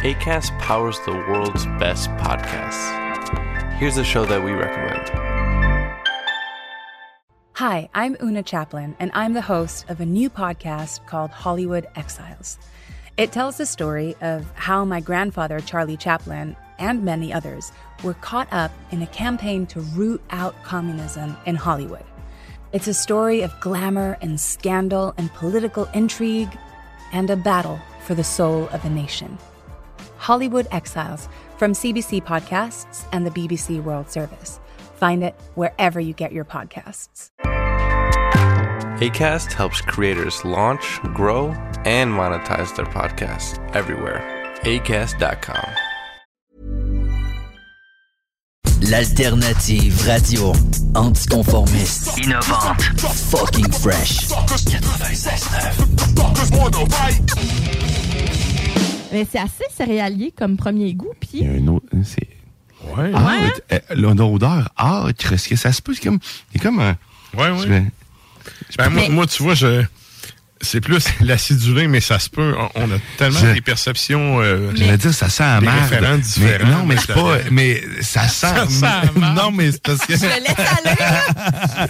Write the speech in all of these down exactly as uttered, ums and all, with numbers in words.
Acast powers the world's best podcasts. Here's a show that we recommend. Hi, I'm Una Chaplin, and I'm the host of a new podcast called Hollywood Exiles. It tells the story of how my grandfather, Charlie Chaplin, and many others were caught up in a campaign to root out communism in Hollywood. It's a story of glamour and scandal and political intrigue and a battle for the soul of a nation. Hollywood Exiles from C B C Podcasts and the B B C World Service. Find it wherever you get your podcasts. Acast helps creators launch, grow, and monetize their podcasts everywhere. acast dot com. L'alternative radio anticonformiste, innovante, fucking fresh. quatre-vingt-seize neuf. Mais c'est assez céréalier comme premier goût, puis. Il y a un autre. C'est. Ouais. Ah, ouais. euh, l'odeur âcre, est-ce que ça se peut? C'est comme. Il est comme un. Ouais, ouais. Ben, ben, moi, moi, tu vois, je. C'est plus l'acidulé, mais ça se peut. On, on a tellement je, des perceptions. Euh, je vais dire, ça sent la merde. Référents différents. Mais, non, mais c'est pas. Mais ça sent. Ça sent la non, mais c'est parce que. Je le laisse aller.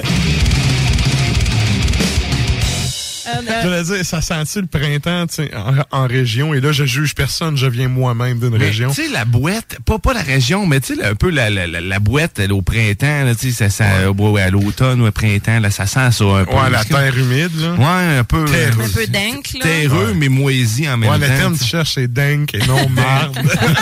Je voulais dire, ça sent-tu le printemps en, en région? Et là, je juge personne, je viens moi-même d'une mais, région. Tu sais, la boîte, pas, pas la région, mais tu sais, un peu la, la, la, la boîte là, au printemps, tu sais, ça sent ouais. à l'automne ou au printemps, là, ça sent ça un peu. Ouais, la terre humide, là. Ouais, un peu. Terreux. Un peu dingue, là. Terreux, ouais. mais moisi en même ouais, temps. Ouais, le terme que tu cherches, c'est dingue et non marde.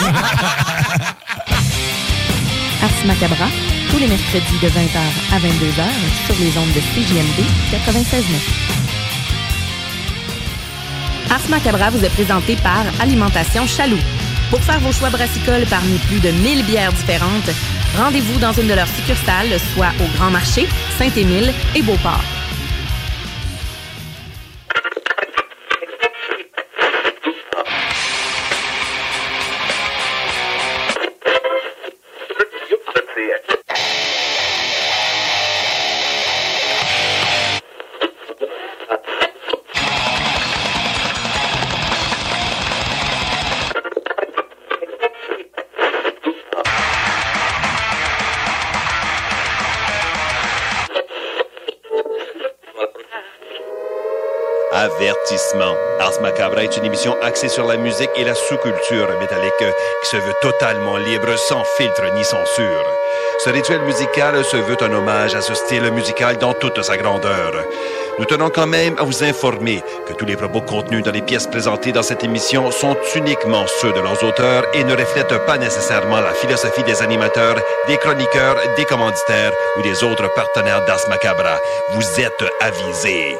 Ars Macabra, tous les mercredis de vingt heures à vingt-deux heures sur les ondes de C J M D quatre-vingt-seize neuf. Ars Macabra vous est présenté par Alimentation Chaloux. Pour faire vos choix brassicoles parmi plus de mille bières différentes, rendez-vous dans une de leurs succursales, soit au Grand Marché, Saint-Émile et Beauport. Avertissement. Ars Macabra est une émission axée sur la musique et la sous-culture métallique qui se veut totalement libre, sans filtre ni censure. Ce rituel musical se veut un hommage à ce style musical dans toute sa grandeur. Nous tenons quand même à vous informer que tous les propos contenus dans les pièces présentées dans cette émission sont uniquement ceux de leurs auteurs et ne reflètent pas nécessairement la philosophie des animateurs, des chroniqueurs, des commanditaires ou des autres partenaires d'Ars Macabra. Vous êtes avisés.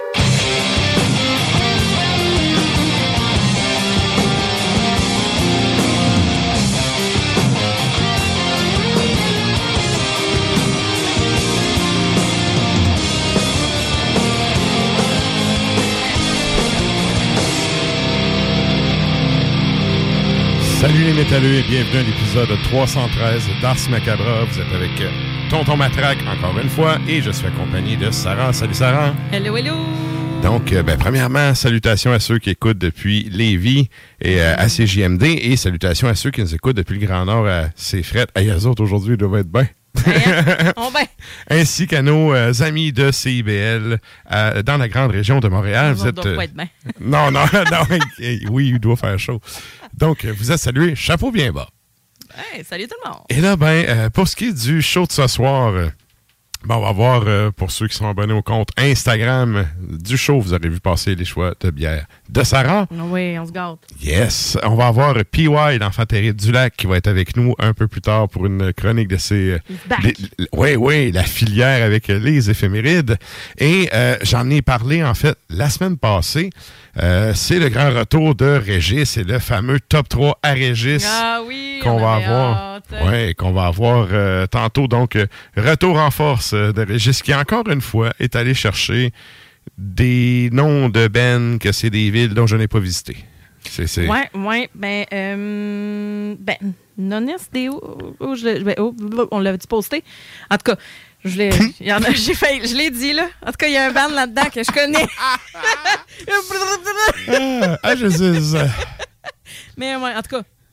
Salut les métalleux et bienvenue à l'épisode trois cent treize d'Ars Macabra. Vous êtes avec Tonton Matraque encore une fois et je suis accompagné de Sarah. Salut Sarah. Hello, hello. Donc, ben, premièrement, salutations à ceux qui écoutent depuis Lévis et euh, à C J M D et salutations à ceux qui nous écoutent depuis le Grand Nord à C-Fret. Hey, eux autres aujourd'hui, ils doivent être bien. On ben. Ainsi qu'à nos euh, amis de C I B L euh, dans la grande région de Montréal. Vous êtes, euh, pas être bien. Non, non, non. Oui, il doit faire chaud. Donc, vous êtes salués. Chapeau bien bas. Hey, salut tout le monde. Et là, ben, euh, pour ce qui est du show de ce soir, euh, ben, on va voir, euh, pour ceux qui sont abonnés au compte Instagram du show, vous aurez vu passer les choix de bière de Sarah. Oui, on se gâte. Yes. On va avoir P Y, l'enfant terrible du lac, qui va être avec nous un peu plus tard pour une chronique de ses... Oui, oui, la filière avec les éphémérides. Et euh, j'en ai parlé, en fait, la semaine passée. Euh, c'est le grand retour de Régis. C'est le fameux top trois à Régis. Ah oui, qu'on va avoir. Hâte. Ouais, qu'on va avoir euh, tantôt. Donc, euh, retour en force euh, de Régis, qui encore une fois est allé chercher des noms de Ben que c'est des villes dont je n'ai pas visité. C'est, c'est... Ouais, ouais, ben, euh, ben, Nonis, des où, où je l'ai, ben, où, on l'avait-tu posté? En tout cas, je l'ai, y en a, j'ai fait, je l'ai dit, là. En tout cas, il y a un band là-dedans que je connais. ah, ah, je sais ça. Mais, ouais, en tout cas,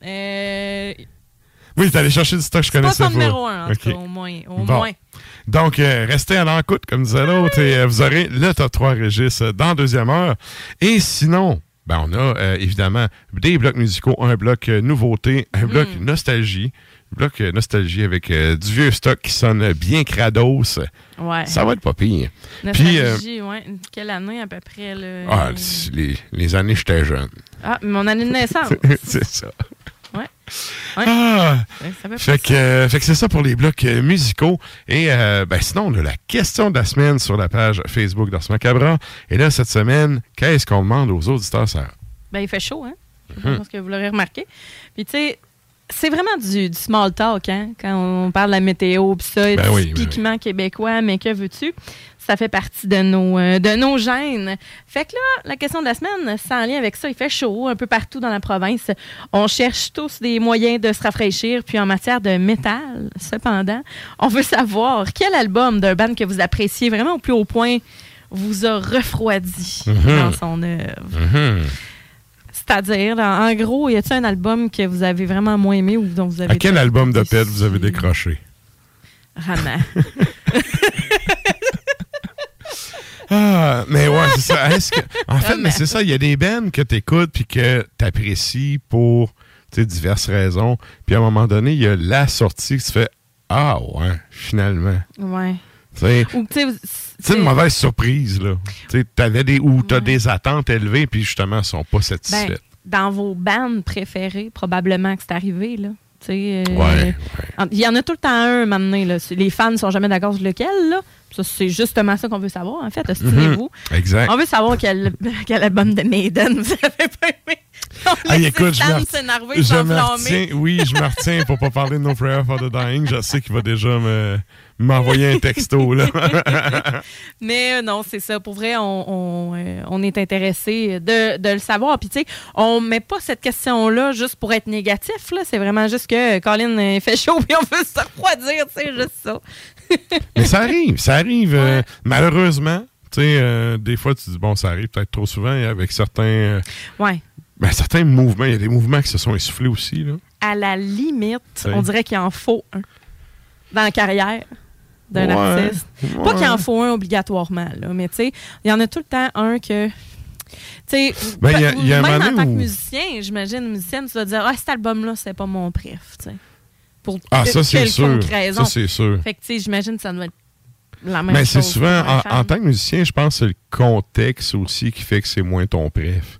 Euh... Oui, t'es allé chercher du stock que je connaissais pas. C'est pas son numéro un, en okay. tout cas, au moins. Au bon. moins. Donc, euh, restez à l'encoute, comme disait l'autre, et euh, vous aurez le top trois Régis dans la deuxième heure. Et sinon, ben, on a euh, évidemment des blocs musicaux, un bloc euh, nouveauté, un bloc mm. nostalgie. Bloc euh, nostalgie avec euh, du vieux stock qui sonne bien crados. Ouais. Ça va être pas pire. Nostalgie, euh, ouais. Quelle année à peu près? Là? Ah, les, les années j'étais jeune. Ah, mon année de naissance. C'est ça. Ouais. ouais. Ah, ouais ça fait, que, euh, fait que c'est ça pour les blocs euh, musicaux. Et euh, ben, sinon, on a la question de la semaine sur la page Facebook d'Ars Macabra. Et là, cette semaine, qu'est-ce qu'on demande aux auditeurs, Sarah? Ben, il fait chaud, hein? Je pense que vous l'aurez remarqué. Puis, tu sais, c'est vraiment du, du small talk, hein? Quand on parle de la météo, puis ça, ben oui, typiquement ben oui. québécois, mais que veux-tu? Ça fait partie de nos, euh, de nos gènes. Fait que là, la question de la semaine, c'est en lien avec ça. Il fait chaud un peu partout dans la province. On cherche tous des moyens de se rafraîchir. Puis en matière de métal, cependant, on veut savoir quel album d'un band que vous appréciez vraiment au plus haut point vous a refroidi mm-hmm. dans son œuvre. Mm-hmm. C'est-à-dire, en, en gros, y a-t-il un album que vous avez vraiment moins aimé ou dont vous avez... À quel album de pète vous avez décroché? Rama. Ah, mais ouais, c'est ça. Est-ce que, en fait, mais c'est ça, il y a des bands que tu écoutes puis que tu apprécies pour diverses raisons. Puis à un moment donné, il y a la sortie que tu fais ah ouais, finalement. Ouais. T'sais, Ou tu sais, une mauvaise surprise, là. Tu avais des ou tu as ouais. des attentes élevées puis justement, elles sont pas satisfaites. Ben, dans vos bands préférées, probablement que c'est arrivé, là. Euh, ouais, il y en a tout le temps un, maintenant. Là. Les fans ne sont jamais d'accord sur lequel. Là. Ça, c'est justement ça qu'on veut savoir, en fait. Ostinez-vous. Mm-hmm. Exact. On veut savoir quel, quel album de Maiden vous avez pas aimé. Ah, écoute, je me retiens, oui, je me retiens pour pas parler de No Prayer for the Dying. Je sais qu'il va déjà me, m'envoyer un texto. Là. Mais euh, non, c'est ça. Pour vrai, on, on, euh, on est intéressé de, de le savoir. Puis, tu sais, on met pas cette question-là juste pour être négatif. Là. C'est vraiment juste que Colin fait chaud et on veut se refroidir. C'est juste ça. Mais ça arrive. Ça arrive. Ouais. Euh, malheureusement, tu sais, euh, des fois, tu dis, bon, ça arrive peut-être trop souvent avec certains... Euh, ouais. Ben, certains mouvements, il y a des mouvements qui se sont essoufflés aussi. Là. À la limite, t'sais. On dirait qu'il en faut un dans la carrière d'un ouais, artiste. Ouais. Pas qu'il en faut un obligatoirement, là, mais tu sais, il y en a tout le temps un que... Tu sais, ben, y a, y a même en tant où... que musicien, j'imagine, musicienne, tu vas dire « Ah, cet album-là, c'est pas mon préf. » Pour ah, ça, c'est sûr. Raison. Ça, c'est sûr. Fait que, tu sais, j'imagine que ça doit être la même mais chose. C'est souvent, en, en tant que musicien, je pense que c'est le contexte aussi qui fait que c'est moins ton préf.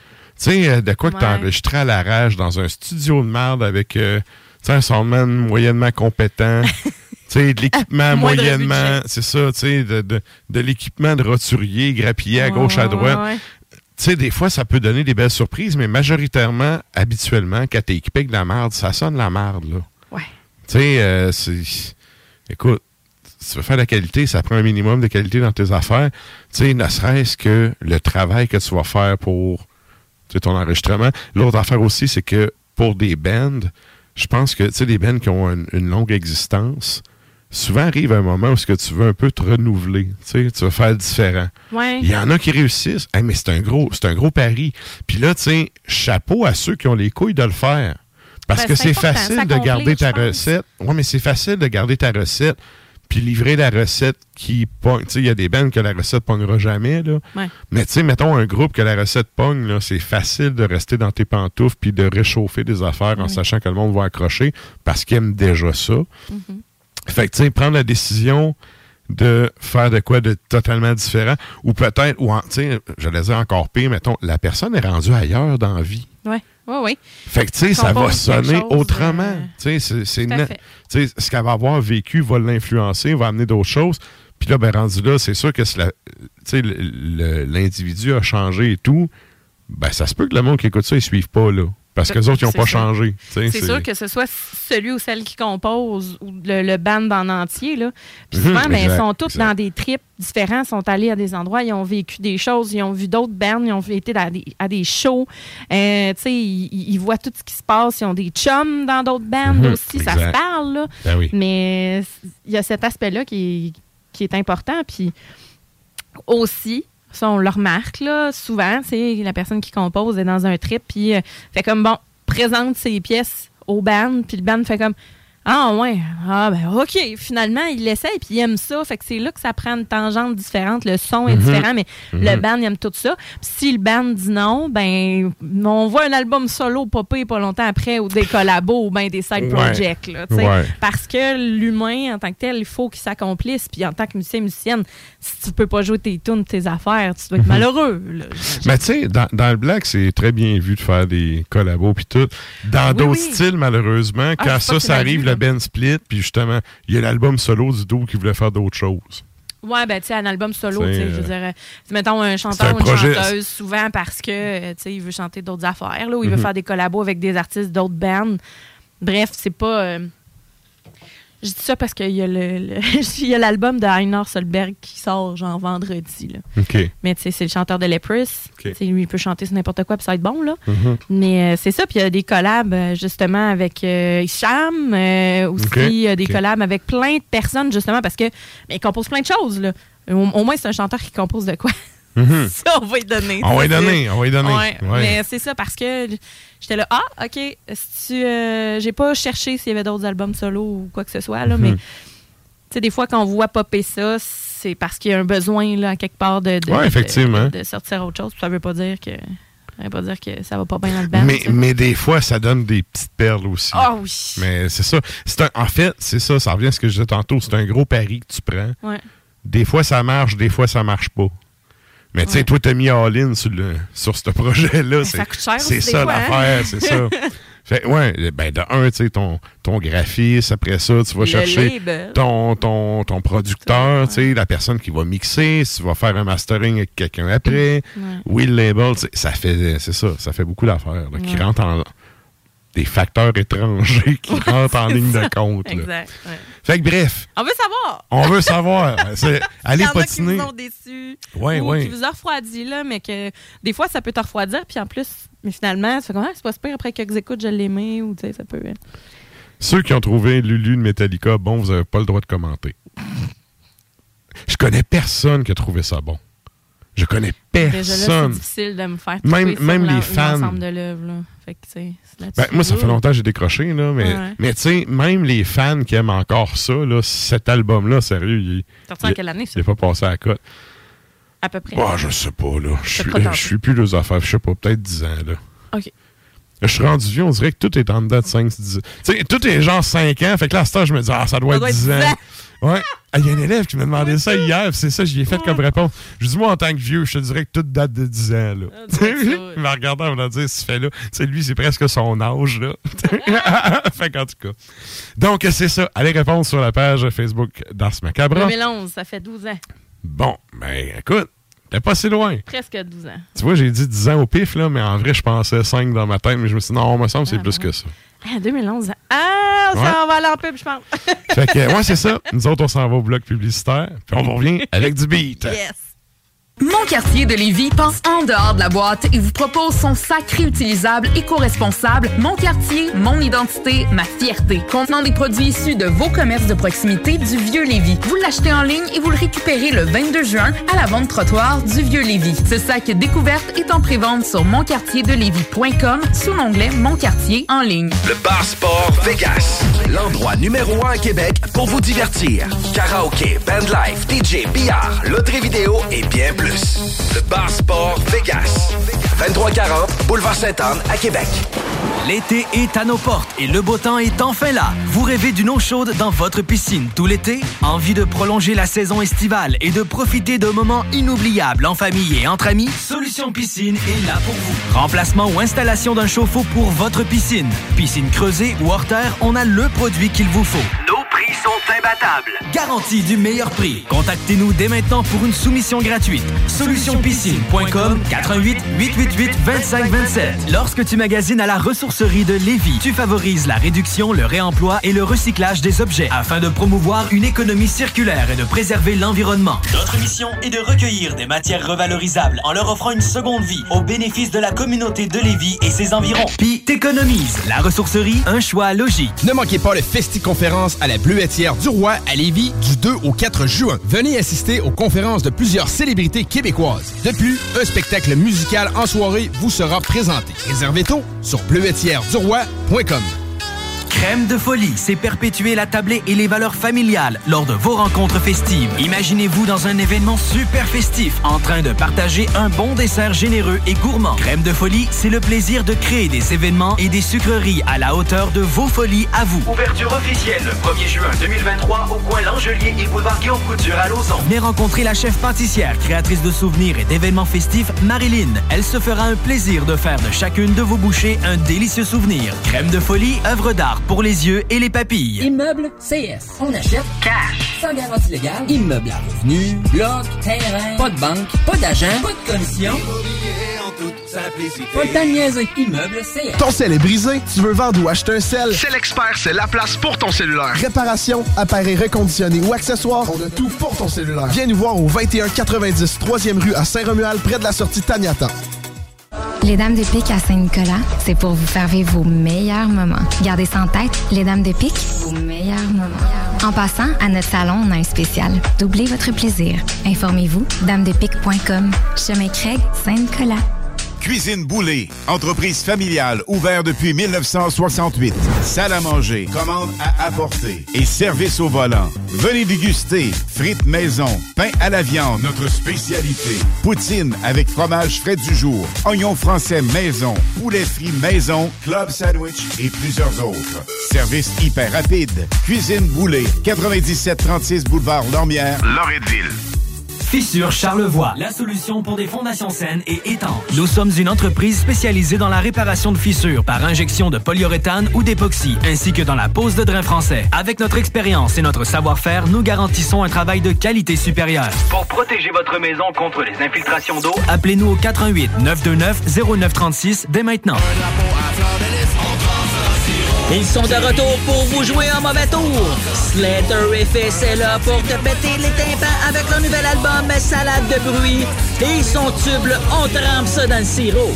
Tu sais, de quoi ouais. que t'as enregistré à l'arrache dans un studio de merde avec euh, un soundman moyennement compétent, tu sais, de l'équipement moyennement, c'est ça, tu sais, de, de, de l'équipement de roturier, grappillé à ouais, gauche, à droite. Ouais, ouais. Tu sais, des fois, ça peut donner des belles surprises, mais majoritairement, habituellement, quand t'es équipé avec de la merde, ça sonne la merde, là. Ouais. Tu sais, euh, c'est... Écoute, si tu veux faire de la qualité, ça prend un minimum de qualité dans tes affaires. Tu sais, ne serait-ce que le travail que tu vas faire pour... C'est ton enregistrement. L'autre affaire aussi, c'est que pour des bands, je pense que, tu sais, des bands qui ont une, une longue existence, souvent arrive un moment où ce que tu veux un peu te renouveler. Tu sais, tu veux faire différent. Ouais. Il y en a qui réussissent. Hey, mais c'est un gros, c'est un gros pari. Puis là, tu sais, chapeau à ceux qui ont les couilles de le faire. Parce ben, que c'est, c'est facile de garder ta recette. Oui, mais c'est facile de garder ta recette puis livrer la recette qui pogne. Tu sais, il y a des bands que la recette pognera jamais, là. Ouais. Mais tu sais, mettons un groupe que la recette pogne, là, c'est facile de rester dans tes pantoufles puis de réchauffer des affaires oui. en sachant que le monde va accrocher parce qu'ils aiment déjà ça. Mm-hmm. Fait que, tu sais, prendre la décision de faire de quoi de totalement différent ou peut-être, ou tu sais, j'allais dire encore pire, mettons, la personne est rendue ailleurs dans la vie. Oui. Oui, oui. Fait que, tu sais, ça va sonner chose, autrement. Euh... Tu sais, c'est, c'est na- ce qu'elle va avoir vécu va l'influencer, va amener d'autres choses. Puis là, ben, rendu là, c'est sûr que si la, le, le, l'individu a changé et tout, ben, ça se peut que le monde qui écoute ça, ils ne suivent pas, là. Parce que les autres, ils n'ont pas ça. changé. C'est, c'est sûr que ce soit celui ou celle qui compose ou le, le band en entier. Là. Puis souvent, mmh, ben, ils sont tous exact. dans des trips différents, sont allés à des endroits, ils ont vécu des choses, ils ont vu d'autres bands, ils ont été à des, à des shows. Euh, ils, ils voient tout ce qui se passe. Ils ont des chums dans d'autres bands mmh, aussi. Exact. Ça se parle. Là. Ben oui. Mais il y a cet aspect-là qui est, qui est important. Puis aussi... Ça, on le remarque, là, souvent, c'est la personne qui compose est dans un trip, puis euh, fait comme, bon, présente ses pièces au band, puis le band fait comme ah ouais, ah ben ok, finalement il l'essaye puis il aime ça, fait que c'est là que ça prend une tangente différente, le son est mm-hmm. différent, mais mm-hmm. le band il aime tout ça. Puis si le band dit non, ben on voit un album solo popper pas longtemps après ou des collabos ou ben des side projects ouais. là, tu sais, ouais. parce que l'humain en tant que tel, il faut qu'il s'accomplisse, puis en tant que musicien musicienne, si tu peux pas jouer tes tunes, tes affaires, tu dois être mm-hmm. malheureux. Là, mais tu sais, dans, dans le black, c'est très bien vu de faire des collabos puis tout. Dans oui, d'autres oui. styles, malheureusement, quand ah, ça, ça arrive, le band split, puis justement, il y a l'album solo du dos qui voulait faire d'autres choses. Ouais, ben, tu sais, un album solo, tu sais, euh, je dirais, mettons un chanteur un ou une projet, chanteuse, souvent parce que, tu sais, il veut chanter d'autres affaires, là, ou il mm-hmm. veut faire des collabos avec des artistes d'autres bands. Bref, c'est pas. Euh, je dis ça parce qu'il y a le, le il y a l'album de Einar Solberg qui sort genre vendredi. Là. Okay. Mais tu sais, c'est le chanteur de Leprous. Okay. Lui, il peut chanter sur n'importe quoi puis ça va être bon. Là. Mm-hmm. Mais euh, c'est ça. Puis il y a des collabs justement avec euh, Hicham. Euh, aussi, il okay. y a des okay. collabs avec plein de personnes justement parce que mais il compose plein de choses. Là. Au, au moins, c'est un chanteur qui compose de quoi. Mm-hmm. Ça, on va y donner. On va y donner, on va y donner. Ouais, ouais. Mais c'est ça parce que j'étais là, ah, OK, si tu, euh, j'ai pas cherché s'il y avait d'autres albums solo ou quoi que ce soit, là, mm-hmm. mais tu sais, des fois, quand on voit popper ça, c'est parce qu'il y a un besoin, là, quelque part, de, de, ouais, effectivement. de, de sortir autre chose. Ça veut pas dire que ça veut pas dire que ça va pas bien dans le band. Mais, mais des fois, ça donne des petites perles aussi. Ah oh, oui. Mais c'est ça. C'est un, en fait, c'est ça, ça revient à ce que je disais tantôt. C'est un gros pari que tu prends. Ouais. Des fois, ça marche, des fois, ça marche pas. Mais tu sais, ouais. toi, t'as mis all-in sur, le, sur ce projet-là. Ben, c'est, ça coûte cher c'est aussi, ça fois, l'affaire, hein? c'est ça. Fait, ouais, ben de un, tu sais, ton, ton graphiste, après ça, tu vas le chercher ton, ton, ton producteur, tu sais, ouais. la personne qui va mixer, si tu vas faire un mastering avec quelqu'un après. Ouais. Oui, le label, ça fait, c'est ça, ça fait beaucoup d'affaires là, ouais. qui rentrent en... des facteurs étrangers qui rentrent en ligne de compte. Là. Exact. Ouais. Fait que bref. On veut savoir. On veut savoir. C'est, allez patiner. Il y en a qui vous ont déçus. Ouais, ou ouais. qui vous ont refroidi, là, mais que des fois, ça peut te refroidir. Puis en plus, mais finalement, ça fait comme, ah, c'est pas super après quelques écoutes, je l'ai aimé. Ou tu sais, ça peut. Hein. Ceux qui ont trouvé Lulu de Metallica, bon, vous n'avez pas le droit de commenter. Je connais personne qui a trouvé ça bon. Je connais personne. Déjà là, c'est difficile de me faire même, même les fans. L'ensemble de l'œuvre, là. Fait que, tu sais, ben, moi, ça fait longtemps que j'ai décroché, là, mais, ouais. mais tu sais, même les fans qui aiment encore ça, là, cet album-là, sérieux, il sorti en quelle année, ça? Il n'est pas passé à la cote. À peu près. Bah, je sais pas, là. Je suis, je suis plus les affaires, je sais pas, peut-être dix ans, là. OK. Je suis rendu vieux, on dirait que tout est en dedans de cinq dix ans. Tu sais, tout est genre cinq ans, fait que là, à ce temps, je me dis, ah, ça doit ça être dix ans. ans. Ouais. Il y a un élève qui m'a demandé ça hier, c'est ça, j'y ai fait ouais. comme réponse. Je dis, moi, en tant que vieux, je te dirais que tout date de dix ans, là. Ah, il m'a regardé en me disant, ce fait-là, c'est lui, c'est presque son âge, là. Fait qu'en tout cas. Donc, c'est ça. Allez répondre sur la page Facebook d'Ars Macabra. deux mille onze, ça fait douze ans. Bon, ben, écoute. T'es pas si loin. Presque douze ans. Tu vois, j'ai dit dix ans au pif, là, mais en vrai, je pensais cinq dans ma tête, mais je me suis dit, non, il me semble que c'est ah, plus bon. que ça. Ah, deux mille onze. Ah, ça, ouais. on va aller en pub, je pense. Fait que, ouais, c'est ça. Nous autres, on s'en va au bloc publicitaire, puis on revient avec du beat. Yes. Mon quartier de Lévis pense en dehors de la boîte et vous propose son sac réutilisable éco-responsable Mon quartier, mon identité, ma fierté. Contenant des produits issus de vos commerces de proximité du Vieux-Lévis. Vous l'achetez en ligne et vous le récupérez le vingt-deux juin à la vente trottoir du Vieux-Lévis. Ce sac découverte est en prévente sur mon quartier de lévis point com sous l'onglet Mon quartier en ligne. Le Bar Sport Vegas, l'endroit numéro un à Québec pour vous divertir. Karaoké, bandlife, D J, billard, loterie vidéo et bien plus. Le Bar Sport Vegas. vingt-trois quarante Boulevard Sainte-Anne à Québec. L'été est à nos portes et le beau temps est enfin là. Vous rêvez d'une eau chaude dans votre piscine tout l'été? Envie de prolonger la saison estivale et de profiter de moments inoubliables en famille et entre amis? Solution Piscine est là pour vous. Remplacement ou installation d'un chauffe-eau pour votre piscine. Piscine creusée ou hors terre, on a le produit qu'il vous faut. Nos prix sont imbattables. Garantie du meilleur prix. Contactez-nous dès maintenant pour une soumission gratuite. solution piscine point com quatre-vingt-huit huit huit huit vingt-cinq vingt-sept. Lorsque tu magasines à la ressourcerie de Lévis, tu favorises la réduction, le réemploi et le recyclage des objets afin de promouvoir une économie circulaire et de préserver l'environnement. Notre mission est de recueillir des matières revalorisables en leur offrant une seconde vie au bénéfice de la communauté de Lévis et ses environs. Puis t'économises. La ressourcerie, un choix logique. Ne manquez pas le Festi-conférence à la Bleuette Bleuetière du Roi à Lévis du deux au quatre juin. Venez assister aux conférences de plusieurs célébrités québécoises. De plus, un spectacle musical en soirée vous sera présenté. Réservez tôt sur bleuetière du roi point com. Crème de folie, c'est perpétuer la tablée et les valeurs familiales lors de vos rencontres festives. Imaginez-vous dans un événement super festif, en train de partager un bon dessert généreux et gourmand. Crème de folie, c'est le plaisir de créer des événements et des sucreries à la hauteur de vos folies à vous. Ouverture officielle le premier juin deux mille vingt-trois au coin L'Angelier et boulevard Guillaume Couture à Lauson. Venez rencontrer la chef pâtissière, créatrice de souvenirs et d'événements festifs, Marilyn. Elle se fera un plaisir de faire de chacune de vos bouchées un délicieux souvenir. Crème de folie, œuvre d'art pour les yeux et les papilles. Immeuble C S. On achète cash. Sans garantie légale. Immeuble à revenus. Bloc, terrain. Pas de banque. Pas d'agent. Pas de commission. Pas le temps de niaiser. Immeuble C S. Ton sel est brisé? Tu veux vendre ou acheter un sel? C'est l'expert, c'est la place pour ton cellulaire. Réparation, appareils reconditionnés ou accessoires, on a tout pour ton cellulaire. Viens nous voir au vingt et un quatre-vingt-dix troisième rue à Saint-Romuald, près de la sortie Taniata. Les Dames de Pique à Saint-Nicolas, c'est pour vous faire vivre vos meilleurs moments. Gardez ça en tête, les Dames de Pique, vos meilleurs moments. En passant, à notre salon, on a un spécial. Doublez votre plaisir. Informez-vous, dames de pique point com. Chemin Craig, Saint-Nicolas. Cuisine Boulée, entreprise familiale ouverte depuis mille neuf cent soixante-huit. Salle à manger, commande à apporter et service au volant. Venez déguster frites maison, pain à la viande, notre spécialité. Poutine avec fromage frais du jour, oignons français maison, poulet frit maison, club sandwich et plusieurs autres. Service hyper rapide. Cuisine Boulée, quatre-vingt-dix-sept trente-six boulevard Lormière, Loretteville. Fissure Charlevoix, la solution pour des fondations saines et étanches. Nous sommes une entreprise spécialisée dans la réparation de fissures par injection de polyuréthane ou d'époxy, ainsi que dans la pose de drain français. Avec notre expérience et notre savoir-faire, nous garantissons un travail de qualité supérieure. Pour protéger votre maison contre les infiltrations d'eau, appelez-nous au quatre un huit, neuf deux neuf, zéro neuf trois six dès maintenant. Ils sont de retour pour vous jouer en mauvais tour. Slatterific est là pour te péter les tympans avec leur nouvel album Salade de bruit. Et son tube, on trempe ça dans le sirop.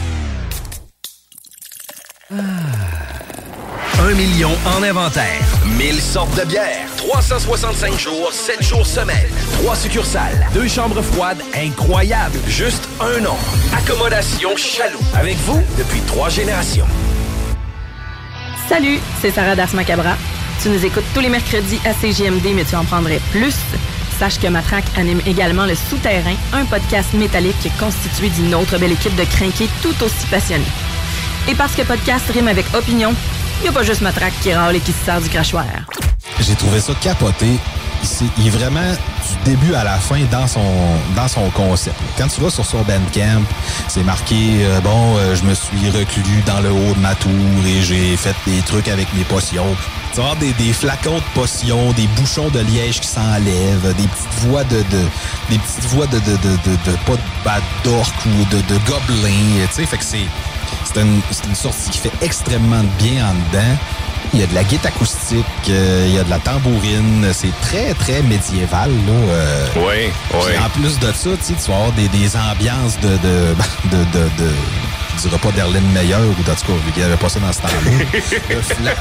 Ah. Un million en inventaire. Mille sortes de bières. trois cent soixante-cinq jours, sept jours semaine. Trois succursales. Deux chambres froides incroyables. Juste un nom. Accommodation Chaloux. Avec vous depuis trois générations. Salut, c'est Sarah Das Macabra. Tu nous écoutes tous les mercredis à C J M D, mais tu en prendrais plus. Sache que Matraque anime également Le Souterrain, un podcast métallique constitué d'une autre belle équipe de crinqués tout aussi passionnés. Et parce que podcast rime avec opinion, il n'y a pas juste Matraque qui râle et qui se sert du crachoir. J'ai trouvé ça capoté. C'est, il est vraiment du début à la fin dans son dans son concept. Quand tu vas sur son Bandcamp, c'est marqué euh, bon, euh, je me suis reclus dans le haut de ma tour et j'ai fait des trucs avec mes potions. Tu vas avoir des, des flacons de potions, des bouchons de liège qui s'enlèvent, des petites voix de, de des petites voix de de de de, de pas de bad d'orc ou de de gobelins, tu sais, fait que c'est c'est une c'est une sortie qui fait extrêmement bien en dedans. Il y a de la guitare acoustique, euh, il y a de la tambourine, c'est très, très médiéval, là. Euh, oui, oui. En plus de ça, tu vas avoir des, des ambiances de, de, de, de, de du repas d'Erlen Meyer, ou en tout cas, vu qu'il n'y avait pas ça dans ce temps-là.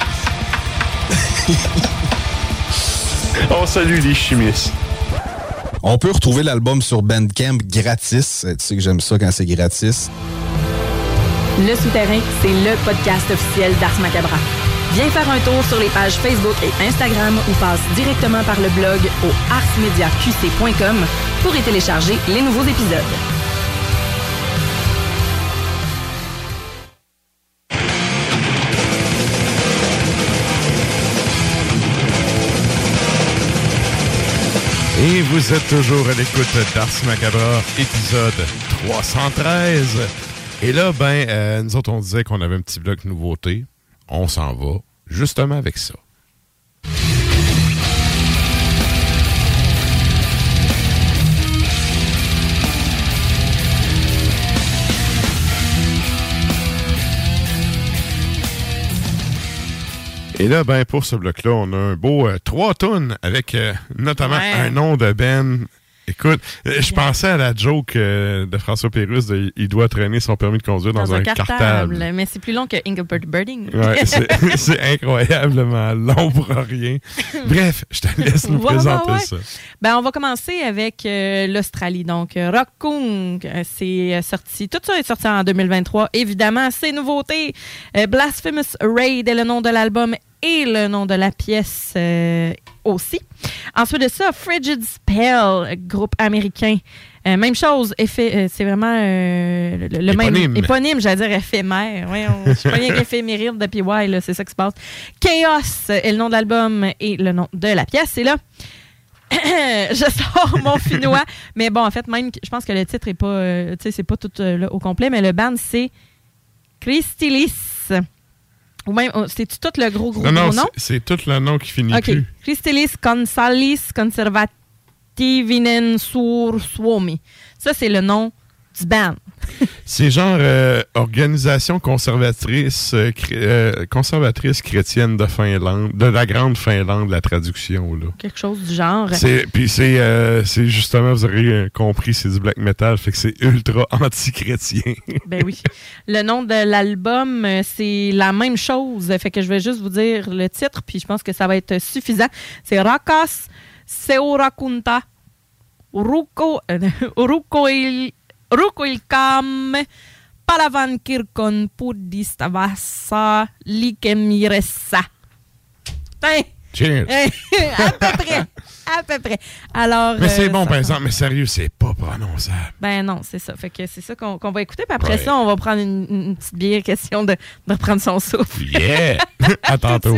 On salue les chimistes. On peut retrouver l'album sur Bandcamp gratis. Tu sais que j'aime ça quand c'est gratis. Le Souterrain, c'est le podcast officiel d'Ars Macabra. Viens faire un tour sur les pages Facebook et Instagram ou passe directement par le blog au ars media q c point com pour y télécharger les nouveaux épisodes. Et vous êtes toujours à l'écoute d'Ars Macabra, épisode trois cent treize. Et là, ben, euh, nous autres, on disait qu'on avait un petit bloc nouveauté. On s'en va justement avec ça. Et là, ben, pour ce bloc-là, on a un beau euh, trois tonnes avec euh, notamment ouais. un nom de band Écoute, je pensais à la joke euh, de François Pérusse de il doit traîner son permis de conduire dans, dans un, un cartable. cartable. Mais c'est plus long que Engelbert Birding. Ouais, c'est, c'est incroyablement long pour rien. Bref, je te laisse nous ouais, présenter ouais, ouais. ça. Ben, on va commencer avec euh, l'Australie. Donc, Rockung, c'est sorti. Tout ça est sorti en deux mille vingt-trois. Évidemment, c'est nouveauté. Euh, Blasphemous Raid est le nom de l'album et le nom de la pièce euh, aussi. Ensuite de ça, Frigid Spell, groupe américain. Euh, même chose, effet, euh, c'est vraiment euh, le, le même éponyme, j'allais dire éphémère. Ouais, on, je suis pas rien qu'éphéméride de P Y, là, c'est ça qui se passe. Chaos est le nom de l'album et le nom de la pièce. Et là, je sors mon finnois. Mais bon, en fait, même, je pense que le titre est pas, euh, tu sais, c'est pas tout euh, là, au complet, mais le band, c'est Christilis. Ou même, c'est-tu tout le gros, gros, non, gros non, nom? C'est, c'est tout le nom qui finit okay. plus. Christilis Consalis Conservativinen Sur Suomi. Ça, c'est le nom du band. C'est genre euh, organisation conservatrice euh, cré, euh, conservatrice chrétienne de Finlande, de la grande Finlande, la traduction. Là. Quelque chose du genre. C'est, puis c'est, euh, c'est justement, vous aurez compris, c'est du black metal, fait que c'est ultra anti-chrétien. Ben oui. Le nom de l'album, c'est la même chose, fait que je vais juste vous dire le titre, puis je pense que ça va être suffisant. C'est Rakas Seurakunta Ruko Rukoil Rukoilkam Palavan Kirkon Pudistavassa Likemiressa. Cheers. À peu près. À peu près. Alors, mais c'est euh, bon, par exemple, mais sérieux, c'est pas prononçable. Ben non, c'est ça. Fait que c'est ça qu'on, qu'on va écouter. Puis après ouais. ça, on va prendre une, une petite bière, question de, de reprendre son souffle. Yeah! À tantôt.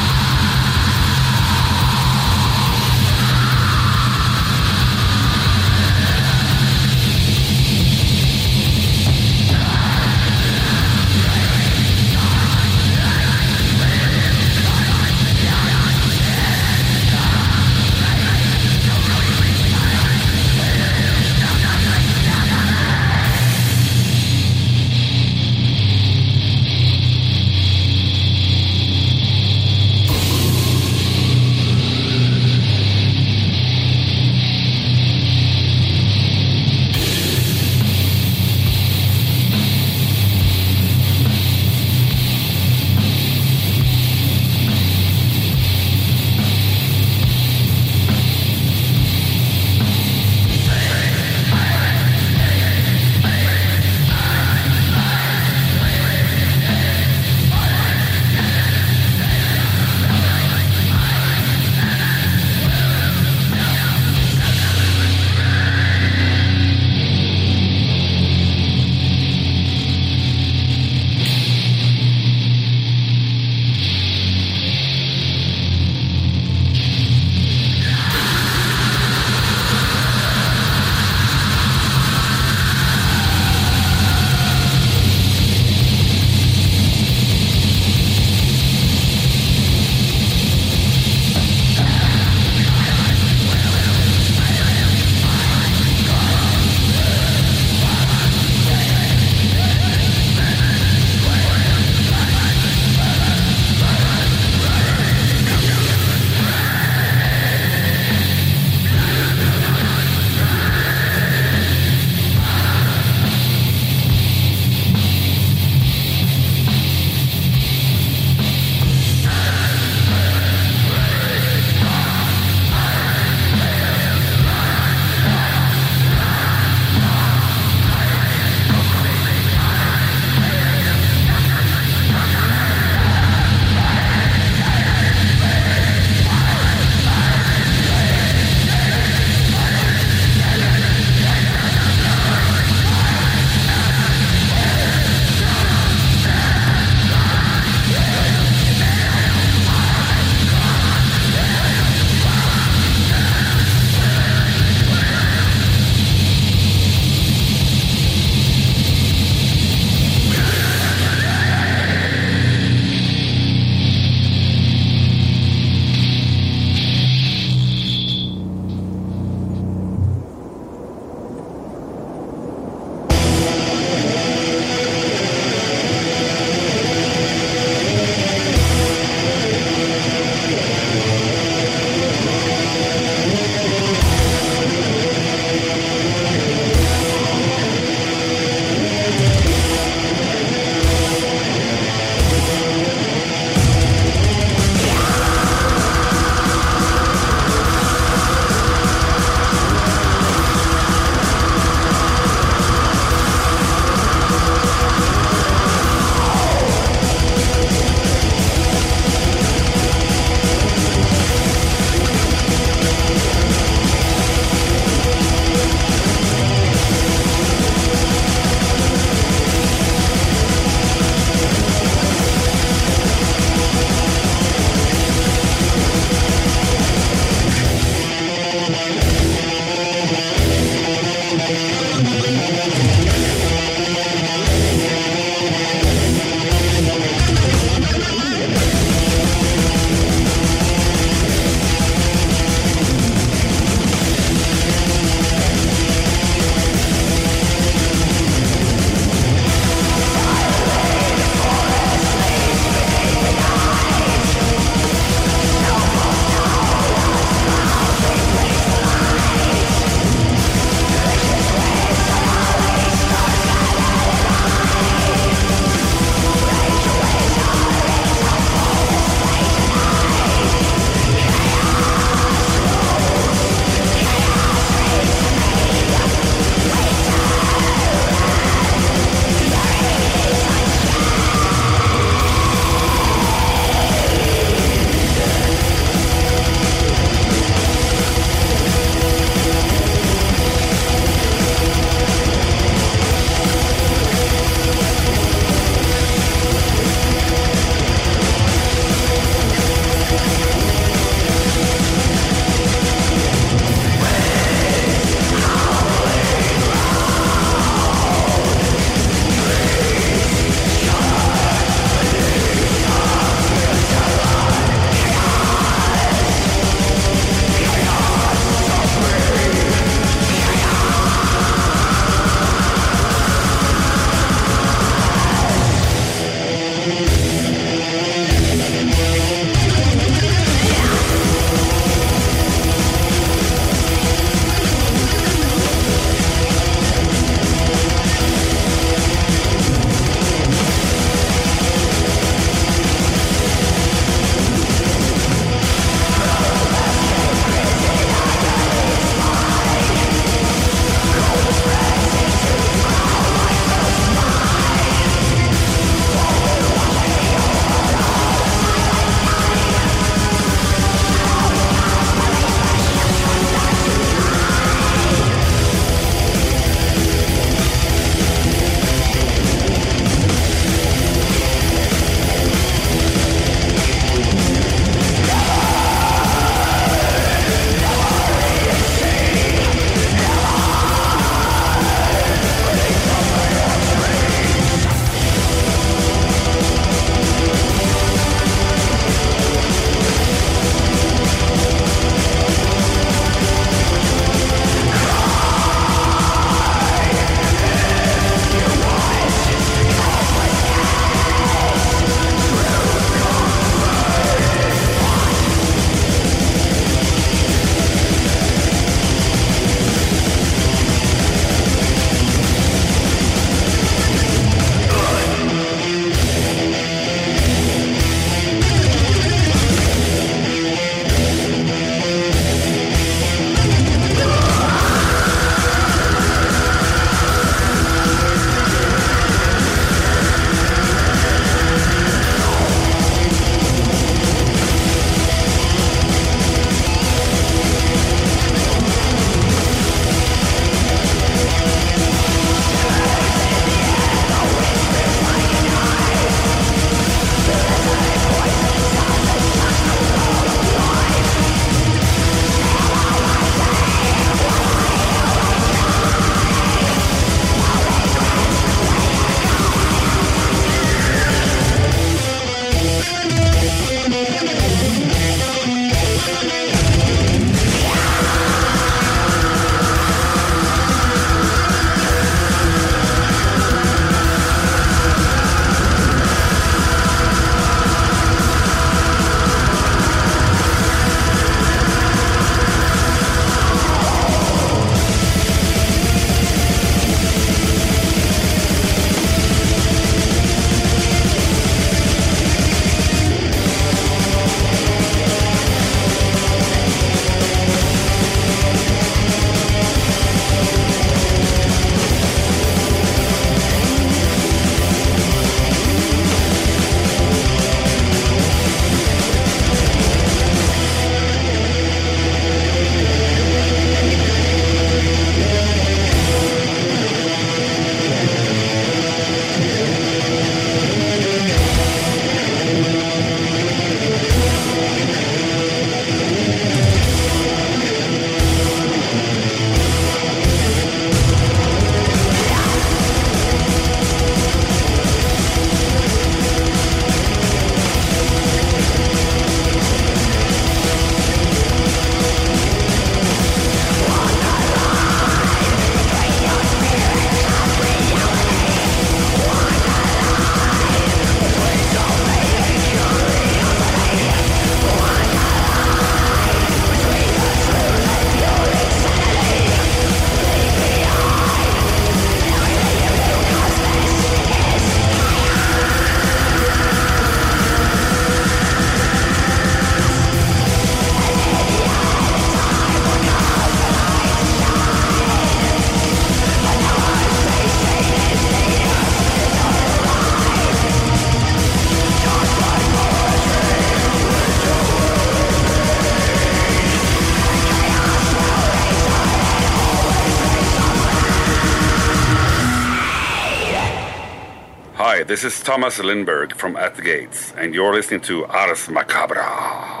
this is Thomas Lindbergh from At the Gates, and you're listening to Ars Macabra.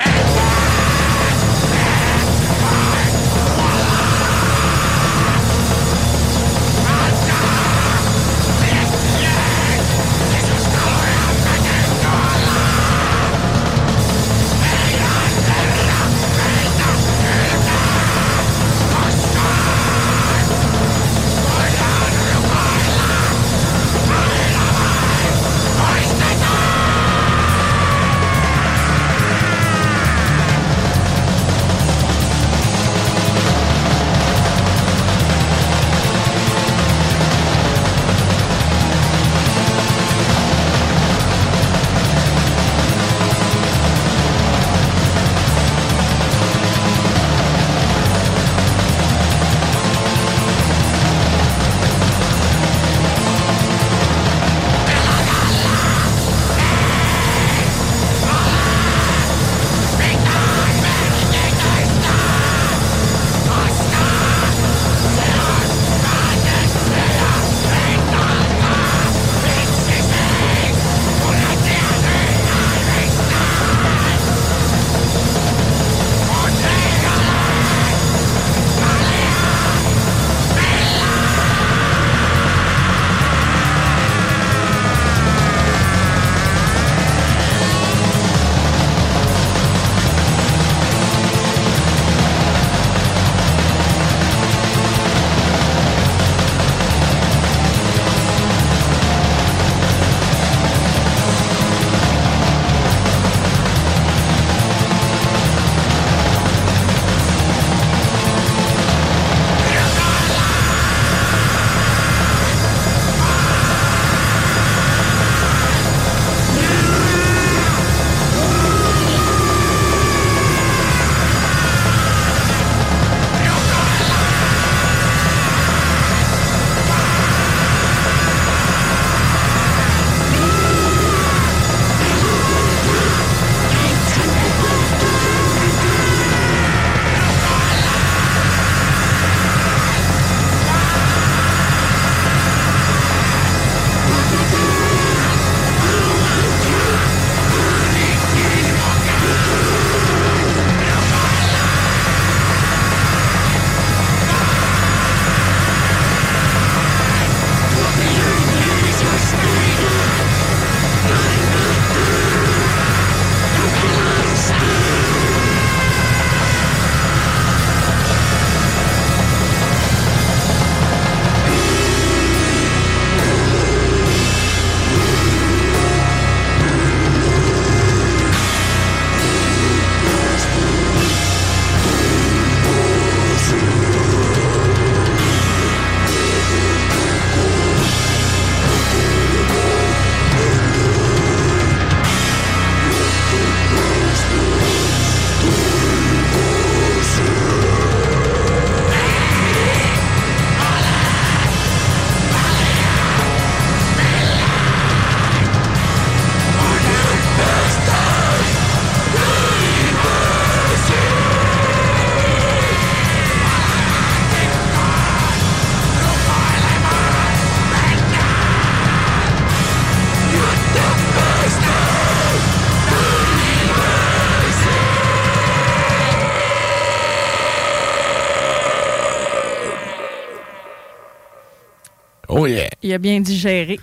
Oh yeah! Il a bien digéré.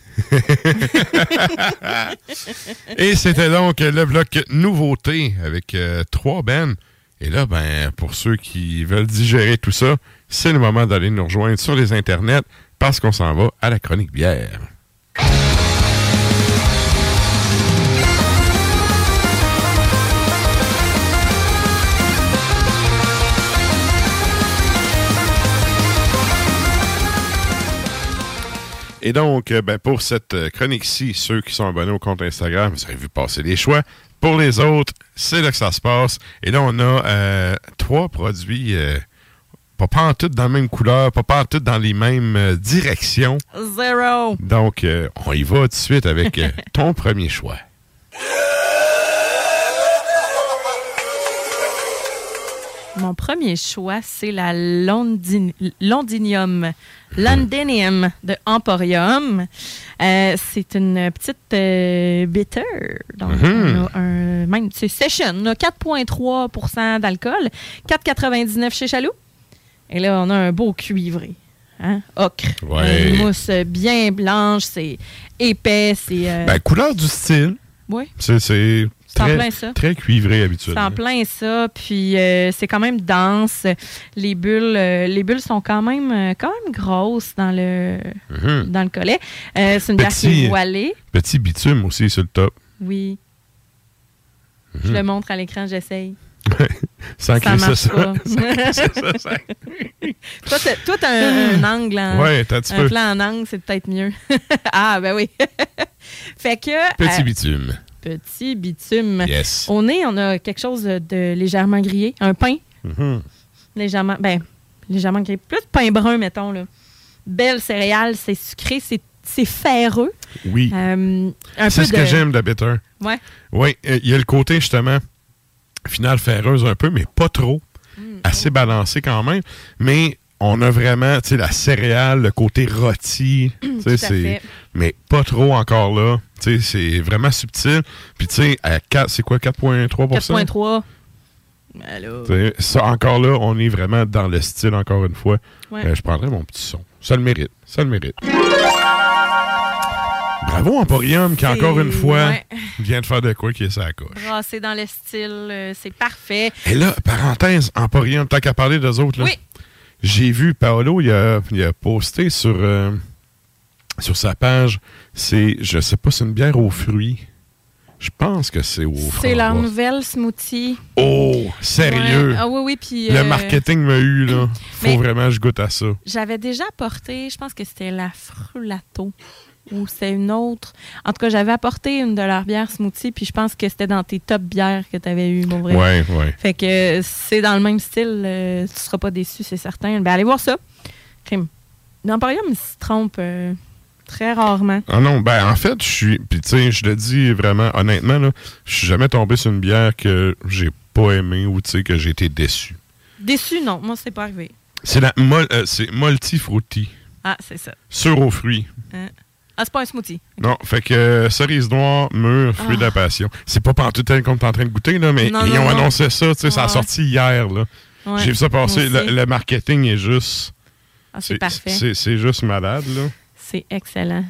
Et c'était donc le bloc nouveauté avec euh, trois bands. Et là, ben, pour ceux qui veulent digérer tout ça, c'est le moment d'aller nous rejoindre sur les internets parce qu'on s'en va à la chronique bière. Et donc, ben, pour cette chronique-ci, ceux qui sont abonnés au compte Instagram, vous avez vu passer les choix. Pour les autres, c'est là que ça se passe. Et là, on a euh, trois produits, euh, pas pantoute dans la même couleur, pas pantoute dans les mêmes euh, directions. Zéro. Donc, euh, on y va tout de suite avec euh, ton premier choix. Mon premier choix, c'est la Londin... Londinium. Londinium de Emporium. Euh, c'est une petite euh, bitter. Donc, mm-hmm. on a un, même, c'est session. On a quatre virgule trois pour cent d'alcool. quatre virgule quatre-vingt-dix-neuf chez Chaloux. Et là, on a un beau cuivré. Hein? Ocre. Ouais. Une mousse bien blanche. C'est épais. C'est, euh... ben, couleur du style. Oui. C'est, c'est très, plein ça. très cuivré habituellement. C'est en plein ça. Puis euh, c'est quand même dense. Les bulles, euh, les bulles sont quand même, euh, quand même grosses dans le, mm-hmm. dans le collet. Euh, c'est une bière qui est voilée. Petit bitume aussi sur le top. Oui. Mm-hmm. Je le montre à l'écran, j'essaye. Sans ça marche ça, pas. Ça, ça, ça, ça. Toi, t'as, toi, t'as un, un angle en, ouais, t'as un, petit un peu. plan en angle, c'est peut-être mieux. Ah, ben oui. Fait que... Petit euh, bitume. Petit bitume. Yes. Au nez, on a quelque chose de légèrement grillé. Un pain. Mm-hmm. Légèrement... Ben, légèrement grillé. Plus de pain brun, mettons, là. Belle céréale, c'est sucré, c'est, c'est ferreux. Oui. Euh, un c'est peu ce de... que j'aime de la bitter. Ouais. Oui, il euh, y a le côté, justement... Finale ferreuse un peu, mais pas trop. Mmh, assez oh. balancé quand même. Mais on a vraiment, tu sais, la céréale, le côté rôti. Tu sais, c'est. Mais pas trop encore là. Tu sais, c'est vraiment subtil. Puis, tu sais, à quatre, c'est quoi, quatre virgule trois pour cent? quatre virgule trois. Alors... Ça, encore là, on est vraiment dans le style, encore une fois. Ouais. Euh, je prendrais mon petit son. Ça le mérite. Ça le mérite. Bravo Emporium qui, encore une fois, ouais. vient de faire de quoi qui est sa coche. Brassé dans le style, euh, c'est parfait. Et là, parenthèse, Emporium, tant qu'à parler d'eux autres, là, oui. j'ai vu Paolo, il a, il a posté sur, euh, sur sa page, c'est, je sais pas, c'est une bière aux fruits. Je pense que c'est aux fruits. C'est leur nouvelle smoothie. Oh, sérieux? Ouais. Ah oui, oui, puis... Le euh... marketing m'a eu, là. Faut Mais vraiment que je goûte à ça. J'avais déjà apporté, je pense que c'était la Frulato. Ou c'est une autre. En tout cas, j'avais apporté une de leurs bières smoothie, puis je pense que c'était dans tes top bières que tu avais eues, mon vrai. Ouais, ouais. Fait que c'est dans le même style. Euh, tu seras pas déçu, c'est certain. Ben, allez voir ça. L'Emporium, il se trompe euh, très rarement. Ah non, ben en fait, je suis. Puis tu sais, je le dis vraiment honnêtement, là, je suis jamais tombé sur une bière que j'ai pas aimée ou tu sais, que j'ai été déçu. Déçu, non. Moi, c'est pas arrivé. C'est la mol, euh, c'est Multi Fruity. Ah, c'est ça. Sur aux fruits. Hein? Ah, c'est pas un smoothie. Okay. Non, fait que euh, cerise noire, mûre, fruit ah. de la passion. C'est pas pantoute tel qu'on est en train de goûter, là, mais non, ils non, ont non. annoncé ça, tu sais, ouais. ça a sorti hier, là. Ouais. J'ai vu ça passer. Le, le marketing est juste... Ah, c'est, c'est parfait. C'est, c'est juste malade, là. C'est excellent.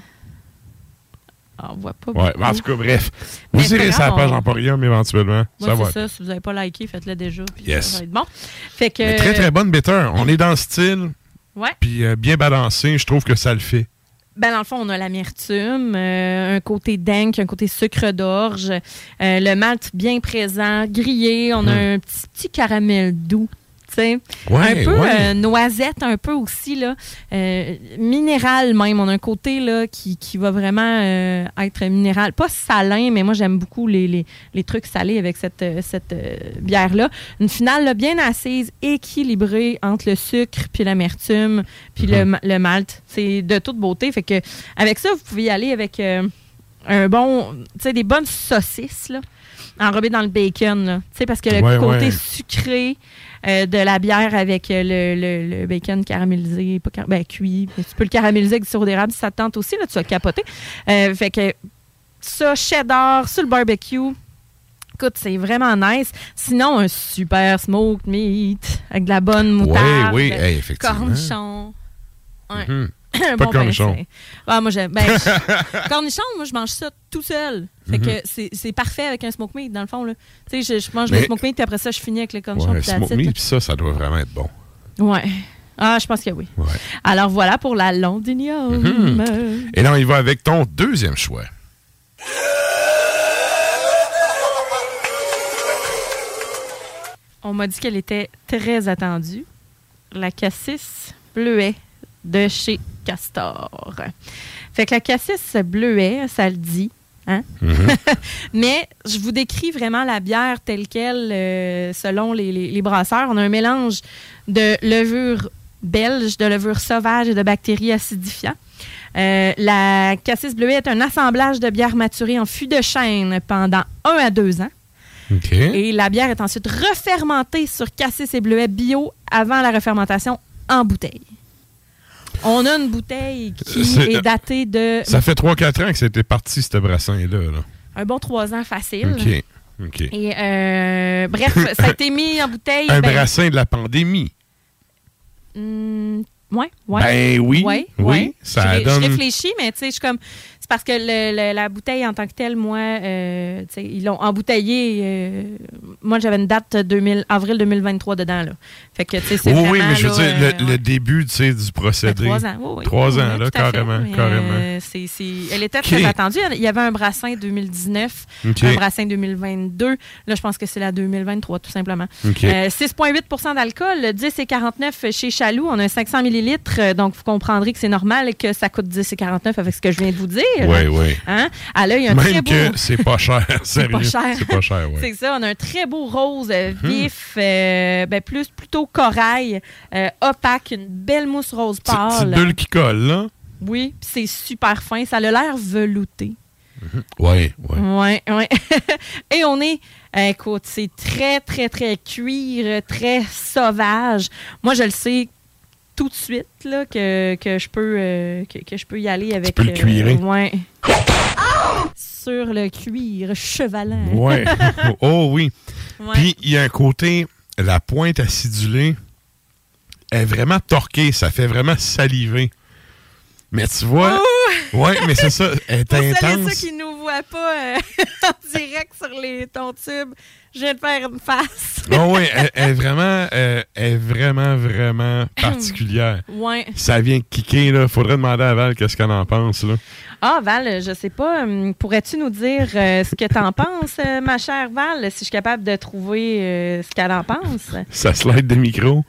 Ah, on voit pas ouais, en tout cas, bref. Mais vous irez sur la page on... Emporium, éventuellement. Ouais, ça c'est va ça. Si vous n'avez pas liké, faites-le déjà. Yes. Ça va être bon. Fait que... Mais très, très bonne bitter. On est dans le style. Ouais. Puis euh, bien balancé. Je trouve que ça le fait. Ben, dans le fond, on a l'amertume, euh, un côté dank, un côté sucre d'orge, euh, le malt bien présent, grillé, on mmh. a un petit, petit caramel doux, tu sais. Ouais, un peu ouais. euh, noisette, un peu aussi, là. Euh, minéral même, on a un côté là, qui, qui va vraiment euh, être minéral. Pas salin, mais moi, j'aime beaucoup les, les, les trucs salés avec cette, cette euh, bière-là. Une finale là, bien assise, équilibrée entre le sucre puis l'amertume puis mm-hmm. le, le malt. C'est de toute beauté. Fait que avec ça, vous pouvez y aller avec euh, un bon, tu sais, des bonnes saucisses, là, enrobées dans le bacon, là. Tu sais, parce que le ouais, côté ouais. sucré euh, de la bière avec le, le, le bacon caramélisé, pas car- ben, cuit, mais tu peux le caraméliser avec du sirop d'érable si ça te tente aussi, là, tu vas capoter. Euh, fait que ça, cheddar sur le barbecue. Écoute, c'est vraiment nice. Sinon, un super smoked meat avec de la bonne moutarde. Oui, oui, hey, effectivement. Cornichon. Ouais. Mm-hmm. Un pas bon de cornichon. Ah, moi, j'aime. Ben, je, cornichon, moi, je mange ça tout seul. Fait mm-hmm. que c'est, c'est parfait avec un smoked meat, dans le fond. Tu sais, je, je mange mais, le smoked meat, puis après ça, je finis avec le cornichon. Ouais, smoked meat, puis ça, ça doit vraiment être bon. Ouais. Ah, je pense que oui. Ouais. Alors, voilà pour la Londinium. Mm-hmm. Et là, on y va avec ton deuxième choix. On m'a dit qu'elle était très attendue. La Cassis Bleuet de chez Castor. Fait que la Cassis Bleuet, ça le dit. Hein? Mm-hmm. Mais je vous décris vraiment la bière telle qu'elle, euh, selon les, les, les brasseurs. On a un mélange de levure belge, de levure sauvage et de bactéries acidifiantes. Euh, la Cassis Bleuet est un assemblage de bières maturées en fût de chêne pendant un à deux ans. Okay. Et la bière est ensuite refermentée sur cassis et bleuet bio avant la refermentation en bouteille. On a une bouteille qui c'est, est datée de... Ça fait trois quatre ans que c'était parti, ce brassin-là. Là. Un bon trois ans facile. OK. OK. Et euh, bref, ça a été mis en bouteille... Un ben, brassin de la pandémie. Hum, ouais, ouais. Ben oui, ouais, oui, ouais. ça je, donne... Je réfléchis, mais tu sais, je suis comme... C'est parce que le, le, la bouteille en tant que telle, moi, euh, ils l'ont embouteillé. Euh, moi, j'avais une date deux mille, avril deux mille vingt-trois dedans. Là. Fait que, tu sais, c'est oui, vraiment... Oui, mais je veux là, dire, euh, le, le début, tu sais, du procédé. Trois ans, oui, oui. Trois oui, ans, oui, là, carrément, fait, carrément. Euh, c'est, c'est... Elle était okay. très attendue. Il y avait un brassin deux mille dix-neuf, okay. un brassin deux mille vingt-deux. Là, je pense que c'est la deux mille vingt-trois, tout simplement. Okay. Euh, six virgule huit pour cent d'alcool, dix et quarante-neuf chez Chaloux. On a cinq cents millilitres, donc vous comprendrez que c'est normal que ça coûte dix et quarante-neuf avec ce que je viens de vous dire. Oui, oui. Hein? À l'œil, un Même très beau... que c'est pas cher, c'est pas cher. C'est pas cher, oui. C'est ça, on a un très beau rose euh, vif, mmh. euh, ben plus plutôt corail, euh, opaque, une belle mousse rose pâle. Petite bulle qui colle, là. Oui, c'est super fin. Ça a l'air velouté. Oui, oui. Oui, oui. Et on est, écoute, c'est très, très, très cuir, très sauvage. Moi, je le sais tout de suite là, que, que, je peux, euh, que, que je peux y aller avec... Tu peux le cuirer. Euh, ouais. Sur le cuir chevalant. Oui. Oh oui. Ouais. Puis, il y a un côté, la pointe acidulée est vraiment torquée. Ça fait vraiment saliver. Mais tu vois... Oui, mais c'est ça. Elle est Pour intense. celles et ceux qui ne nous voient pas euh, en direct sur les, ton tube, je viens de faire une face. Oh oui, elle, elle est vraiment, euh, elle est vraiment, vraiment particulière. Ouais. Ça vient kicker, là. Faudrait demander à Val qu'est-ce qu'elle en pense, là. Ah, Val, je sais pas. Hum, pourrais-tu nous dire euh, ce que t'en penses, euh, ma chère Val, si je suis capable de trouver euh, ce qu'elle en pense? Ça slide de micro.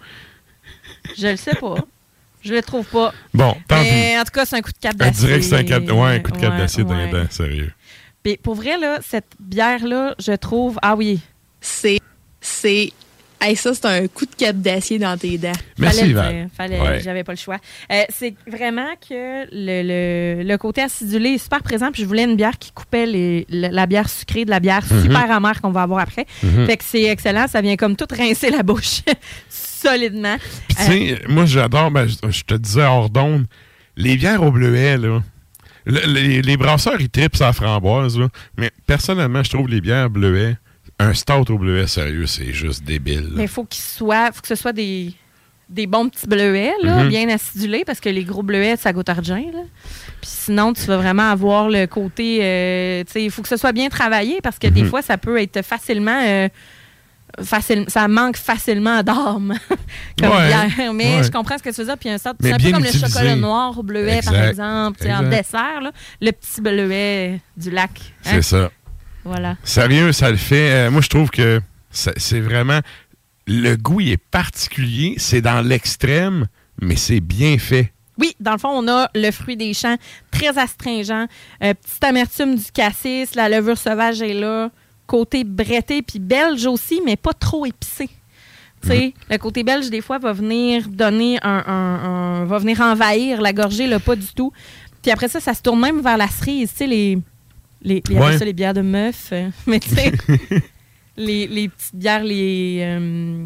Je le sais pas. Je le trouve pas. Bon, tant Mais pis. en tout cas, c'est un coup de cap Elle d'acier. dirait que c'est un, cap... ouais, un coup de cap ouais, d'acier dans ouais. les dents, sérieux. Puis pour vrai, là, cette bière-là, je trouve... Ah oui. C'est... C'est... Hey, ça, c'est un coup de cap d'acier dans tes dents. Merci, Fallait Val. le dire. Fallait, ouais. J'avais pas le choix. Euh, c'est vraiment que le, le, le côté acidulé est super présent. Puis je voulais une bière qui coupait les, la, la bière sucrée de la bière mm-hmm. super amère qu'on va avoir après. Mm-hmm. Fait que c'est excellent. Ça vient comme tout rincer la bouche solidement. Puis tu sais, euh, moi, j'adore, ben, je, je te disais hors d'onde, les bières au bleuet, là. Le, les, les brasseurs, ils tripent sa framboise, là. Mais personnellement, je trouve les bières bleuet, un stout au bleuet, sérieux, c'est juste débile. Mais il faut qu'il soit, faut que ce soit des, des bons petits bleuets, là, mm-hmm. bien acidulés, parce que les gros bleuets, ça goûte argent, là. Puis sinon, tu vas vraiment avoir le côté... Euh, tu sais, il faut que ce soit bien travaillé, parce que mm-hmm. des fois, ça peut être facilement... Euh, Facile, ça manque facilement d'âme comme ouais, bière. Mais ouais. je comprends ce que tu veux dire. Puis un sort, mais c'est un peu comme utilisé. Le chocolat noir au bleuet, exact, par exemple, en dessert. Là, le petit bleuet du lac. Hein? C'est ça. Voilà. Sérieux, ça le fait. Euh, moi, je trouve que ça, c'est vraiment... Le goût, il est particulier. C'est dans l'extrême, mais c'est bien fait. Oui, dans le fond, on a le fruit des champs très astringent. Euh, petite amertume du cassis. La levure sauvage est là. Côté bretté puis belge aussi, mais pas trop épicé. Tu sais, mmh. le côté belge, des fois, va venir donner un... un, un va venir envahir la gorgée, là, pas du tout. Puis après ça, ça se tourne même vers la cerise. Tu sais, les... les il y avait ça, les bières de meufs. Euh, mais tu sais, les, les petites bières, les... Euh,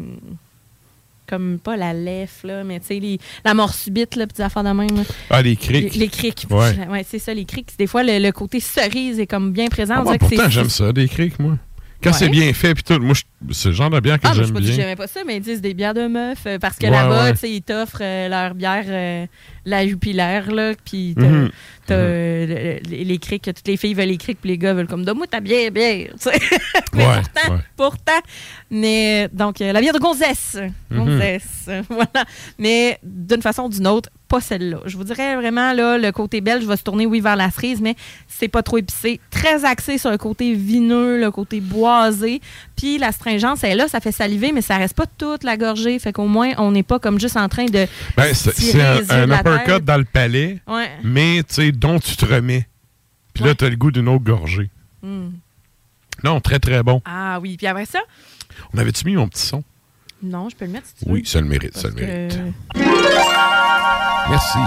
comme pas la lèvre, là, mais tu sais, les, la mort subite, là, petites affaires de même. Là. Ah, les criques. Les, les criques. Ouais, ouais c'est ça, les criques. Des fois, le, le côté cerise est comme bien présent. Ah, on moi, dirait que pourtant, c'est, j'aime ça, des criques, moi. Quand ouais. c'est bien fait, puis tout. Moi, je, c'est le genre de bière que ah, j'aime bien. Ah, moi, je bien. j'aimais pas ça, mais ils disent des bières de meufs, euh, parce que ouais, là-bas, ouais. tu sais, ils t'offrent euh, leur bière, euh, la Jupiler, là, puis t'as, mm-hmm. t'as euh, les, les criques, toutes les filles veulent les criques, puis les gars veulent comme, donne-moi ta bière, bière, tu sais. mais ouais, pourtant, ouais. pourtant, mais, donc, euh, la bière de gonzesse. Gonzesse, mm-hmm. voilà. Mais d'une façon ou d'une autre, pas celle-là. Je vous dirais vraiment, là, le côté belge va se tourner, oui, vers la cerise, mais c'est pas trop épicé. Très axé sur le côté vineux, le côté boisé. Puis l'astringence, elle est là, ça fait saliver, mais ça reste pas toute la gorgée. Fait qu'au moins, on n'est pas comme juste en train de ben, c'est, c'est un, un uppercut dans le palais, ouais. mais, tu sais, dont tu te remets. Puis ouais. là, t'as le goût d'une autre gorgée. Mm. Non, très, très bon. Ah oui, puis après ça? On avait-tu mis mon petit son? Non, je peux le mettre si tu veux. Oui, ça le mérite, Parce ça le mérite. Que... Merci.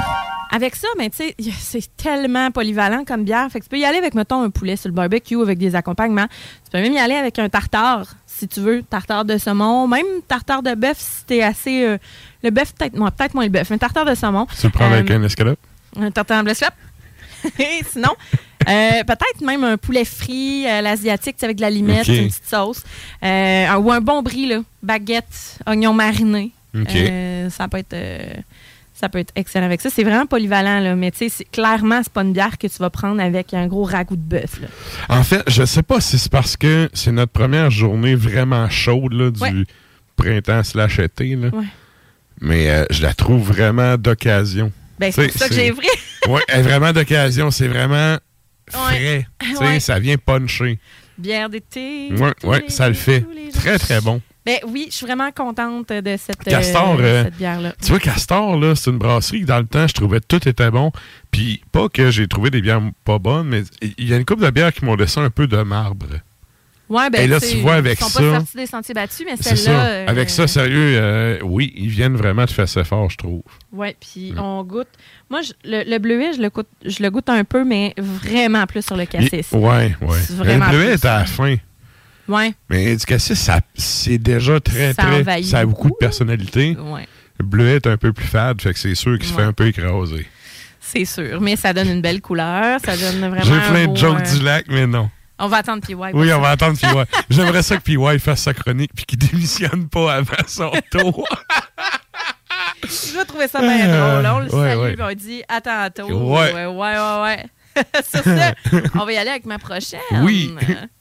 avec ça, ben, tu sais, c'est tellement polyvalent comme bière. Fait que tu peux y aller avec, mettons, un poulet sur le barbecue avec des accompagnements. Tu peux même y aller avec un tartare, si tu veux, tartare de saumon, même tartare de bœuf si t'es assez... Euh, le bœuf, peut-être moins, peut-être moins le bœuf, mais tartare de saumon. Tu le prends euh, avec un escalope? Un tartare en bleu-swap. Et sinon, euh, peut-être même un poulet frit à l'asiatique avec de la limette, okay. une petite sauce. Euh, ou un bon brie, là, baguette, oignon mariné. Okay. Euh, ça peut être... Euh, Ça peut être excellent avec ça. C'est vraiment polyvalent, là. Mais tu sais, clairement, c'est pas une bière que tu vas prendre avec un gros ragoût de bœuf. En fait, je sais pas si c'est parce que c'est notre première journée vraiment chaude là, du ouais. printemps slash été. Là. Ouais. Mais euh, je la trouve vraiment d'occasion. Ben, c'est pour ça que j'ai vrai. Oui, elle est vraiment d'occasion. C'est vraiment frais. Ouais. Ouais. Ça vient puncher. Bière d'été. Oui, ouais, ça le fait. Très, très bon. Ben oui, je suis vraiment contente de cette, Castor, euh, cette bière-là. Tu vois, Castor, là, c'est une brasserie que dans le temps, je trouvais que tout était bon. Puis pas que j'ai trouvé des bières pas bonnes, mais il y a une couple de bières qui m'ont laissé un peu de marbre. Ouais, ben, et là, tu vois, avec ils sont ça. Ils sont pas sortis des sentiers battus, mais celle-là. Euh, avec ça, sérieux, euh, oui, ils viennent vraiment de fesser fort, je trouve. Oui, puis mm. on goûte. Moi, je, le, le bleuet, je le, goûte, je le goûte un peu, mais vraiment plus sur le cassis. Oui, oui. Le bleuet est à la fin. Ouais. Mais du cassis, ça, c'est déjà très, ça très... Ça a beaucoup, beaucoup de personnalité. Ouais. Le bleuet est un peu plus fade, fait que c'est sûr qu'il se ouais. fait un peu écraser. C'est sûr, mais ça donne une belle couleur. Ça donne vraiment J'ai plein de jokes euh... du lac, mais non. On va attendre P Y. Oui, on va attendre P Y. J'aimerais ça que P Y fasse sa chronique puis qu'il démissionne pas avant son tour. Je vais trouver ça bien drôle. On le ouais, salue ouais. et on dit à tantôt. Ouais, ouais, ouais, ouais. ouais. Sur ça, on va y aller avec ma prochaine. Oui.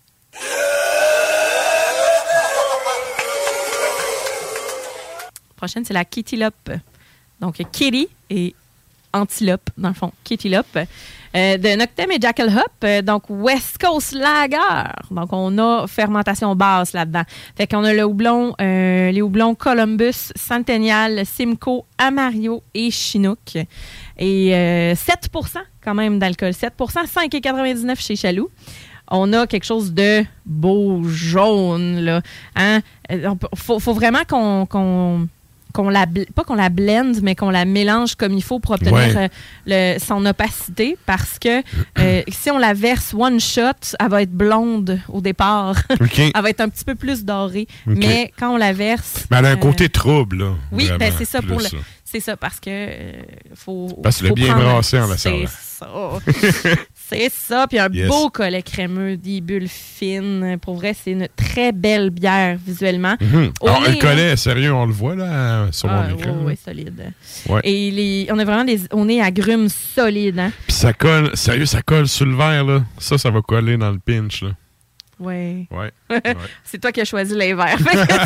Prochaine, c'est la Kittylope. Donc, Kitty et Antilope, dans le fond. Kittylope. Euh, de Noctem et Jackal Hop, euh, donc West Coast Lager. Donc, on a fermentation basse là-dedans. Fait qu'on a le houblon, euh, les houblons Columbus, Centennial, Simcoe, Amario et Chinook. Et euh, sept pour cent quand même d'alcool. sept pour cent, cinq virgule quatre-vingt-dix-neuf chez Chaloux. On a quelque chose de beau jaune, là. Hein? Il faut, faut vraiment qu'on... qu'on qu'on la pas qu'on la blende, mais qu'on la mélange comme il faut pour obtenir ouais. euh, le, son opacité, parce que euh, si on la verse one shot, elle va être blonde au départ. Okay. Elle va être un petit peu plus dorée. Okay. Mais quand on la verse... Mais elle a un euh, côté trouble, là. Oui, ben c'est ça plus, pour le... ça. C'est ça, parce que euh, faut... Parce que faut le bien prendre, brassé en la C'est ça. C'est ça. Puis un yes. beau collet crémeux, des bulles fines. Pour vrai, c'est une très belle bière visuellement. Mm-hmm. Alors, nez, le collet, sérieux, on le voit là sur ah, mon écran. Oui, ouais, solide. Ouais. Et les, on a vraiment des, on est agrumes solides. Hein? Puis ça colle, sérieux, ça colle sur le verre, là. Ça, ça va coller dans le pinch, là. Oui. Ouais. ouais. C'est toi qui as choisi les verres.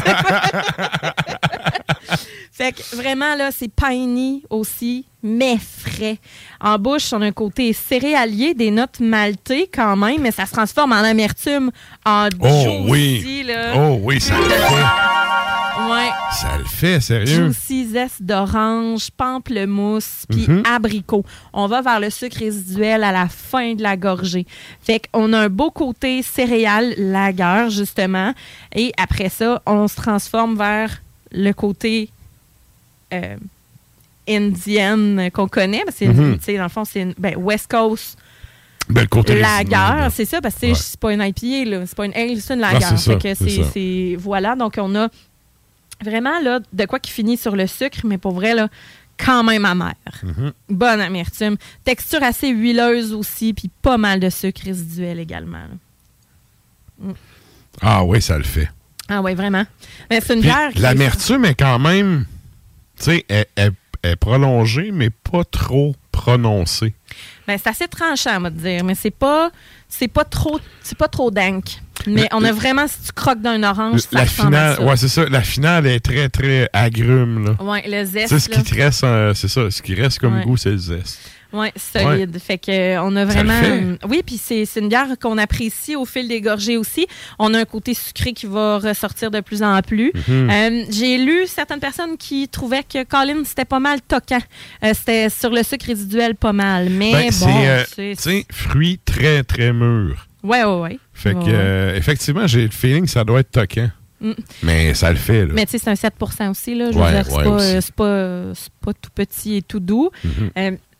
Fait que vraiment, là, c'est piney aussi, mais frais. En bouche, on a un côté céréalier, des notes maltées quand même, mais ça se transforme en amertume, en oh, juicy, oui. là. Oh oui, ça le fait. Ouais. Ça le fait, sérieux. Juicy, zeste d'orange, pamplemousse, puis mm-hmm. abricot. On va vers le sucre résiduel à la fin de la gorgée. Fait qu'on a un beau côté céréal, lager, justement. Et après ça, on se transforme vers le côté euh, indienne qu'on connaît. Parce que, mm-hmm. tu sais, dans le fond, c'est une, ben, West Coast ben, le côté lager. C'est ça, parce que ouais. c'est pas une I P A, là. C'est pas une ale, c'est une lager. Ah, c'est fait ça, que c'est, c'est voilà, donc on a vraiment là de quoi qui finit sur le sucre, mais pour vrai, là, quand même amer. Mm-hmm. Bonne amertume. Texture assez huileuse aussi, puis pas mal de sucre résiduel également. Mm. Ah oui, ça le fait. Ah oui, vraiment. Mais c'est une puis, bière qui... L'amertume est quand même, tu sais, elle, elle, elle est prolongée, mais pas trop prononcée. Ben, c'est assez tranchant, on va te dire, mais c'est pas, c'est pas trop, c'est pas trop dank. Mais on a vraiment, si tu croques d'un orange, ça la ressemble finale, à ça. Ouais, c'est ça. La finale est très, très agrume, là. Ouais, le zeste, tu sais, ce là. qui te reste, euh, c'est ça. Ce qui reste comme ouais. goût, c'est le zeste. Oui, solide. Ouais. Fait que on a vraiment. Oui, puis c'est, c'est une bière qu'on apprécie au fil des gorgées aussi. On a un côté sucré qui va ressortir de plus en plus. Mm-hmm. Euh, j'ai lu certaines personnes qui trouvaient que Colin, c'était pas mal toquant. Euh, c'était sur le sucre résiduel pas mal. Mais ben, bon, c'est. Euh, c'est... Tu sais, fruits très, très mûrs. Oui, oui, oui. Fait ouais, que, euh, effectivement, j'ai le feeling que ça doit être toquant. Mm. Mais ça le fait, là. Mais tu sais, c'est un sept pour cent aussi, là. Je ouais, veux dire, c'est, ouais, pas, aussi. c'est, pas, c'est pas tout petit et tout doux. Mm-hmm. Euh,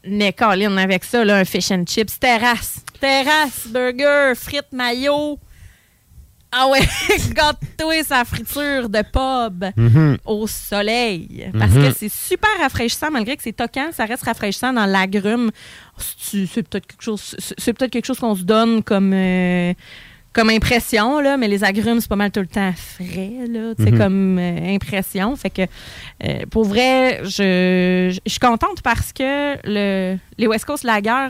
Mais Colin, avec ça, là, un fish and chips, terrasse, terrasse, burger, frites, mayo. Ah ouais, gâte-toi sa friture de pub mm-hmm. au soleil. Parce mm-hmm. que c'est super rafraîchissant, malgré que c'est toquant, ça reste rafraîchissant dans l'agrume. C'est, c'est peut-être quelque chose, c'est, c'est peut-être quelque chose qu'on se donne comme, euh, comme impression, là, mais les agrumes, c'est pas mal tout le temps frais, là, mm-hmm. comme euh, impression. Fait que, euh, pour vrai, je, je, je suis contente parce que le, les West Coast Lager,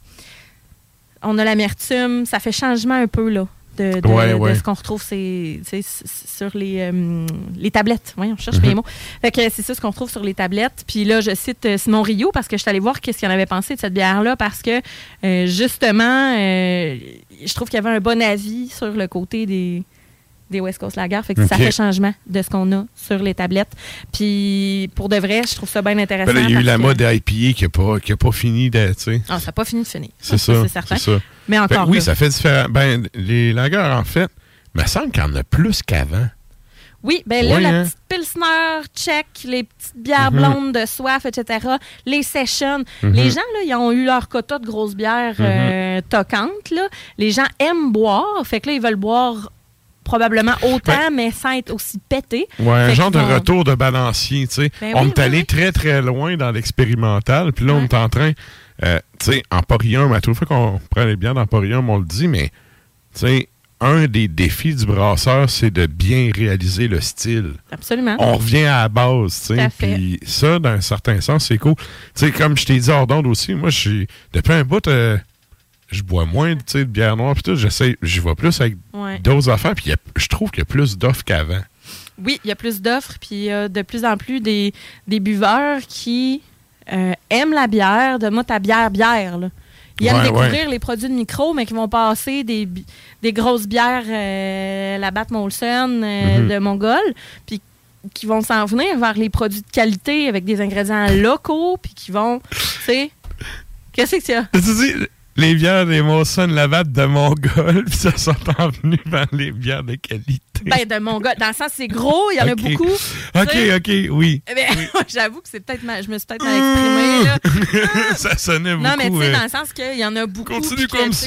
on a l'amertume, ça fait changement un peu, là. De, de, ouais, ouais. de ce qu'on retrouve c'est, c'est, sur les, euh, les tablettes. Oui, on cherche mm-hmm. mes mots. Fait que c'est ça ce qu'on retrouve sur les tablettes. Puis là, je cite euh, Simon Rio parce que je suis allée voir qu'est-ce qu'il en avait pensé de cette bière-là parce que, euh, justement, euh, je trouve qu'il y avait un bon avis sur le côté des, des West Coast Lager. Fait que okay. ça fait changement de ce qu'on a sur les tablettes. Puis, pour de vrai, je trouve ça bien intéressant. Ben là, il y a eu la que... mode I P A qui n'a pas, qui a pas fini de, tu sais. Ah, ça n'a pas fini de finir. C'est ça, ça c'est certain. C'est ça. Mais encore ben, oui, là. ça fait différent. Ben, les lagers, en fait, il me semble qu'il y en a plus qu'avant. Oui, ben là, oui, la hein? petite Pilsner, check, les petites bières mm-hmm. blondes de soif, et cetera, les sessions. Mm-hmm. Les gens, là, ils ont eu leur quota de grosses bières mm-hmm. euh, toquantes, là. Les gens aiment boire, fait que là, ils veulent boire probablement autant, ben, mais sans être aussi pété. Ouais, un genre de vont... retour de balancier, tu sais. Ben on oui, est allé oui. très, très loin dans l'expérimental, puis là, ouais. on est en train... Euh, tu sais, en Porium, à toute fois qu'on prend les bières dans Porium, on le dit, mais, tu sais, un des défis du brasseur, c'est de bien réaliser le style. Absolument. On revient à la base, tu sais. Puis ça, dans un certain sens, c'est cool. Tu sais, comme je t'ai dit hors d'onde aussi, moi, j'ai depuis un bout, euh, je bois moins, tu sais, de bière noire, puis tout, j'essaie, j'y vais plus avec ouais. d'autres affaires, puis je trouve qu'il y a plus d'offres qu'avant. Oui, il y a plus d'offres, puis euh, de plus en plus des, des buveurs qui... Euh, aiment la bière, de moi ta bière, bière. Là. Ils aiment ouais, découvrir ouais. les produits de micro, mais qui vont passer des, des grosses bières, euh, la Bat Molson euh, mm-hmm. de Mongol, puis qui vont s'en venir vers les produits de qualité avec des ingrédients locaux, puis qui vont, tu sais, qu'est-ce que c'est? Tu dis, les bières des Molson, la Bat de Mongol, puis ça sont en venus vers les bières de qualité. Ben, de Mongol. Dans le sens, c'est gros, il y en okay. a beaucoup. OK, t'sais. OK, oui. Ben, oui. J'avoue que c'est peut-être mal, je me suis peut-être mal exprimée, là. Ça sonnait beaucoup. Non, mais tu sais, euh... dans le sens qu'il y en a beaucoup. Continue comme que, ça!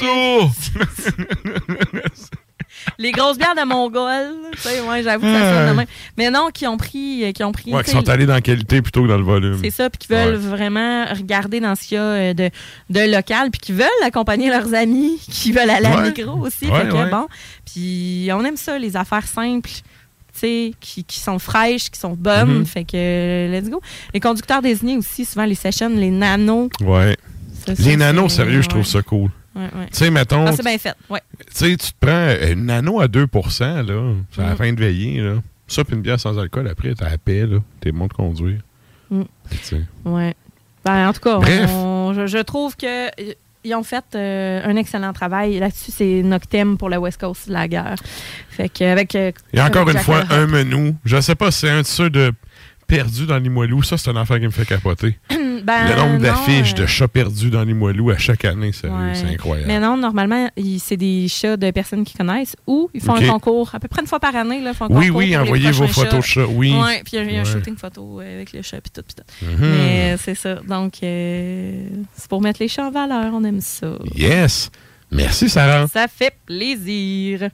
Les grosses bières de Mongol, tu sais, ouais, j'avoue que ça sonne de même. Mais non, qui ont pris... Qui ont pris ouais, qui sont allés dans la qualité plutôt que dans le volume. C'est ça, puis qui veulent ouais. vraiment regarder dans ce qu'il y a de, de local, puis qui veulent accompagner leurs amis, qui veulent aller à la micro aussi. Ouais, fait que, ouais. bon, puis on aime ça, les affaires simples, tu sais, qui, qui sont fraîches, qui sont bonnes. Mm-hmm. Fait que, let's go. Les conducteurs désignés aussi, souvent les sessions, les nanos. Ouais. Ça, les nanos, sérieux, ouais. je trouve ça cool. Ouais, ouais. Tu sais, mettons. Ah, c'est bien fait, ouais. Tu sais, tu te prends une nano à deux pour cent, là, c'est à la mm. fin de veillée, là. Ça, puis une bière sans alcool, après, t'as la paix, là. T'es bon de conduire. Mm. Ouais. Ben, en tout cas, on, je, je trouve que. Ils ont fait euh, un excellent travail. Là-dessus, c'est Noctem pour la West Coast Lager. Fait que avec. Euh, Il y a encore avec une fois un menu. Je sais pas si c'est un de ceux de perdu dans les Limoilou. Ça, c'est une affaire qui me fait capoter. Ben, le nombre d'affiches euh... de chats perdus dans les Limoilou à chaque année, sérieux, ouais. c'est incroyable. Mais non, normalement, c'est des chats de personnes qui connaissent ou ils font okay. un concours à peu près une fois par année. Là, font un oui, concours oui, envoyez vos photos de chats. Oui, ouais, puis il y a, y a ouais. un shooting photo avec le chat puis tout, puis tout. Mm-hmm. Mais c'est ça. Donc, euh, c'est pour mettre les chats en valeur. On aime ça. Yes! Merci, Sarah. Ça fait plaisir.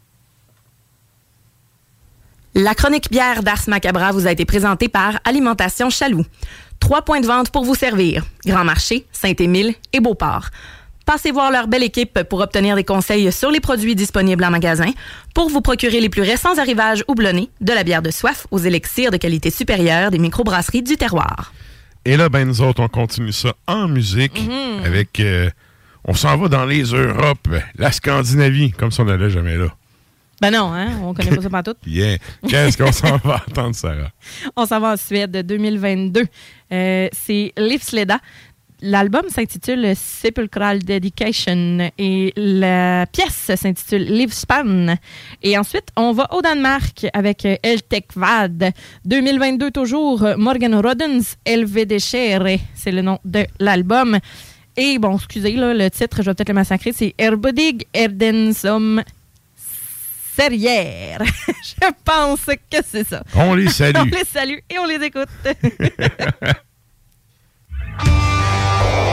La chronique bière d'Ars Macabra vous a été présentée par Alimentation Chaloux. Trois points de vente pour vous servir. Grand Marché, Saint-Émile et Beauport. Passez voir leur belle équipe pour obtenir des conseils sur les produits disponibles en magasin, pour vous procurer les plus récents arrivages houblonnés, de la bière de soif aux élixirs de qualité supérieure des microbrasseries du terroir. Et là, ben nous autres, on continue ça en musique mm-hmm. avec... Euh, on s'en va dans les Europes, la Scandinavie, comme si on n'allait jamais là. Ben non, hein? On connaît pas ça partout. Yeah. Qu'est-ce qu'on s'en va entendre, Sarah? On s'en va en Suède deux mille vingt-deux. Euh, c'est Livsleda. L'album s'intitule Sepulchral Dedication et la pièce s'intitule Livspan. Et ensuite, on va au Danemark avec Eltekvad. deux mille vingt-deux toujours, Morgenrodens Elvedeshere. C'est le nom de l'album. Et bon, excusez, là, le titre, je vais peut-être le massacrer, c'est Erbodig Erdensom Serrière. Je pense que c'est ça. On les salue. On les salue et on les écoute.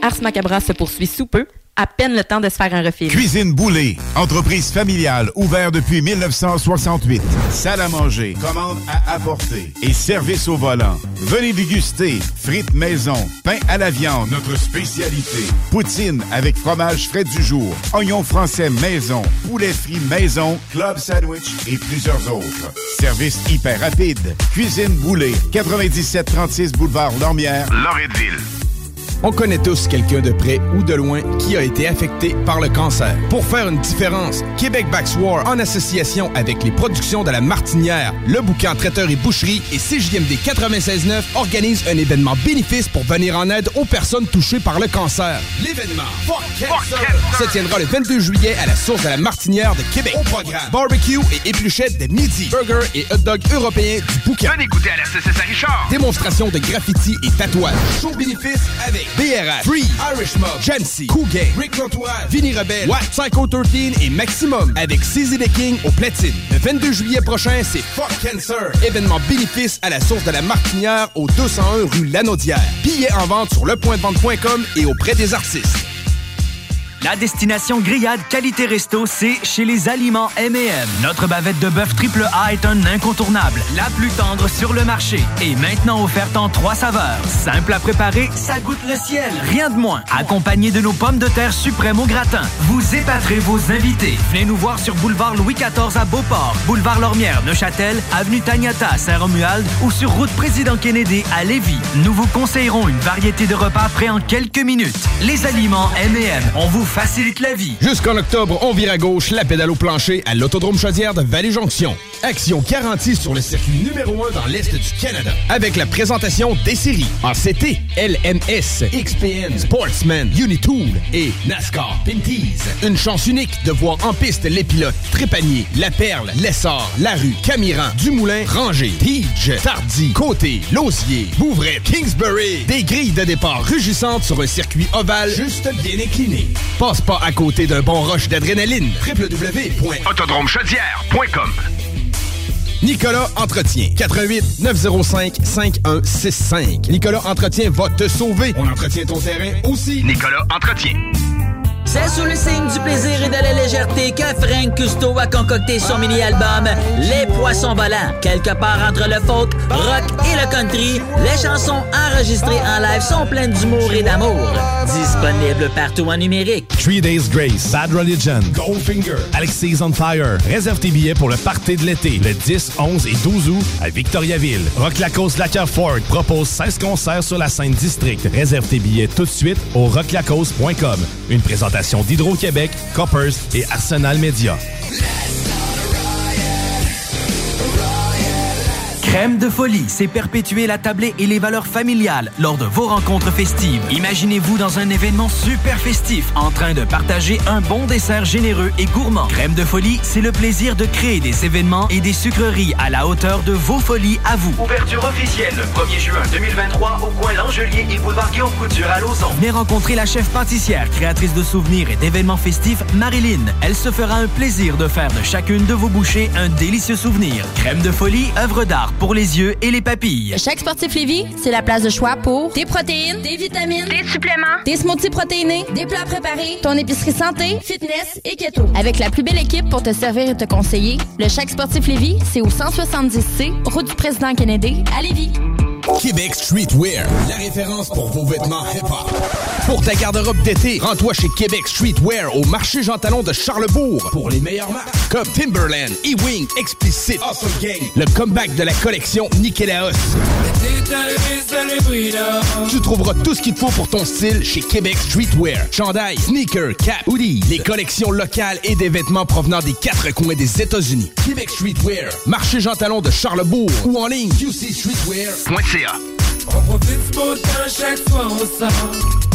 Ars Macabra se poursuit sous peu. À peine le temps de se faire un refil. Cuisine Boulée, entreprise familiale ouverte depuis mille neuf cent soixante-huit. Salle à manger, commande à apporter et service au volant. Venez déguster frites maison, pain à la viande, notre spécialité. Poutine avec fromage frais du jour, oignons français maison, poulet frit maison, club sandwich et plusieurs autres. Service hyper rapide. Cuisine Boulée, quatre-vingt-dix-sept trente-six boulevard Lormière, Loretteville. On connaît tous quelqu'un de près ou de loin qui a été affecté par le cancer. Pour faire une différence, Québec Backs War, en association avec les productions de La Martinière, Le Boucan Traiteur et Boucherie et C J M D quatre-vingt-seize neuf, organise un événement bénéfice pour venir en aide aux personnes touchées par le cancer. L'événement Fuck Cancer se tiendra le vingt-deux juillet à la source de La Martinière de Québec. Au programme, barbecue et épluchettes de midi, burger et hot dog européens du Boucan. Venez goûter à la C C S à Richard. Démonstration de graffiti et tatouage. Show bénéfice avec B R H, Free, Irish Mob, Jancy, Cool Gang, Rick L'Entourage, Vinny Rebelle, What, Psycho treize et Maximum avec C Z The King au platine. Le vingt-deux juillet prochain, c'est Fuck Cancer. Événement bénéfice à la source de La Martinière au deux cent un rue Lanaudière. Billets en vente sur le point de vente point com et auprès des artistes. La destination grillade qualité resto, c'est chez les Aliments M et M. Notre bavette de bœuf triple A est un incontournable, la plus tendre sur le marché. Et maintenant offerte en trois saveurs. Simple à préparer, ça goûte le ciel. Rien de moins. Accompagné de nos pommes de terre suprêmes au gratin. Vous épaterez vos invités. Venez nous voir sur boulevard Louis quatorze à Beauport, boulevard Lormière, Neuchâtel, avenue Taniata à Saint-Romuald ou sur route Président Kennedy à Lévis. Nous vous conseillerons une variété de repas prêts en quelques minutes. Les Aliments M et M, on vous facilite la vie. Jusqu'en octobre, on vire à gauche la pédale au plancher à l'Autodrome Chaudière de Vallée-Jonction. Action garantie sur le circuit numéro un dans l'Est du Canada. Avec la présentation des séries A C T, L M S, X P N, Sportsman, Unitool et NASCAR Pinties. Une chance unique de voir en piste les pilotes Trépanier, La Perle, Lessard, Larue, Camiran, Dumoulin, Ranger, Tige, Tardy, Côté, Lausier, Bouvray, Kingsbury. Des grilles de départ rugissantes sur un circuit ovale juste bien incliné. Passe pas à côté d'un bon rush d'adrénaline. w w w point autodrome chaudière point com. Nicolas Entretien. quatre-vingt-huit neuf zéro cinq cinq un six cinq. Nicolas Entretien va te sauver. On entretient ton terrain aussi. Nicolas Entretien. C'est sous le signe du plaisir et de la légèreté que Frank Cousteau a concocté son mini-album Les Poissons Volants. Quelque part entre le folk, rock et le country, les chansons enregistrées en live sont pleines d'humour et d'amour. Disponibles partout en numérique. Three Days Grace, Bad Religion, Goldfinger, Alexis on Fire. Réserve tes billets pour le party de l'été, le dix, onze et douze août à Victoriaville. Rock Lacoste Lacquer Ford propose seize concerts sur la scène district. Réserve tes billets tout de suite au rock lacoste point com. Une présentation d'Hydro-Québec, Coppers et Arsenal Media. Crème de folie, c'est perpétuer la tablée et les valeurs familiales lors de vos rencontres festives. Imaginez-vous dans un événement super festif en train de partager un bon dessert généreux et gourmand. Crème de folie, c'est le plaisir de créer des événements et des sucreries à la hauteur de vos folies à vous. Ouverture officielle le premier juin deux mille vingt-trois au coin L'Angelier et boulevard Guillaume Couture à Lauson. Venez rencontrer la chef pâtissière, créatrice de souvenirs et d'événements festifs, Marilyn. Elle se fera un plaisir de faire de chacune de vos bouchées un délicieux souvenir. Crème de folie, œuvre d'art pour les yeux et les papilles. Chaque Sportif Lévis, c'est la place de choix pour des protéines, des vitamines, des suppléments, des smoothies protéinés, des plats préparés, ton épicerie santé, fitness et keto. Avec la plus belle équipe pour te servir et te conseiller, le Chaque Sportif Lévis, c'est au cent soixante-dix C, route du Président Kennedy, à Lévis. Québec Streetwear, la référence pour vos vêtements hip-hop. Pour ta garde-robe d'été, rends-toi chez Québec Streetwear au marché Jean Talon de Charlebourg pour les meilleures marques comme Timberland, E-Wing, Explicit, Awesome Gang, le comeback de la collection Nikélaos. Tu trouveras tout ce qu'il te faut pour ton style chez Québec Streetwear. Chandail, sneakers, cap, hoodie, les collections locales et des vêtements provenant des quatre coins des États-Unis. Québec Streetwear, marché Jean Talon de Charlebourg ou en ligne q c streetwear point c a. On profite du beau temps chaque fois on sort.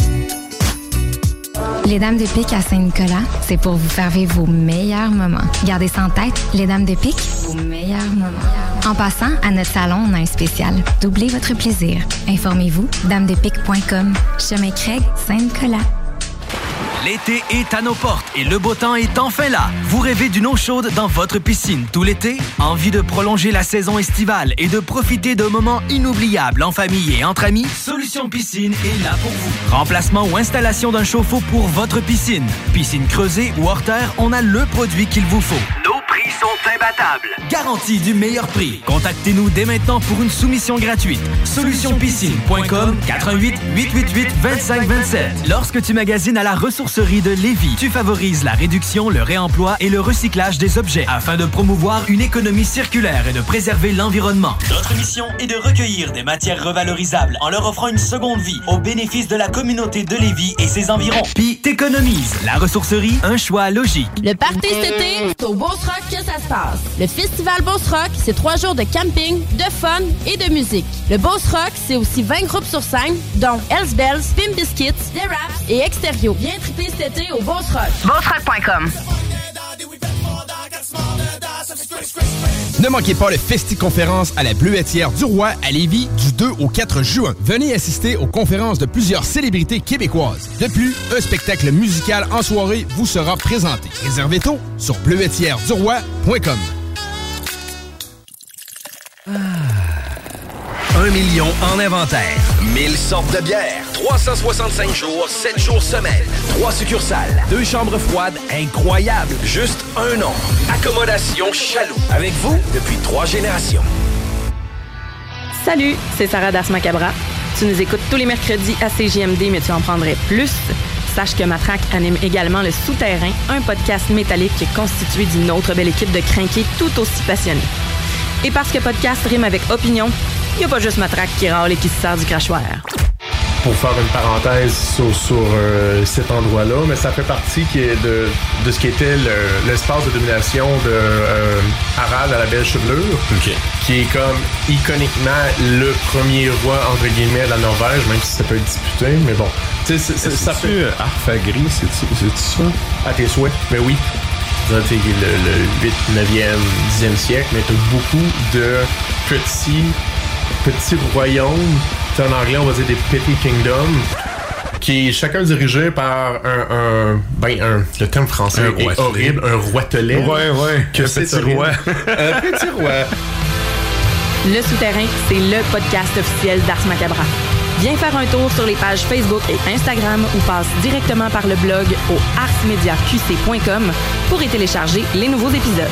Les Dames de Pique à Saint-Nicolas, c'est pour vous faire vivre vos meilleurs moments. Gardez ça en tête, les Dames de Pique, vos meilleurs moments. En passant, à notre salon, on a un spécial. Doublez votre plaisir. Informez-vous, dames de pique point com. Chemin Craig, Saint-Nicolas. L'été est à nos portes et le beau temps est enfin là. Vous rêvez d'une eau chaude dans votre piscine tout l'été? Envie de prolonger la saison estivale et de profiter de moments inoubliables en famille et entre amis? Solution Piscine est là pour vous. Remplacement ou installation d'un chauffe-eau pour votre piscine. Piscine creusée ou hors terre, on a le produit qu'il vous faut. Nos prix sont imbattables. Garantie du meilleur prix. Contactez-nous dès maintenant pour une soumission gratuite. solution piscine point com quatre un huit, huit huit huit, deux cinq deux sept. Lorsque tu magasines à la ressourcerie de Lévis, tu favorises la réduction, le réemploi et le recyclage des objets afin de promouvoir une économie circulaire et de préserver l'environnement. Notre mission est de recueillir des matières revalorisables en leur offrant une seconde vie au bénéfice de la communauté de Lévis et ses environs. Puis t'économises. La ressourcerie, un choix logique. Le party cet été, c'est au Beauce Rock que ça se passe. Le festival Beauce Rock, c'est trois jours de camping, de fun et de musique. Le Beauce Rock, c'est aussi vingt groupes sur scène, dont Hells Bells, Pimp Biscuits, The Raps et Extérieur. Viens triper cet été au Beauce Rock. beauce rock point com. Ne manquez pas le Festi-conférence à la Bleuetière du Roi à Lévis du deux au quatre juin. Venez assister aux conférences de plusieurs célébrités québécoises. De plus, un spectacle musical en soirée vous sera présenté. Réservez tôt sur bleuetière du roi point com. Un million en inventaire. mille sortes de bières. trois cent soixante-cinq jours, sept jours semaine. Trois succursales. Deux chambres froides incroyables. Juste un nom. Accommodation Chaloux. Avec vous depuis trois générations. Salut, c'est Sarah Das Macabra. Tu nous écoutes tous les mercredis à C J M D, mais tu en prendrais plus. Sache que Matraque anime également Le Souterrain, un podcast métallique constitué d'une autre belle équipe de crinqués tout aussi passionnés. Et parce que podcast rime avec opinion, il n'y a pas juste Matraque qui râle et qui se sert du crachoir. Pour faire une parenthèse sur, sur euh, cet endroit-là, mais ça fait partie qui est de, de ce qui était le, l'espace de domination de euh, Harald à la Belle Chevelure, okay. Qui est comme iconiquement le premier roi, entre guillemets, de la Norvège, même si ça peut être disputé, mais bon. Tu sais, c'est, ça fait... Arfagri, c'est-tu, c'est-tu ça? À tes souhaits, ben oui. Le, le huit, neuvième, dixième siècle, mais t'as beaucoup de petits, petits royaumes. En anglais, on va dire des petty kingdoms, qui est chacun dirigé par un, un ben un, le terme français un est horrible, un roitelet. Ouais, ouais. Que c'est petit roi. Un petit roi. Le Souterrain, c'est le podcast officiel d'Ars Macabra. Viens faire un tour sur les pages Facebook et Instagram ou passe directement par le blog au ars media q c point com pour y télécharger les nouveaux épisodes.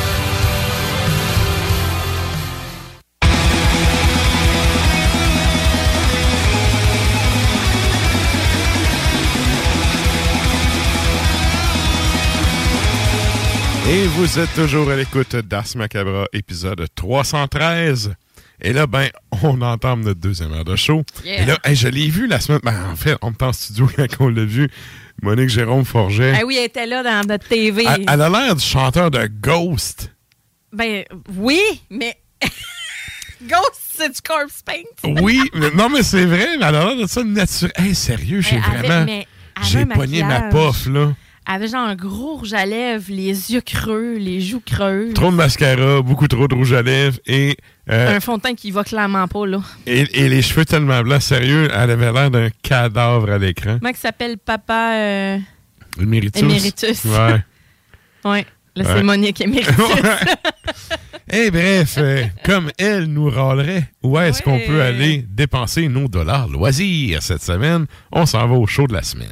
Et vous êtes toujours à l'écoute d'Ars Macabra, épisode trois cent treize. Et là, ben, on entame notre deuxième heure de show. Yeah. Et là, hey, je l'ai vu la semaine... Ben, en fait, on était en studio quand on l'a vu. Monique Jérôme Forget. Ah oui, elle était là dans notre T V. Elle, elle a l'air du chanteur de Ghost. Ben, oui, mais... Ghost, c'est du corpse paint. Oui, mais, non, mais c'est vrai. Mais elle a l'air de ça naturel. Hey, sérieux, j'ai avec, vraiment... Mais j'ai pogné ma pof, là. Elle avait genre un gros rouge à lèvres, les yeux creux, les joues creuses. Trop de mascara, beaucoup trop de rouge à lèvres et... Euh, un fond de teint qui va clairement pas, là. Et, et les cheveux tellement blancs, sérieux, elle avait l'air d'un cadavre à l'écran. Comment il s'appelle Papa... Euh... Emeritus. Emeritus. Ouais. Ouais, là, ouais. c'est Monique Emeritus. Et hey, bref, euh, comme elle nous râlerait, où est-ce ouais. qu'on peut aller dépenser nos dollars loisirs cette semaine? On s'en va au show de la semaine.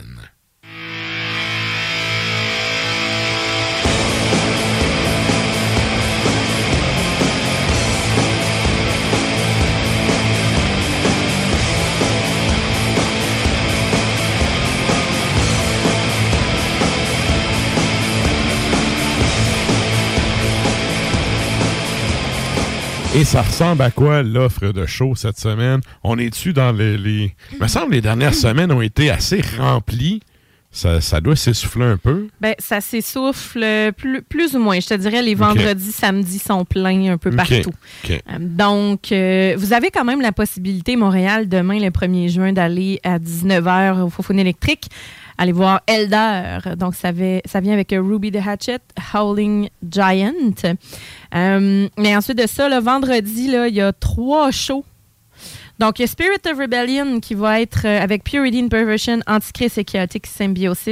Et ça ressemble à quoi l'offre de show cette semaine? On est-tu dans les... les... Il me semble que les dernières semaines ont été assez remplies. Ça, ça doit s'essouffler un peu? Bien, ça s'essouffle plus, plus ou moins. Je te dirais, les vendredis, okay. samedis sont pleins un peu okay. partout. Okay. Donc, euh, vous avez quand même la possibilité, Montréal, demain, le premier juin, d'aller à dix-neuf heures au Faux-Faune électrique. Allez voir Elder. Donc, ça, va, ça vient avec Ruby the Hatchet, Howling Giant. Euh, mais ensuite de ça, le vendredi, là, il y a trois shows. Donc, il y a Spirit of Rebellion qui va être avec Purity and Perversion, Antichrist et Chaotic Symbiosis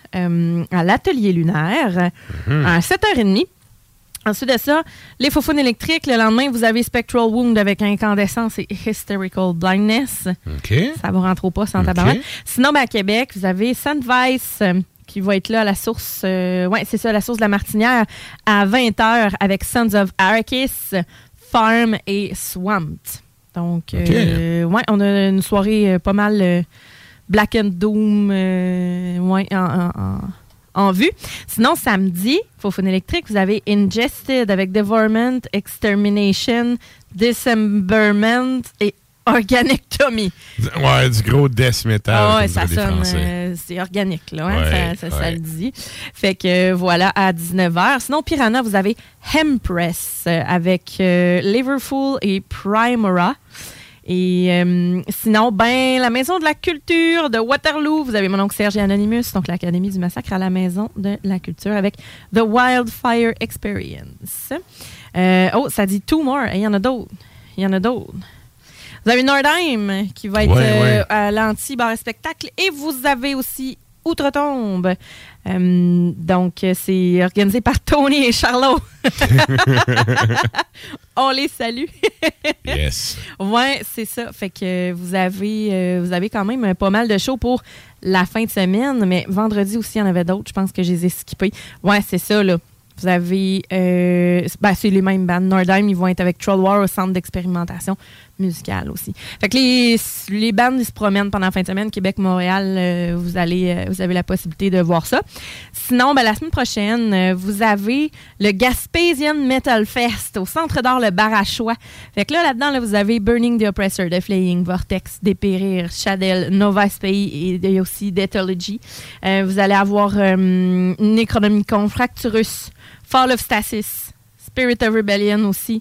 euh, à l'Atelier Lunaire mm-hmm. à sept heures trente. Ensuite de ça, les Faufounes électriques. Le lendemain, vous avez Spectral Wound avec Incandescence et Hysterical Blindness. Okay. Ça va rentrer au pas sans okay. tabac. Sinon, ben, à Québec, vous avez Sandvice euh, qui va être là à la source, euh, ouais, c'est ça, la source de la Martinière à vingt heures avec Sons of Arrakis, Farm et Swamped. Donc, okay. euh, ouais, on a une soirée euh, pas mal euh, Black and Doom, euh, ouais, en, en, en en vue. Sinon, samedi, Faufounes électrique, vous avez Ingested avec Devourment, Extermination, Dismemberment et Organictomy. Ouais, du gros death metal. Ah ouais, ça sonne, euh, c'est organique, là, hein, ouais, ça, ça, ouais. ça le dit. Fait que, euh, voilà, à dix-neuf heures. Sinon, Piranha, vous avez Hempress euh, avec euh, Liverpool et Primora. Et euh, sinon, ben, la Maison de la Culture de Waterloo, vous avez mon oncle Serge et Anonymous, donc l'Académie du Massacre à la Maison de la Culture avec The Wildfire Experience. Euh, oh, ça dit Two More. Il y en a d'autres. Il y en a d'autres. Vous avez Nordheim qui va être ouais, euh, ouais. à l'anti-bar et spectacle. Et vous avez aussi Outre-Tombe. Euh, donc, c'est organisé par Tony et Charlot. On les salue. Yes. Ouais, c'est ça. Fait que vous avez, euh, vous avez quand même pas mal de shows pour la fin de semaine, mais vendredi aussi, il y en avait d'autres. Je pense que je les ai skippés. Ouais, c'est ça, là. Vous avez... Euh, ben, c'est les mêmes bandes. Nordheim, ils vont être avec Troll War au centre d'expérimentation musicale aussi. Fait que les, les bandes, ils se promènent pendant la fin de semaine. Québec, Montréal, euh, vous allez, euh, vous avez la possibilité de voir ça. Sinon, ben, la semaine prochaine, euh, vous avez le Gaspésian Metal Fest au Centre d'art Le Barachois. Fait que là, là-dedans, là, vous avez Burning the Oppressor, The Flaying, Vortex, Dépérir, Shadel, Nova Spei et aussi Deathology. Euh, vous allez avoir euh, Necronomicon, Fracturus, Fall of Stasis, Spirit of Rebellion aussi.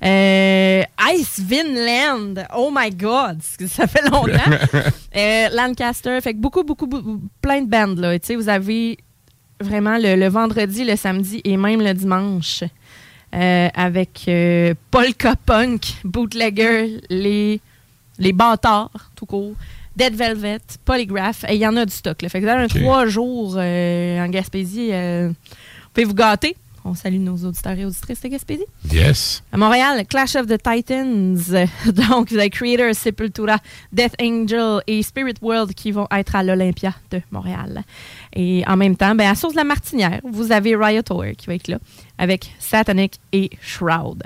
Euh, Ice Vinland, oh my God, ça fait longtemps. euh, Lancaster, fait que beaucoup, beaucoup, beaucoup, plein de bandes, là. Tu sais, vous avez vraiment le, le vendredi, le samedi et même le dimanche euh, avec euh, Polka Punk, Bootlegger, les, les Bâtards, tout court, Dead Velvet, Polygraph, et il y en a du stock, là. Fait que vous avez un okay. trois jours euh, en Gaspésie, euh, vous pouvez vous gâter. On salue nos auditeurs et auditrices de Gaspésie. Yes. À Montréal, Clash of the Titans. Donc, vous avez Creator, Sepultura, Death Angel et Spirit World qui vont être à l'Olympia de Montréal. Et en même temps, ben, à Source de la Martinière, vous avez Riot Tower qui va être là avec Satanic et Shroud.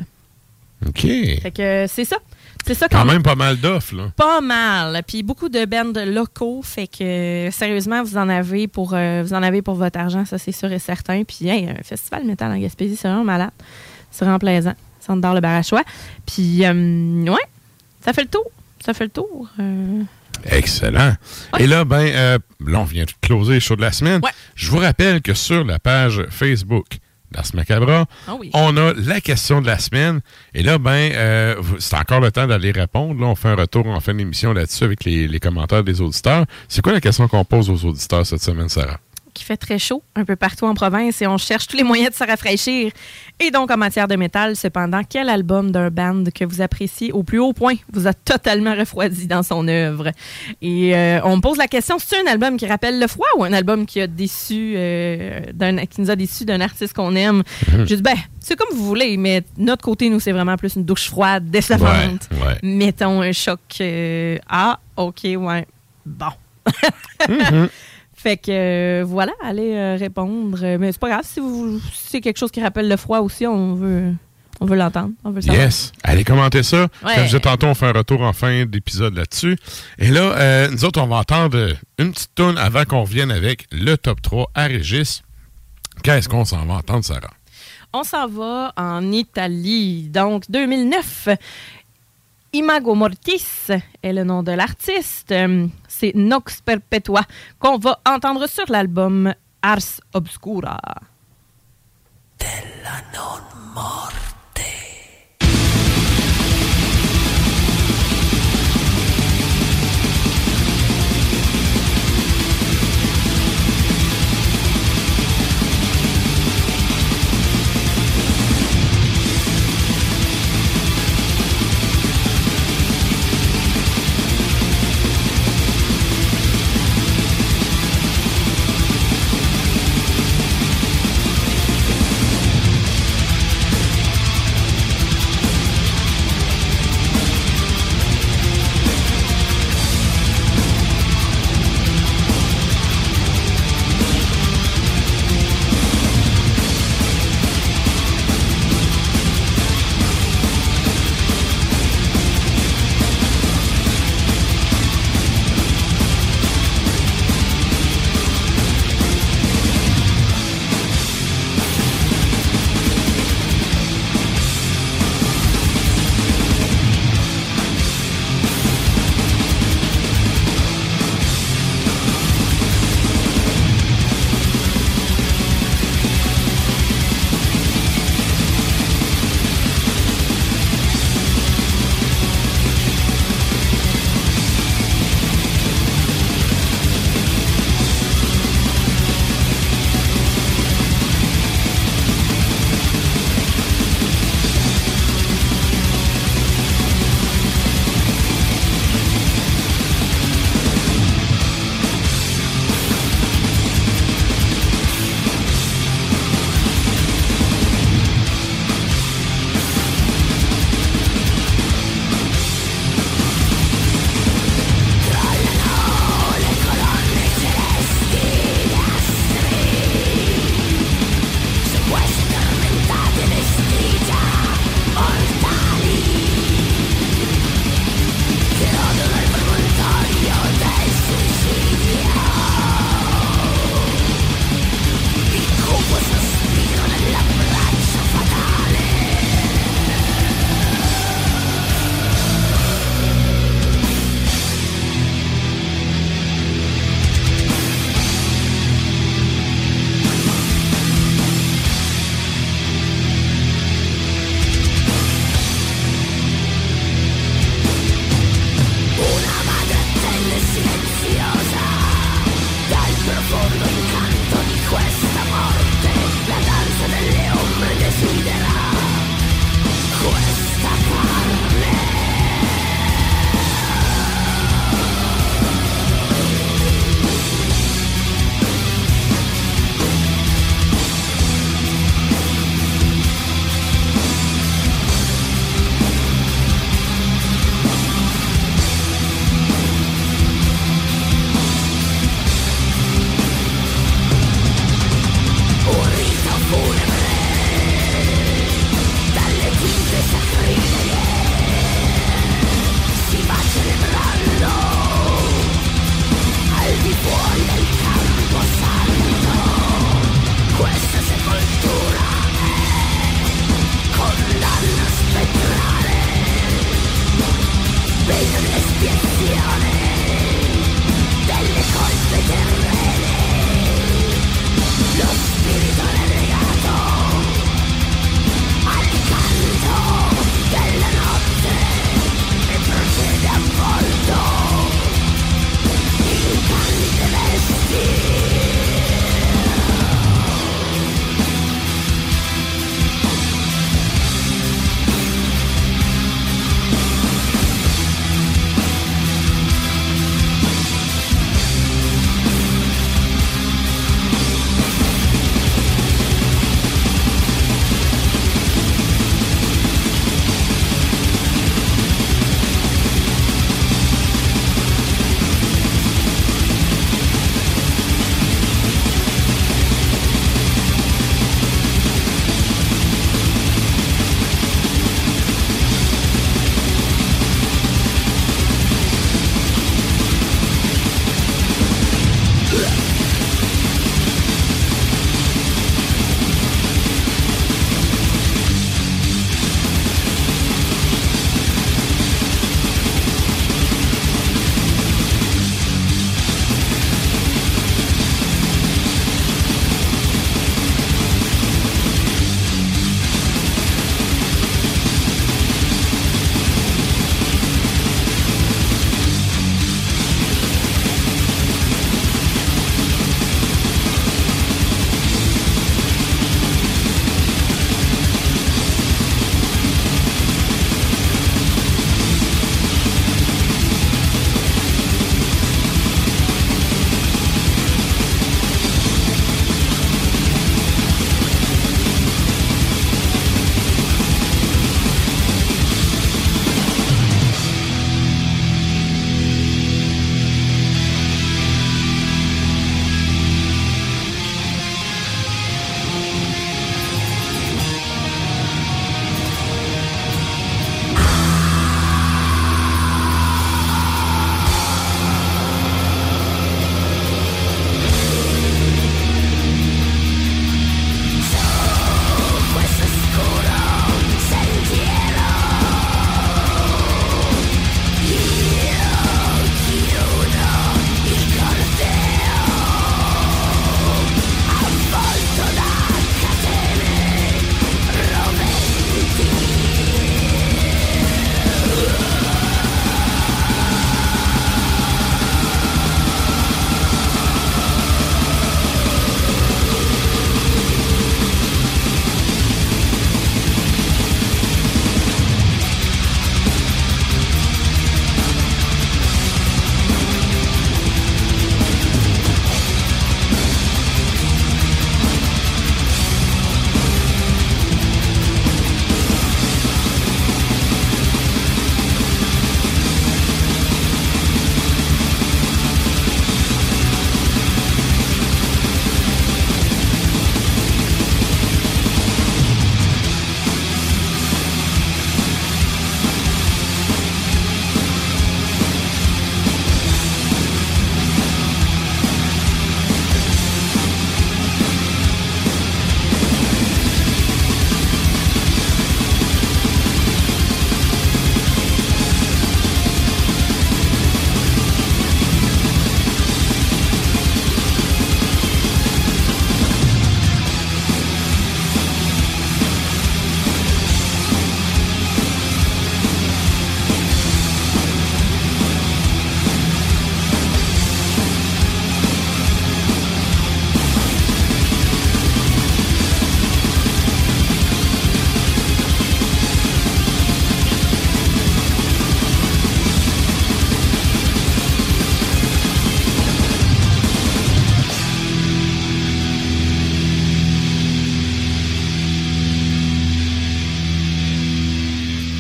OK. Fait que c'est ça. C'est ça quand, quand même, même pas mal d'offres, là. Pas mal. Puis beaucoup de bands locaux. Fait que, sérieusement, vous en avez pour, euh, vous en avez pour votre argent, ça, c'est sûr et certain. Puis, hey, un festival métal en Gaspésie, c'est vraiment malade. C'est vraiment plaisant. Centre d'art Le Barachois. Puis, euh, ouais, ça fait le tour. Ça fait le tour. Euh... Excellent. Ouais. Et là, ben, euh, là, on vient de closer les shows de la semaine. Ouais. Je vous rappelle que sur la page Facebook d'Ars Macabra, oh oui. on a la question de la semaine. Et là, ben, euh, c'est encore le temps d'aller répondre. Là, on fait un retour en fin d'émission là-dessus avec les, les commentaires des auditeurs. C'est quoi la question qu'on pose aux auditeurs cette semaine, Sarah? Qui fait très chaud un peu partout en province et on cherche tous les moyens de se rafraîchir. Et donc, en matière de métal, cependant, quel album d'un band que vous appréciez au plus haut point vous a totalement refroidi dans son œuvre? Et euh, on me pose la question, c'est un album qui rappelle le froid ou un album qui a déçu, euh, d'un, qui nous a déçus d'un artiste qu'on aime? Mm-hmm. Je dis, ben, c'est comme vous voulez, mais de notre côté, nous, c'est vraiment plus une douche froide, décevante. Ouais, ouais. Mettons un choc. Euh, ah, OK, ouais. Bon. mm-hmm. Fait que euh, voilà, allez euh, répondre. Mais c'est pas grave, si, vous, si c'est quelque chose qui rappelle le froid aussi, on veut, on veut l'entendre. On veut le savoir. Yes. Allez commenter ça. Ouais. Comme je disais tantôt, on fait un retour en fin d'épisode là-dessus. Et là, euh, nous autres, on va entendre une petite toune avant qu'on revienne avec le top trois à Régis. Qu'est-ce qu'on s'en va entendre, Sarah? On s'en va en Italie. Donc, deux mille neuf. Imago Mortis est le nom de l'artiste. C'est Nox Perpetua qu'on va entendre sur l'album Ars Obscura. Della non morte.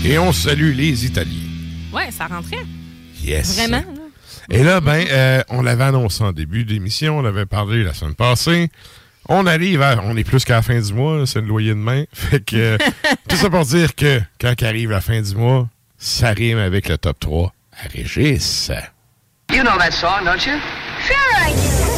Et on salue les Italiens. Ouais, ça rentrait. Yes. Vraiment. Là. Et là, ben, euh, on l'avait annoncé en début d'émission, on l'avait parlé la semaine passée. On arrive à... On est plus qu'à la fin du mois, là, c'est le loyer demain. Fait que... Euh, tout ça pour dire que quand arrive la fin du mois, ça rime avec le top trois à Régis. You know that song, don't you? Sure I do.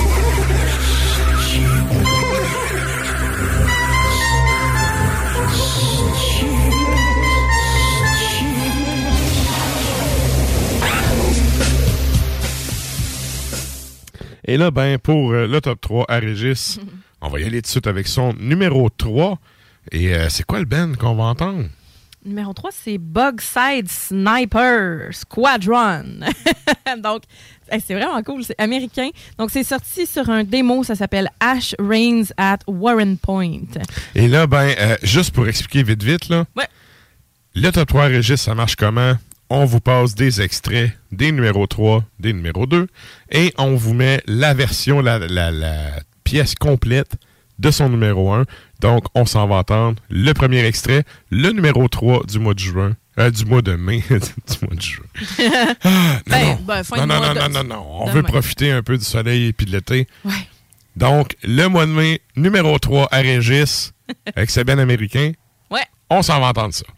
Et là, ben, pour euh, le top trois à Régis, on va y aller tout de suite avec son numéro trois. Et euh, c'est quoi le band qu'on va entendre? Numéro trois, c'est Bugside Sniper Squadron. Donc, hey, c'est vraiment cool. C'est américain. Donc, c'est sorti sur un démo. Ça s'appelle Ash Rains at Warren Point. Et là, ben, euh, juste pour expliquer vite, vite, là. Ouais. Le top trois à Régis, ça marche comment? On vous passe des extraits des numéros trois, des numéros deux, et on vous met la version, la, la, la pièce complète de son numéro un. Donc, on s'en va entendre le premier extrait, le numéro trois du mois de juin, euh, du mois de mai, du mois de juin. Ah, non, ben, non. Ben, fin non, non, non, de... non, non, non, on de veut mai. profiter un peu du soleil et puis de l'été. Ouais. Donc, le mois de mai, numéro trois à Régis, avec ses bands américains. Ouais. On s'en va entendre ça.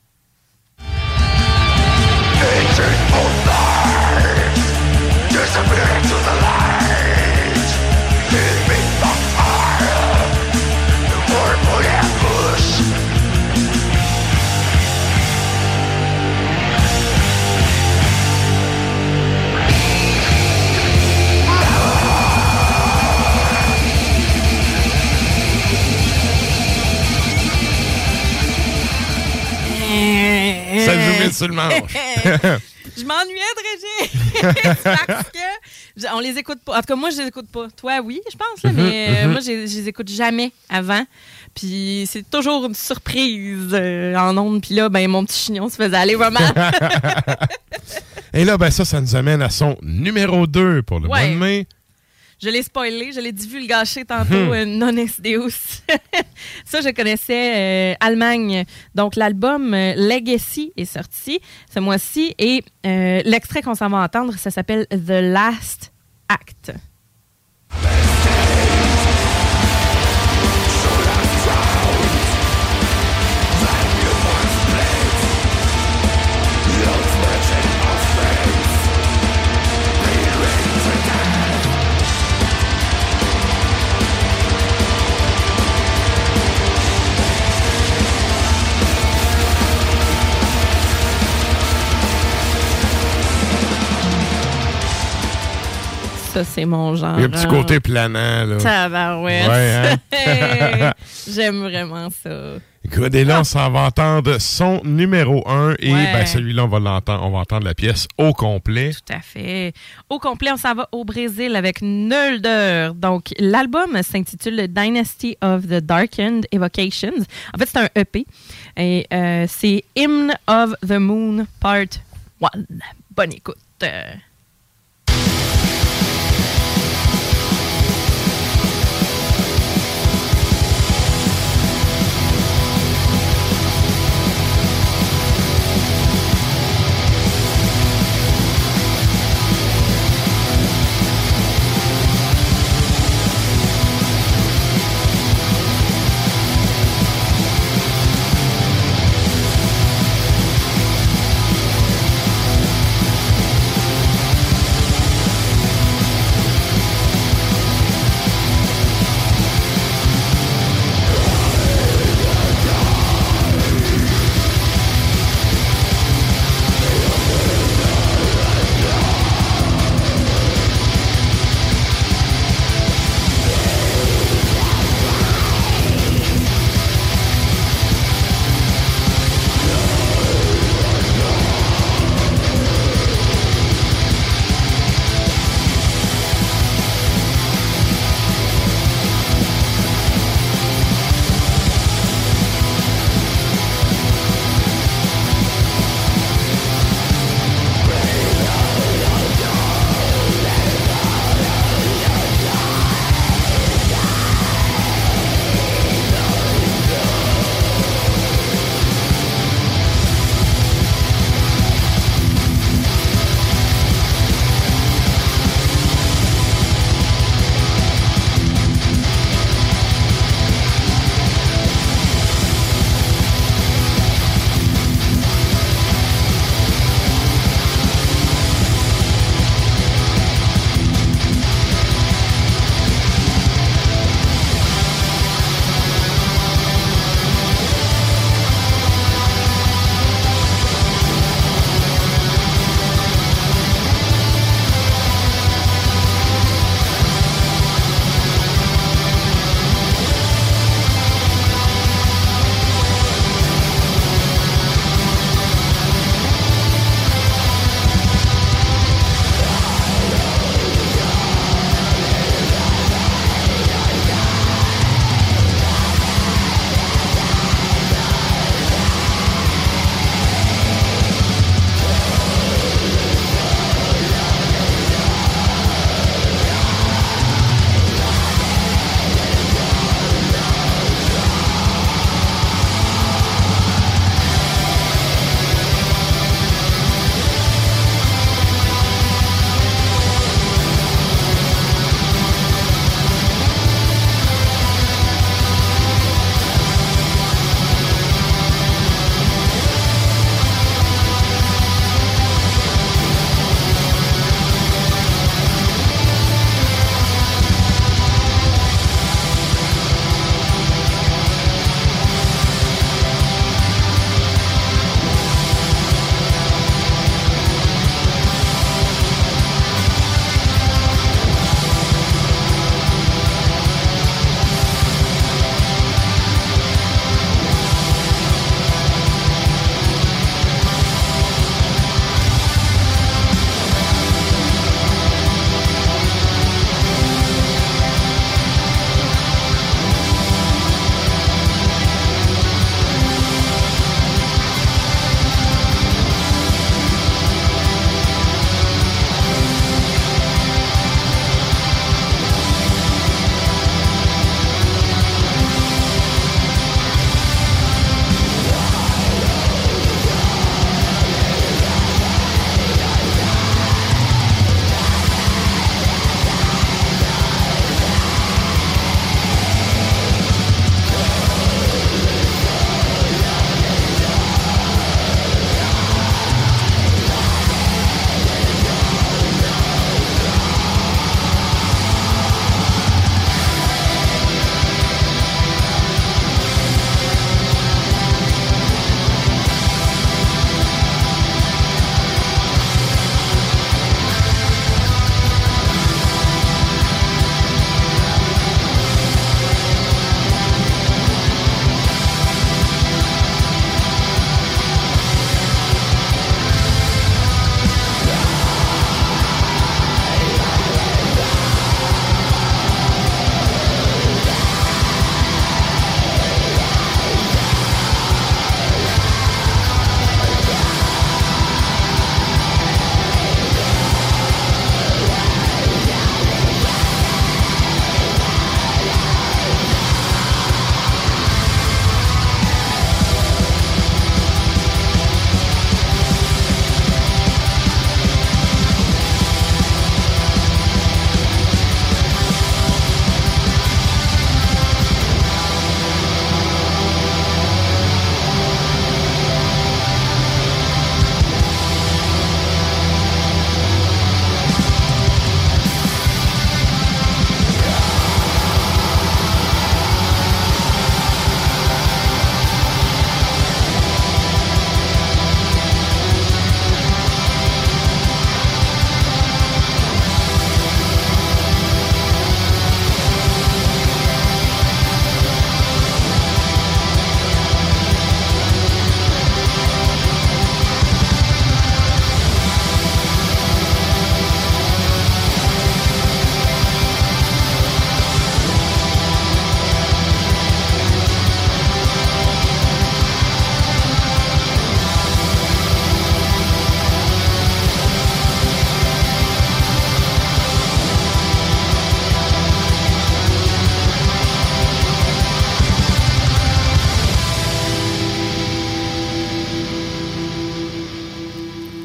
Ça te joue vite sur le manche. Je m'ennuyais de Régis parce que je- on les écoute pas. En tout cas, moi, je les écoute pas. Toi, oui, je pense, là, mais euh, moi, je, je les écoute jamais avant. Puis c'est toujours une surprise euh, en ondes. Puis là, ben mon petit chignon se faisait aller vraiment. Et là, ben ça, ça nous amène à son numéro deux pour le Ouais. mois de mai. Je l'ai spoilé, je l'ai divulgaché tantôt, Hmm. euh, Non Ex Deus. Ça, je connaissais euh, Allemagne. Donc, l'album euh, Legacy est sorti ce mois-ci et euh, l'extrait qu'on s'en va entendre, ça s'appelle The Last Act. Ça, c'est mon genre. Il y a un petit côté planant, là. Tabarouette. Ouais, hein? J'aime vraiment ça. Écoute, et là, on s'en va entendre son numéro un. Et Ouais. ben, celui-là, on va l'entendre. On va entendre la pièce au complet. Tout à fait. Au complet, on s'en va au Brésil avec Nulder. Donc, l'album s'intitule Dynasty of the Darkened Evocations. En fait, c'est un E P. Et euh, c'est Hymn of the Moon Part one. Bonne écoute. Euh, Thank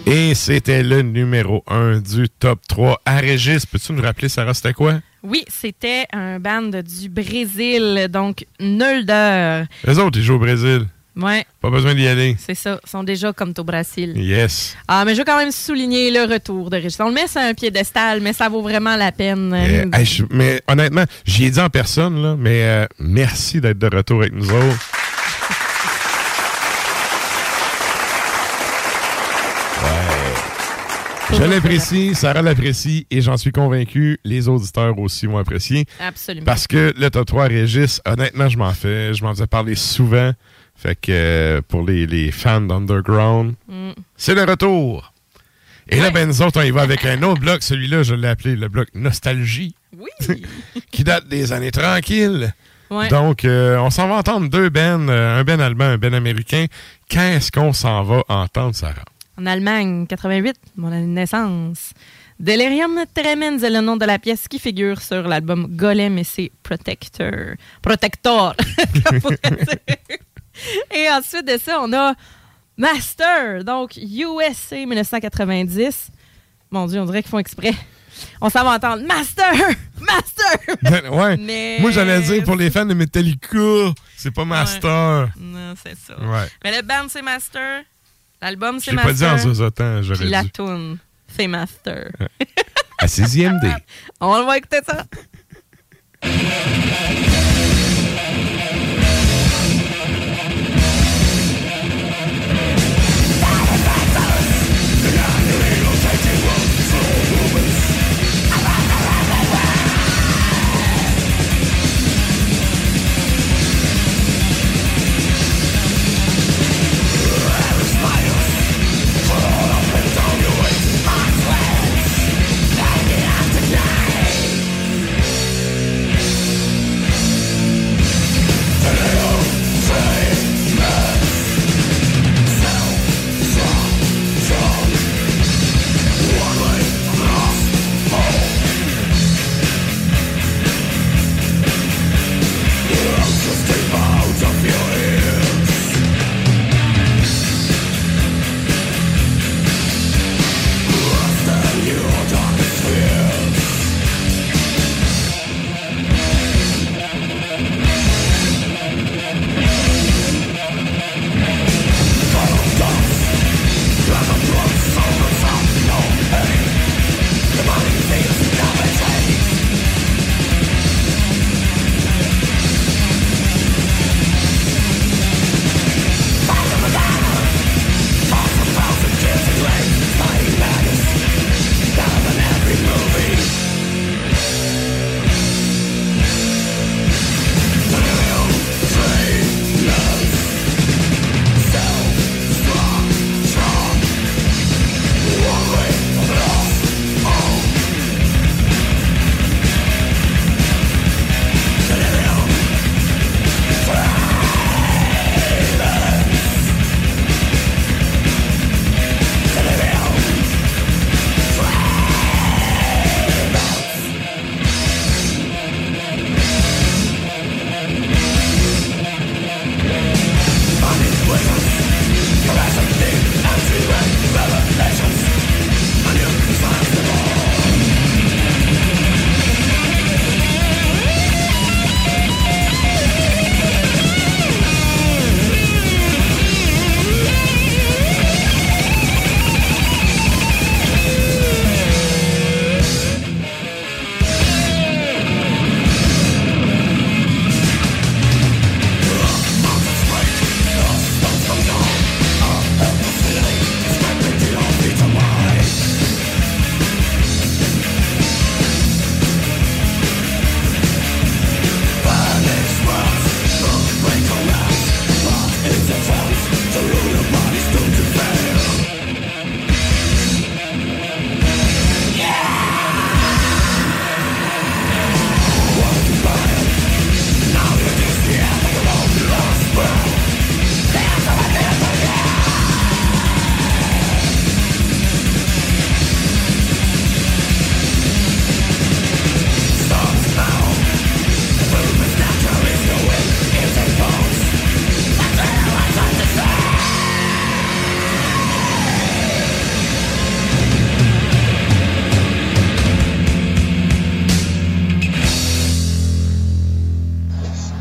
Et c'était le numéro un du top trois. À Régis, peux-tu nous rappeler, Sarah, c'était quoi? Oui, c'était un band du Brésil, donc Nulder. Les autres, ils jouent au Brésil. Ouais. Pas besoin d'y aller. C'est ça. Ils sont déjà comme au Brésil. Yes. Ah, mais je veux quand même souligner le retour de Régis. On le met sur un piédestal, mais ça vaut vraiment la peine. Euh, hey, je, mais honnêtement, j'y ai dit en personne, là, mais euh, merci d'être de retour avec nous autres. Ouais. Je l'apprécie, Sarah l'apprécie et j'en suis convaincu, les auditeurs aussi vont apprécier. Absolument. Parce que le top trois Régis, honnêtement, je m'en fais, je m'en faisais parler souvent. Fait que euh, pour les, les fans d'Underground, mm. c'est le retour. Et ouais. là, ben nous autres, on y va avec un autre bloc. Celui-là, je l'ai appelé le bloc Nostalgie. Oui. Qui date des années tranquilles. Ouais. Donc, euh, on s'en va entendre deux bands, euh, un band allemand, un band américain. Qu'est-ce qu'on s'en va entendre, Sarah? En Allemagne, quatre-vingt-huit, mon année de naissance. Delirium Tremens est le nom de la pièce qui figure sur l'album Golem et c'est Protector. Protector. Et ensuite de ça, on a Master, donc U S A dix-neuf cent quatre-vingt-dix. Mon Dieu, on dirait qu'ils font exprès. On s'en va entendre Master! Master! Ben, ouais. Mais... Moi, j'allais dire pour les fans de Metallica, c'est pas Master. Ouais. Non, c'est ça. Ouais. Mais le band, c'est Master. L'album, c'est Master. Je l'ai pas dit en zozotant, j'aurais dit. La tune, c'est Master. À sixième D. On va écouter ça.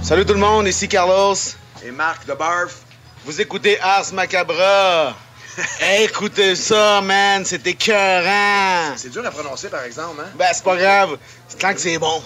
Salut tout le monde, ici Carlos et Marc de Barf. Vous écoutez Ars Macabra. Écoutez ça, man, c'est écœurant. C'est dur à prononcer, par exemple, hein? Ben, c'est pas grave, c'est tant que c'est bon.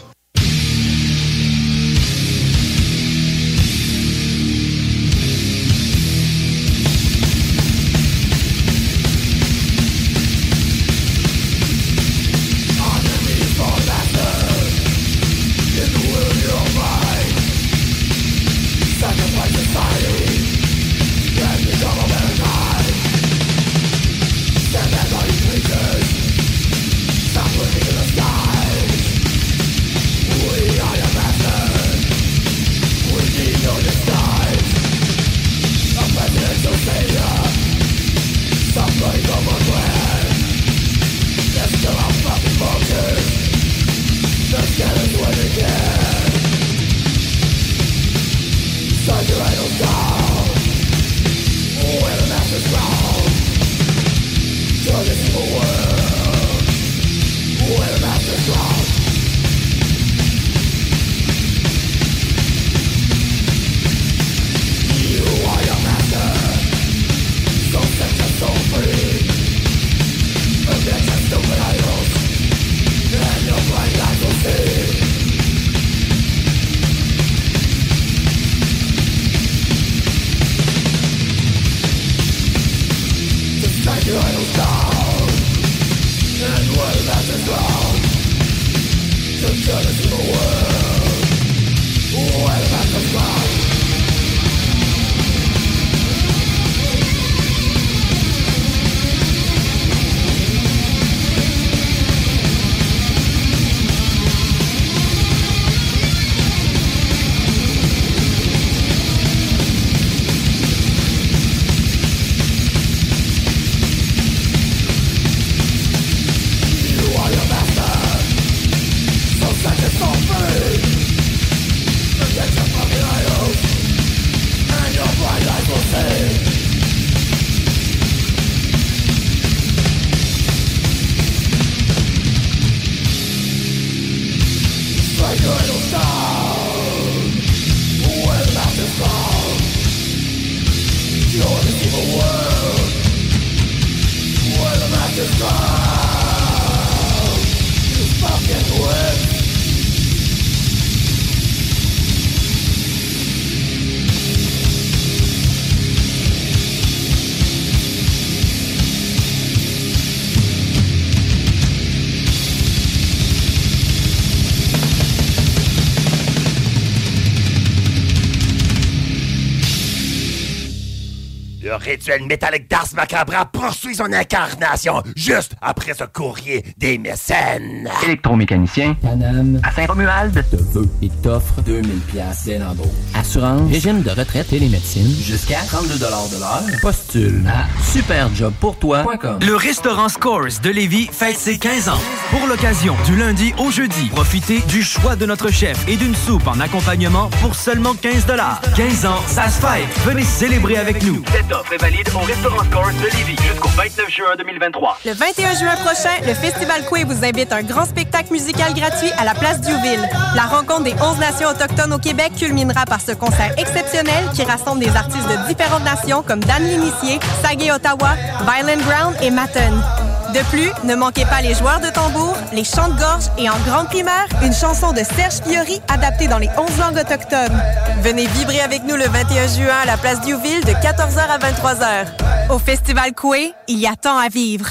Le rituel métallique d'Ars Macabra poursuit son incarnation juste après ce courrier des mécènes. Électromécanicien, Paname, à Saint-Romuald, te veut et t'offre deux mille piastres dès l'embauche. Assurance, régime de retraite, télémédecine, jusqu'à trente-deux dollars de l'heure. Postule à superjobpourtoi point com. Le restaurant Scores de Lévis fête ses quinze ans. Pour l'occasion, du lundi au jeudi, profitez du choix de notre chef et d'une soupe en accompagnement pour seulement quinze dollars. quinze ans, ça se fête. Venez célébrer avec nous. Cette offre est valide au restaurant Scores de Lévis jusqu'au vingt-neuf juin deux mille vingt-trois. Le vingt et un juin prochain, le Festival Coué vous invite à un grand spectacle musical gratuit à la place Diouville. La rencontre des onze nations autochtones au Québec culminera par ce concert exceptionnel qui rassemble des artistes de différentes nations comme Dan l'Initié, Saguet Ottawa, Violent Ground et Matten. De plus, ne manquez pas les joueurs de tambour, les chants de gorge et en grande primeur, une chanson de Serge Fiori adaptée dans les onze langues autochtones. Venez vibrer avec nous le vingt et un juin à la place Diouville de quatorze heures à vingt-trois heures. Au Festival Coué, il y a tant à vivre.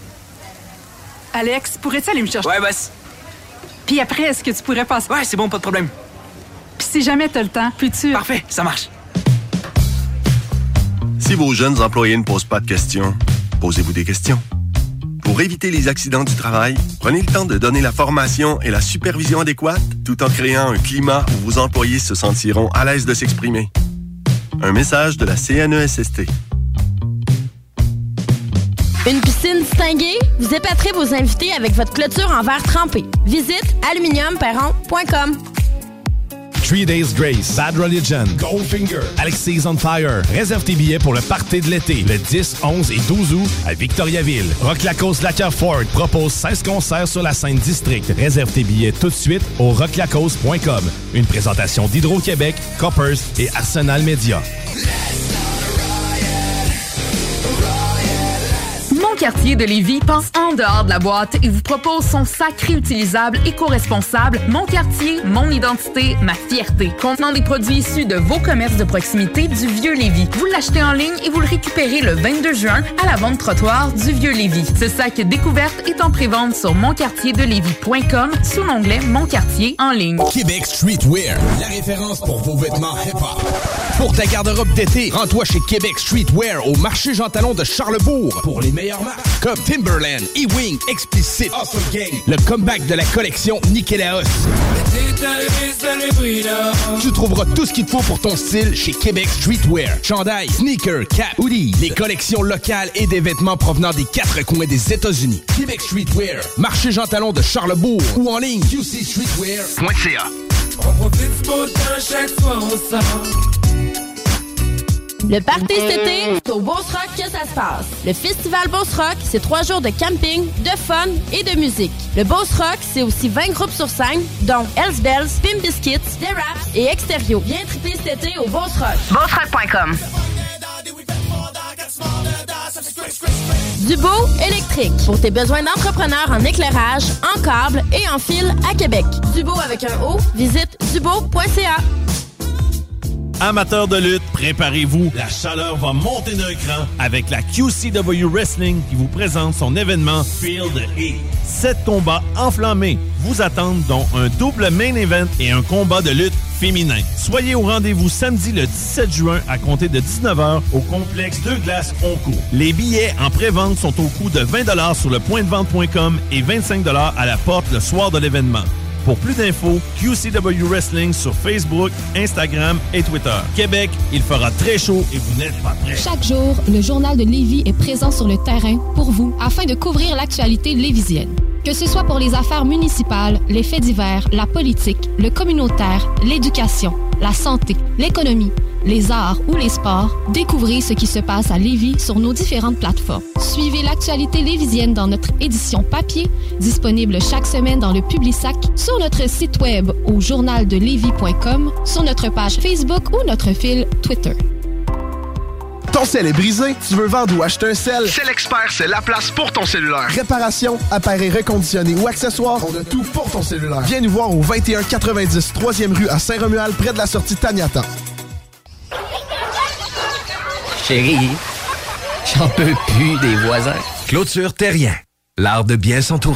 Alex, pourrais-tu aller me chercher? Ouais, boss. Puis après, est-ce que tu pourrais passer? Ouais, c'est bon, pas de problème. Puis si jamais t'as le temps, peux-tu... Parfait, ça marche. Si vos jeunes employés ne posent pas de questions, posez-vous des questions. Pour éviter les accidents du travail, prenez le temps de donner la formation et la supervision adéquate tout en créant un climat où vos employés se sentiront à l'aise de s'exprimer. Un message de la C N E S S T. Une piscine distinguée? Vous épaterez vos invités avec votre clôture en verre trempé. Visite aluminium perron point com. Three Days Grace, Bad Religion, Goldfinger, Alexis on Fire. Réserve tes billets pour le party de l'été, le dix, onze et douze août à Victoriaville. Rock Lacoste Lacquer Ford propose seize concerts sur la scène district. Réserve tes billets tout de suite au rock lacoste point com. Une présentation d'Hydro-Québec, Coppers et Arsenal Media. Moncartier de Lévis pense en dehors de la boîte et vous propose son sac réutilisable éco-responsable Moncartier, mon identité, ma fierté. Contenant des produits issus de vos commerces de proximité du Vieux-Lévis. Vous l'achetez en ligne et vous le récupérez le vingt-deux juin à la vente trottoir du Vieux-Lévis. Ce sac découverte est en prévente sur moncartier de lévis point com sous l'onglet Moncartier en ligne. Québec Streetwear, la référence pour vos vêtements hip-hop. Pour ta garde-robe d'été, rends-toi chez Québec Streetwear au marché Jean Talon de Charlebourg pour les meilleures marques comme Timberland, E-Wing, Explicit, Awesome Gang, le comeback de la collection Nikélaos. Tu trouveras tout ce qu'il te faut pour ton style chez Québec Streetwear. Chandail, sneakers, cap, hoodies, les collections locales et des vêtements provenant des quatre coins des États-Unis. Québec Streetwear, marché Jean Talon de Charlebourg ou en ligne q c streetwear point c a. On profite du beau temps chaque soir au sort. Le party cet été, c'est au Beauce Rock que ça se passe. Le festival Beauce Rock, c'est trois jours de camping, de fun et de musique. Le Beauce Rock, c'est aussi vingt groupes sur scène, dont Hells Bells, Pimp Biscuits, The Raps et Extérieur. Viens triper cet été au Beauce Rock. beauce rock point com. Dubo électrique. Pour tes besoins d'entrepreneurs en éclairage, en câble et en fil à Québec. Dubo avec un O, visite dubo point c a. Amateurs de lutte, préparez-vous. La chaleur va monter d'un cran avec la Q C W Wrestling qui vous présente son événement Field Heat. Sept combats enflammés vous attendent, dont un double main event et un combat de lutte féminin. Soyez au rendez-vous samedi le dix-sept juin à compter de dix-neuf heures au complexe Deux Glaces Oncourt. Les billets en pré-vente sont au coût de vingt dollars sur le point de vente point com et vingt-cinq dollars à la porte le soir de l'événement. Pour plus d'infos, Q C W Wrestling sur Facebook, Instagram et Twitter. Québec, il fera très chaud et vous n'êtes pas prêts. Chaque jour, le Journal de Lévis est présent sur le terrain pour vous afin de couvrir l'actualité lévisienne. Que ce soit pour les affaires municipales, les faits divers, la politique, le communautaire, l'éducation, la santé, l'économie, les arts ou les sports, découvrez ce qui se passe à Lévis sur nos différentes plateformes. Suivez l'actualité lévisienne dans notre édition papier, disponible chaque semaine dans le Publisac, sur notre site web au journal de lévis point com, sur notre page Facebook ou notre fil Twitter. Ton sel est brisé? Tu veux vendre ou acheter un sel? C'est l'expert, c'est la place pour ton cellulaire. Réparation, appareils reconditionnés ou accessoires, on a tout pour ton cellulaire. Viens nous voir au vingt et un quatre-vingt-dix troisième rue à Saint-Romuald, près de la sortie Taniata. Chérie, j'en peux plus des voisins. Clôture Terrien, l'art de bien s'entourer.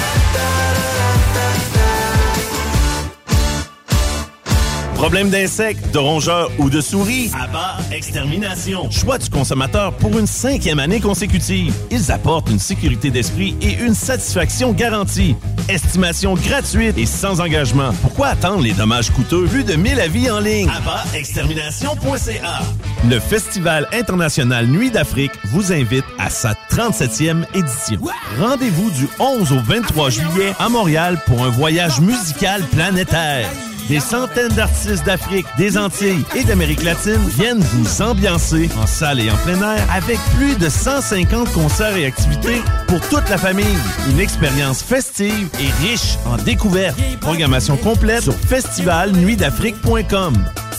Problème d'insectes, de rongeurs ou de souris? Abba Extermination. Choix du consommateur pour une cinquième année consécutive. Ils apportent une sécurité d'esprit et une satisfaction garantie. Estimation gratuite et sans engagement. Pourquoi attendre les dommages coûteux? Plus de mille avis en ligne. abba extermination point c a. Le Festival international Nuit d'Afrique vous invite à sa trente-septième édition. Rendez-vous du onze au vingt-trois juillet à Montréal pour un voyage musical planétaire. Des centaines d'artistes d'Afrique, des Antilles et d'Amérique latine viennent vous ambiancer en salle et en plein air avec plus de cent cinquante concerts et activités pour toute la famille. Une expérience festive et riche en découvertes. Programmation complète sur festival nuit d'afrique point com.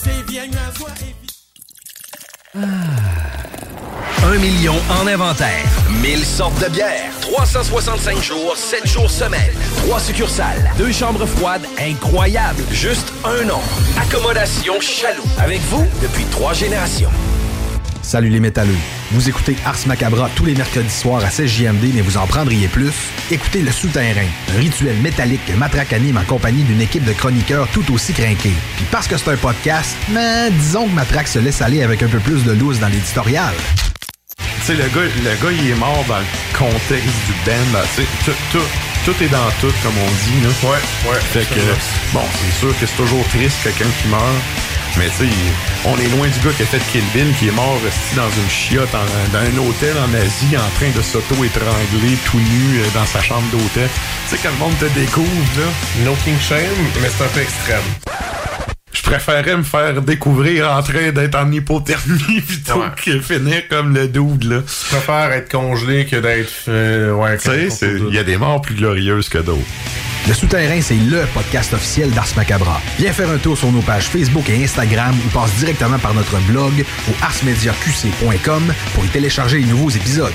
Un million en inventaire. mille sortes de bières. trois cent soixante-cinq jours, sept jours semaine. Trois succursales. Deux chambres froides incroyables. Juste un nom. Accommodation Chaloux. Avec vous depuis trois générations. Salut les métalleux. Vous écoutez Ars Macabra tous les mercredis soirs à seize J M D, mais vous en prendriez plus? Écoutez Le Souterrain, un rituel métallique que Matraque anime en compagnie d'une équipe de chroniqueurs tout aussi crinqués. Puis parce que c'est un podcast, mais disons que Matraque se laisse aller avec un peu plus de loose dans l'éditorial. Tu sais, le gars, le gars, il est mort dans le contexte du band. Tu sais, tout, tout, tout est dans tout, comme on dit. Là. Ouais, ouais. Fait que, bon, c'est sûr que c'est toujours triste, quelqu'un qui meurt. Mais tu sais, on est loin du gars qui a fait Kill Bill, qui est mort resté dans une chiotte, en, dans un hôtel en Asie, en train de s'auto-étrangler tout nu dans sa chambre d'hôtel. Tu sais, quand le monde te découvre, là. No king shame, mais c'est un peu extrême. Je préférerais me faire découvrir en train d'être en hypothermie plutôt ouais. que finir comme le dude, là. Je préfère être congelé que d'être... Euh, ouais, tu sais, il y a des morts plus glorieuses que d'autres. Le Souterrain, c'est le podcast officiel d'Ars Macabra. Viens faire un tour sur nos pages Facebook et Instagram ou passe directement par notre blog au ars media q c point com pour y télécharger les nouveaux épisodes.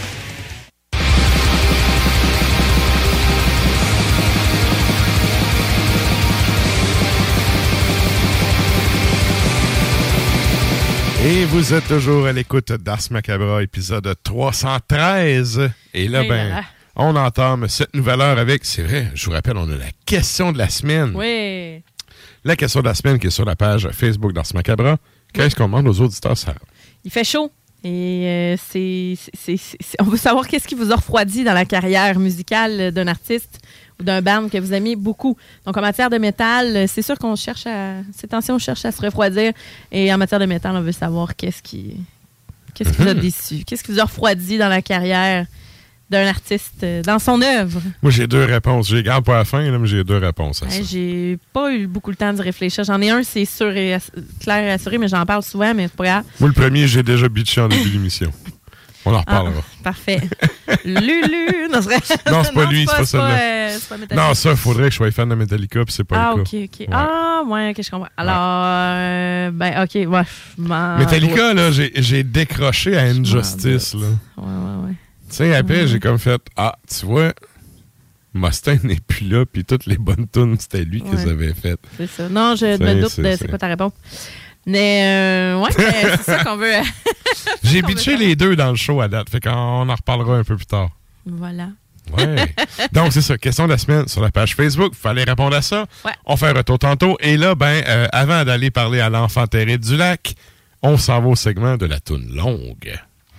Et vous êtes toujours à l'écoute d'Ars Macabra, épisode trois cent treize. Et là, oui, ben, voilà. On entame cette nouvelle heure avec, c'est vrai, je vous rappelle, on a la question de la semaine. Oui. La question de la semaine qui est sur la page Facebook d'Ars Macabra. Qu'est-ce qu'on demande aux auditeurs, Sarah? Il fait chaud. Et euh, c'est, c'est, c'est, c'est, on veut savoir qu'est-ce qui vous a refroidi dans la carrière musicale d'un artiste ou d'un band que vous aimez beaucoup. Donc, en matière de métal, c'est sûr qu'on cherche à... Ces temps-ci, on cherche à se refroidir. Et en matière de métal, on veut savoir qu'est-ce qui, qu'est-ce qui vous a déçu. Qu'est-ce qui vous a refroidi dans la carrière d'un artiste, dans son œuvre. Moi, j'ai deux réponses. J'ai garde pour la fin, là, mais j'ai deux réponses à ouais, ça. J'ai pas eu beaucoup le temps de réfléchir. J'en ai un, c'est sûr et ass- clair et assuré, mais j'en parle souvent, mais c'est pas grave. Moi, le premier, j'ai déjà bitché en début de l'émission. On en reparlera. Ah, parfait. Lulu! Non, c'est, non, c'est pas non, lui, c'est pas, c'est pas ça. Euh, c'est pas Metallica. Non, ça, il faudrait que je sois fan de Metallica, puis c'est pas ah, le cas. cas. Ah, OK, OK. Ouais. Ah, ouais, OK, je comprends. Alors, euh, ben, OK, ouais. Metallica, là, j'ai, j'ai décroché à Injustice, là. Ouais, ouais, ouais. Tu sais, après, mmh. j'ai comme fait, ah, tu vois, Mustaine n'est plus là, puis toutes les bonnes tunes, c'était lui ouais. qui les avait faites. C'est ça. Non, je t'sais, me doute c'est, de c'est, c'est quoi ta réponse. Mais, euh, ouais, c'est ça qu'on veut. J'ai bitché les deux dans le show à date, fait qu'on en reparlera un peu plus tard. Voilà. Ouais. Donc, c'est ça. Question de la semaine sur la page Facebook. Il fallait répondre à ça. Ouais. On fait un retour tantôt. Et là, ben, euh, avant d'aller parler à l'enfant terrible du lac, on s'en va au segment de la toune longue.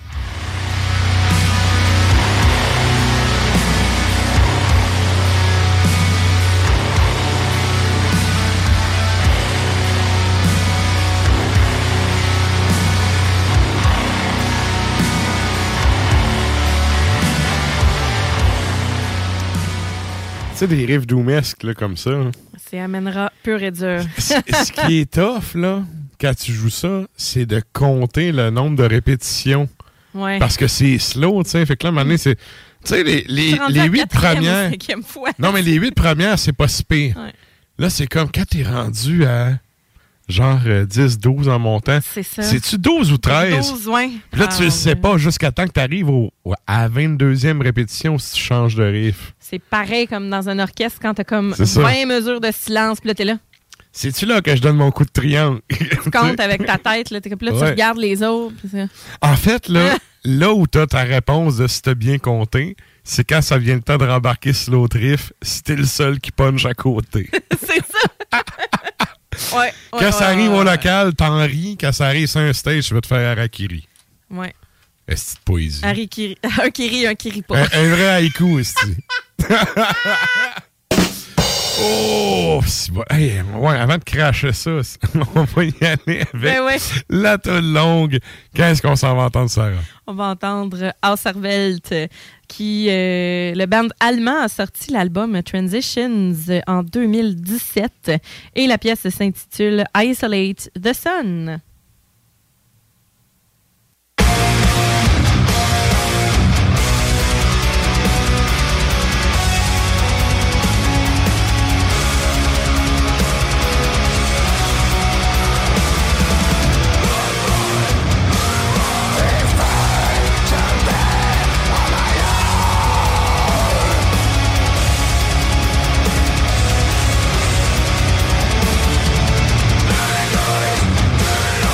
Tu sais, des riffs doomesques, là, comme ça. Hein. C'est amènera pur et dur. Ce qui est tough, là, quand tu joues ça, c'est de compter le nombre de répétitions. Ouais. Parce que c'est slow, tu sais. Fait que là, à un moment donné, c'est... Tu sais, les, les, les huit premières... Fois. Non, mais les huit premières, c'est pas si pire. Ouais. Là, c'est comme quand t'es rendu à... genre euh, dix, douze en montant. C'est ça. C'est-tu douze ou treize? douze, ouais. Puis là, tu ne ah, sais ouais. pas jusqu'à temps que tu arrives au, à la vingt-deuxième répétition si tu changes de riff. C'est pareil comme dans un orchestre quand t'as comme vingt mesures de silence, puis là, t'es là. C'est-tu là que je donne mon coup de triangle? Tu comptes avec ta tête, là, t'es, puis là, tu ouais. regardes les autres. Ça. En fait, là, là où t'as ta réponse de si t'as bien compté, c'est quand ça vient le temps de rembarquer sur l'autre riff, si t'es le seul qui punch à côté. C'est ça! Ouais, ouais, quand ouais, ça arrive ouais, au ouais. local, t'en ris. Quand ça arrive sur un stage, tu vas te faire harakiri. Ouais. Est-ce que poésie? Harakiri. Un qui rit, un qui rit pas. Un, un vrai haïku, est-ce que Oh! Bon. Hey, ouais, avant de cracher ça, on va y aller avec ben ouais. la toune longue. Qu'est-ce qu'on s'en va entendre, Sarah? On va entendre Auserwelt, qui, euh, le band allemand a sorti l'album Transitions en deux mille dix-sept et la pièce s'intitule Isolate the Sun. Let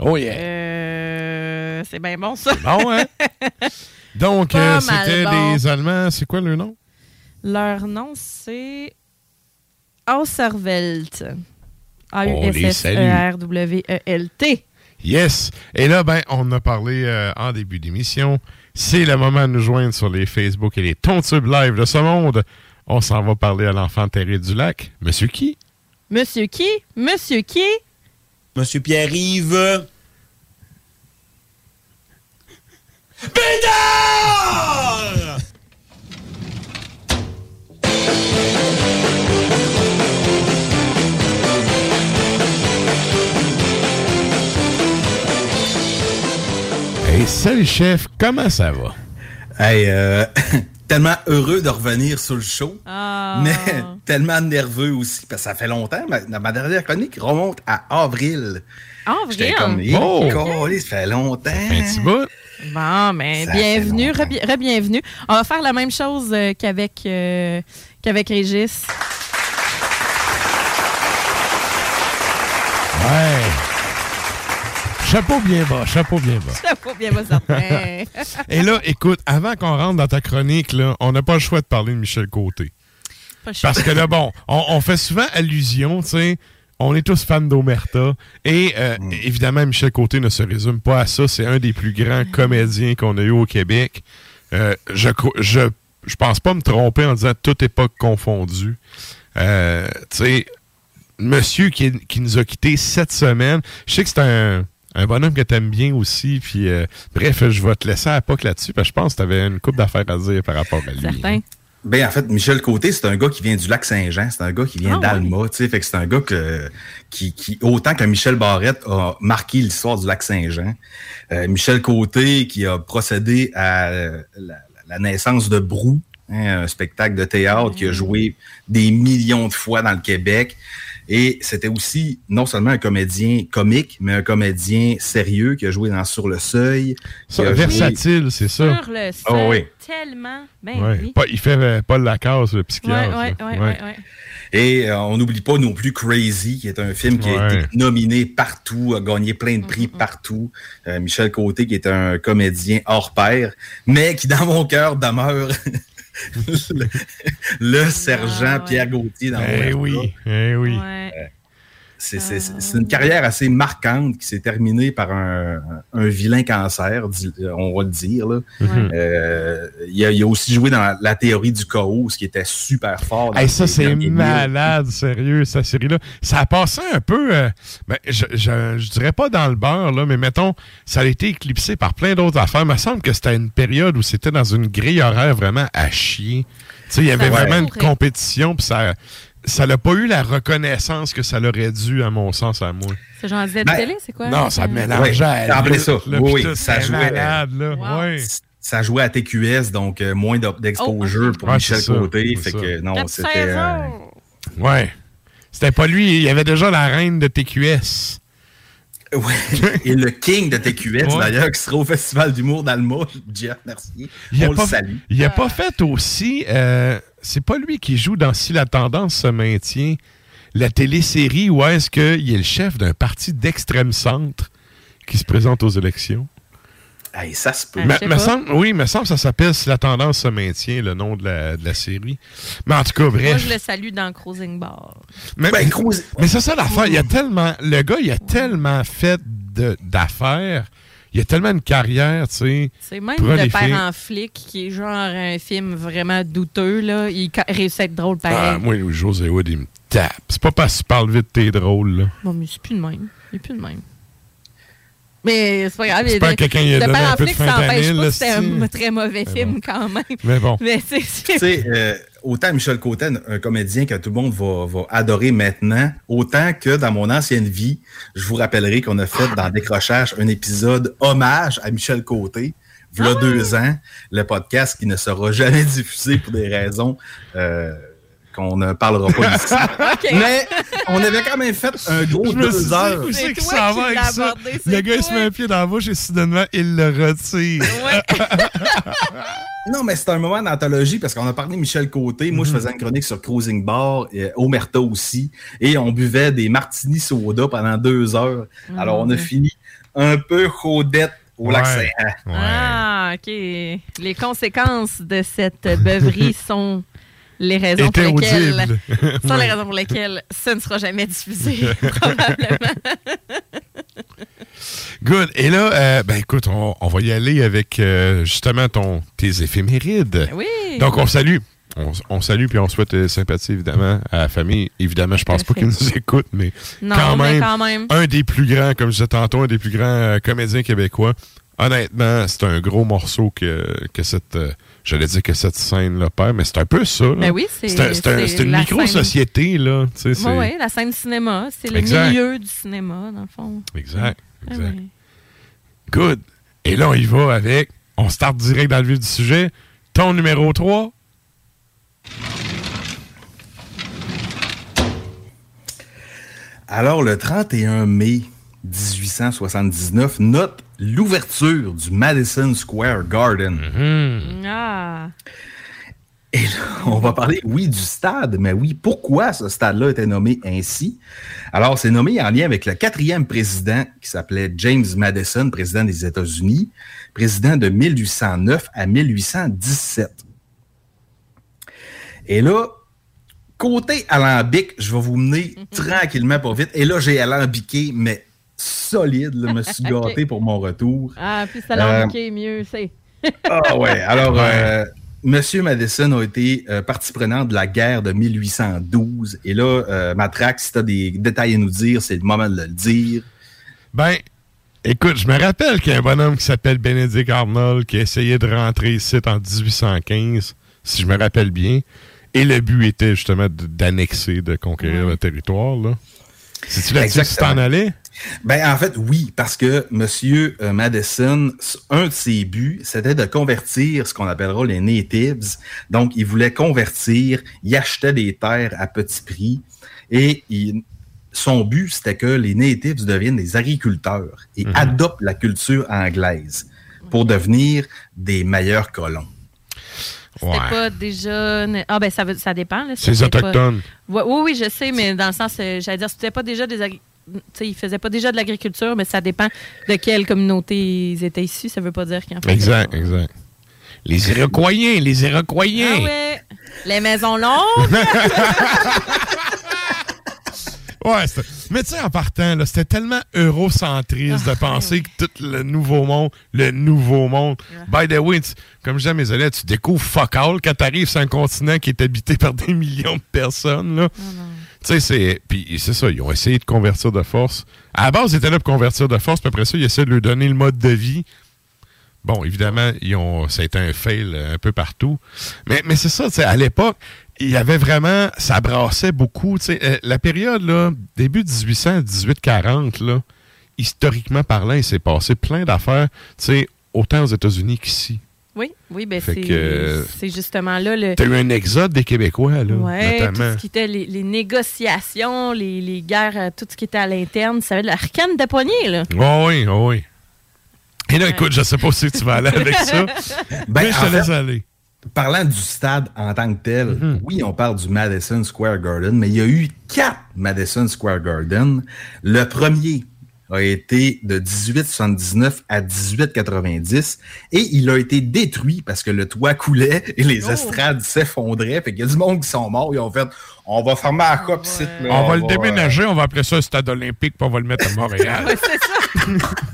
Oh yeah. Euh, c'est bien bon, ça. Bon, hein? Donc, euh, c'était bon. Des Allemands. C'est quoi leur nom? Leur nom, c'est Auserwelt. A U S S E R W E L T. Yes. Et là, ben, on a parlé euh, en début d'émission. C'est le moment de nous joindre sur les Facebook et les Tontubes live de ce monde. On s'en va parler à l'enfant terrible du lac. Monsieur qui? Monsieur qui? Monsieur qui? Monsieur Pierre-Yves. Bédard! Hey, salut chef, comment ça va? Hey, euh, tellement heureux de revenir sur le show, oh. mais tellement nerveux aussi, parce que ça fait longtemps. Ma, ma dernière chronique remonte à avril. Avril? Comme, oh. Collé, ça fait longtemps. Un petit bout. Bon, mais bienvenue, re-bienvenue. On va faire la même chose euh, qu'avec, euh, qu'avec Régis. Ouais. Chapeau bien bas, chapeau bien bas. Chapeau bien bas, certain. Et là, écoute, avant qu'on rentre dans ta chronique, là, on n'a pas le choix de parler de Michel Côté. Pas le choix. Parce que là, bon, on, on fait souvent allusion, tu sais, on est tous fans d'Omerta. Et euh, mm. évidemment, Michel Côté ne se résume pas à ça. C'est un des plus grands comédiens qu'on a eu au Québec. Euh, je, je, je pense pas me tromper en disant toute époque confondue. Euh, tu sais, monsieur qui, qui nous a quittés cette semaine, je sais que c'est un... Un bonhomme que t'aimes bien aussi. Puis, euh, bref, je vais te laisser à la P O C là-dessus, parce que je pense que t'avais une couple d'affaires à dire par rapport à lui. Certain. Ben, en fait, Michel Côté, c'est un gars qui vient du Lac-Saint-Jean. C'est un gars qui vient oh, d'Alma. Oui. Tu sais, fait que c'est un gars que, qui, qui, autant que Michel Barrette a marqué l'histoire du Lac-Saint-Jean. Euh, Michel Côté qui a procédé à la, la naissance de Brou, hein, un spectacle de théâtre mmh. qui a joué des millions de fois dans le Québec. Et c'était aussi non seulement un comédien comique, mais un comédien sérieux qui a joué dans Sur le Seuil. Ça, versatile, joué... c'est ça. Sur le Seuil, oh, oui. tellement. Ben ouais. oui. Pas, il fait euh, Paul Lacasse, le psychiatre. Oui, oui, oui. Et euh, on n'oublie pas non plus Crazy, qui est un film qui ouais. a été nominé partout, a gagné plein de prix mm-hmm. partout. Euh, Michel Côté, qui est un comédien hors pair, mais qui, dans mon cœur, demeure... le, le sergent ah, ouais. Pierre Gauthier dans Eh oui, eh oui. Ouais. Euh, c'est, c'est, c'est une carrière assez marquante qui s'est terminée par un, un vilain cancer, on va le dire. Là. Ouais. Euh, il, a, il a aussi joué dans la, la théorie du chaos, ce qui était super fort. Dans hey, ça, c'est malade, sérieux, cette série-là. Ça a passé un peu, euh, ben, je, je, je dirais pas dans le beurre, là, mais mettons, ça a été éclipsé par plein d'autres affaires. Il me semble que c'était une période où c'était dans une grille horaire vraiment à chier. Tu sais, il y avait ça vraiment une compétition, puis ça... Ça n'a pas eu la reconnaissance que ça l'aurait dû, à mon sens, à moi. C'est genre Z ben, télé, c'est quoi? Non, ça mélangeait. Oui, ça. Là, oui, tout, ça jouait. Malade, là. Wow. Ouais. Ça jouait à T Q S, donc euh, moins d'exposure oh, pour ouais, Michel Côté. Fait que non, c'était. Euh... Ouais. C'était pas lui, il y avait déjà la reine de T Q S. Oui, et le king de T Q S, ouais. d'ailleurs, qui sera au Festival d'humour d'Alma, Jeff Mercier. Il On le pas, salue. Il n'a pas fait aussi... Euh, c'est pas lui qui joue dans Si la tendance se maintient, la télésérie où est-ce qu'il est le chef d'un parti d'extrême centre qui se présente aux élections? Hey, ça se peut. Me, me semble, oui, il me semble que ça s'appelle Si la tendance se maintient, le nom de la, de la série. Mais en tout cas, bref. Moi, je le salue dans Cruising Bar. Mais, ben, mais, cruise... mais c'est ça l'affaire. Il y a tellement, le gars, il a tellement fait de, d'affaires. Il a tellement une carrière, tu sais. C'est même Le Père en flic, qui est genre un film vraiment douteux, là. Il réussit à être drôle pareil. Ah, moi, José Wood, il me tape. C'est pas parce que tu parles vite, t'es drôle, là. Bon, mais c'est plus de même. Il est plus de même. Mais c'est pas grave. C'est pas quelqu'un qui a donné un peu de fentanyl. Pas c'est un très mauvais mais film bon. Quand même. Mais bon. Mais c'est, c'est... Tu sais, euh, autant Michel Côté, un comédien que tout le monde va, va adorer maintenant, autant que dans mon ancienne vie, je vous rappellerai qu'on a fait dans Décrochage un épisode hommage à Michel Côté, v'là ah deux oui. ans, le podcast qui ne sera jamais diffusé pour des raisons... Euh, qu'on ne parlera pas ici. Okay. Mais on avait quand même fait un gros je deux heures. Où c'est qu'il s'en va avec ça? Le gars, il se met un pied dans la bouche et soudainement, il le retire. Ouais. Non, mais c'est un moment d'anthologie parce qu'on a parlé de Michel Côté. Moi, mm-hmm. je faisais une chronique sur Cruising Bar, et Omerta aussi. Et on buvait des martinis soda pendant deux heures. Mm-hmm. Alors, on a fini un peu chaudette au ouais. lac Saint-Jean. Ouais. Ah, OK. Les conséquences de cette beuverie sont les raisons pour lesquelles sont ouais. les raisons pour lesquelles ce ne sera jamais diffusé, probablement. Good. Et là, euh, ben écoute, on, on va y aller avec euh, justement ton, tes éphémérides. Oui. Donc, on salue. On, on salue puis on souhaite euh, sympathie, évidemment, à la famille. Évidemment, je pense pas qu'ils nous écoutent, mais, non, quand, mais même, quand même, un des plus grands, comme je disais tantôt, un des plus grands euh, comédiens québécois. Honnêtement, c'est un gros morceau que, que cette... Euh, j'allais dire que cette scène-là perd, mais c'est un peu ça. Là. Ben oui, c'est... C'est, un, c'est, un, c'est une la micro-société, scène... là. Tu sais, c'est... Oui, oui, la scène du cinéma. C'est le exact. milieu du cinéma, dans le fond. Exact, exact. Ah, oui. Good. Et là, on y va avec... On start direct dans le vif du sujet. Ton numéro trois. Alors, le trente et un mai dix-huit cent soixante-dix-neuf, note l'ouverture du Madison Square Garden. Mm-hmm. Ah. Et là, on va parler, oui, du stade, mais oui, pourquoi ce stade-là était nommé ainsi? Alors, c'est nommé en lien avec le quatrième président qui s'appelait James Madison, président des États-Unis, président de mille huit cent neuf à mille huit cent dix-sept. Et là, côté alambic, je vais vous mener tranquillement pas vite. Et là, j'ai alambiqué, mais solide. Là, je me suis gâté okay. pour mon retour. Ah, puis ça alambiqué, euh, mieux, c'est. Ah ouais, alors... Ouais. Euh, Monsieur Madison a été euh, partie prenante de la guerre de mille huit cent douze. Et là, euh, Matrax, si tu as des détails à nous dire, c'est le moment de le dire. Ben, écoute, je me rappelle qu'il y a un bonhomme qui s'appelle Benedict Arnold qui a essayé de rentrer ici en dix-huit cent quinze, si je me rappelle bien. Et le but était justement d'annexer, de conquérir mmh. le territoire. Là. C'est-tu là-dessus que tu t'en allais? Ben, en fait, oui, parce que M. Madison, un de ses buts, c'était de convertir ce qu'on appellera les natives. Donc, il voulait convertir, il achetait des terres à petit prix et il, son but, c'était que les natives deviennent des agriculteurs et mm-hmm. adoptent la culture anglaise pour devenir des meilleurs colons. C'était ouais. pas déjà... Ah ben ça, veut... ça dépend. Là, c'est les autochtones. Pas... Oui, oui, je sais, mais dans le sens, j'allais dire, c'était pas déjà des agriculteurs. T'sais, ils ne faisaient pas déjà de l'agriculture, mais ça dépend de quelle communauté ils étaient issus. Ça ne veut pas dire qu'ils en faisaient. Exact, pas. exact. Les Iroquois, les Iroquois. Ah ouais. Les maisons longues. ouais, c'était... mais tu sais, en partant, là, c'était tellement eurocentriste ah, de penser ouais. que tout le nouveau monde, le nouveau monde. Yeah. By the way, tu, comme je disais à mes élèves, tu découvres fuck all quand tu arrives sur un continent qui est habité par des millions de personnes. Là. Oh, non. Tu sais, c'est... Puis c'est ça, ils ont essayé de convertir de force. À la base, ils étaient là pour convertir de force, puis après ça, ils essaient de leur donner le mode de vie. Bon, évidemment, ils ont... ça a été un fail un peu partout. Mais, mais c'est ça, tu sais, à l'époque, il y avait vraiment... Ça brassait beaucoup, tu sais. Euh, la période, là, début dix-huit cents, dix-huit quarante, là, historiquement parlant, il s'est passé plein d'affaires, tu sais, autant aux États-Unis qu'ici. Oui, oui, ben c'est, que, c'est justement là le... T'as eu un exode des Québécois, là, ouais, notamment. Tout ce qui était les, les négociations, les, les guerres, tout ce qui était à l'interne, ça avait de la ricane de poignée, là. Oh oui, oh oui. Et là, ouais. écoute, je sais pas si tu vas aller avec ça, ben, mais je te laisse fait, aller. Parlant du stade en tant que tel, mm-hmm. oui, on parle du Madison Square Garden, mais il y a eu quatre Madison Square Garden. Le premier a été de dix-huit soixante-dix-neuf à dix-huit quatre-vingt-dix et il a été détruit parce que le toit coulait et les oh. estrades s'effondraient. Fait qu'il y a du monde qui sont morts. Ils ont fait « On va fermer la coupe ici. » On, on va le déménager, euh... on va appeler ça le stade olympique puis on va le mettre à Montréal. Ouais, c'est ça.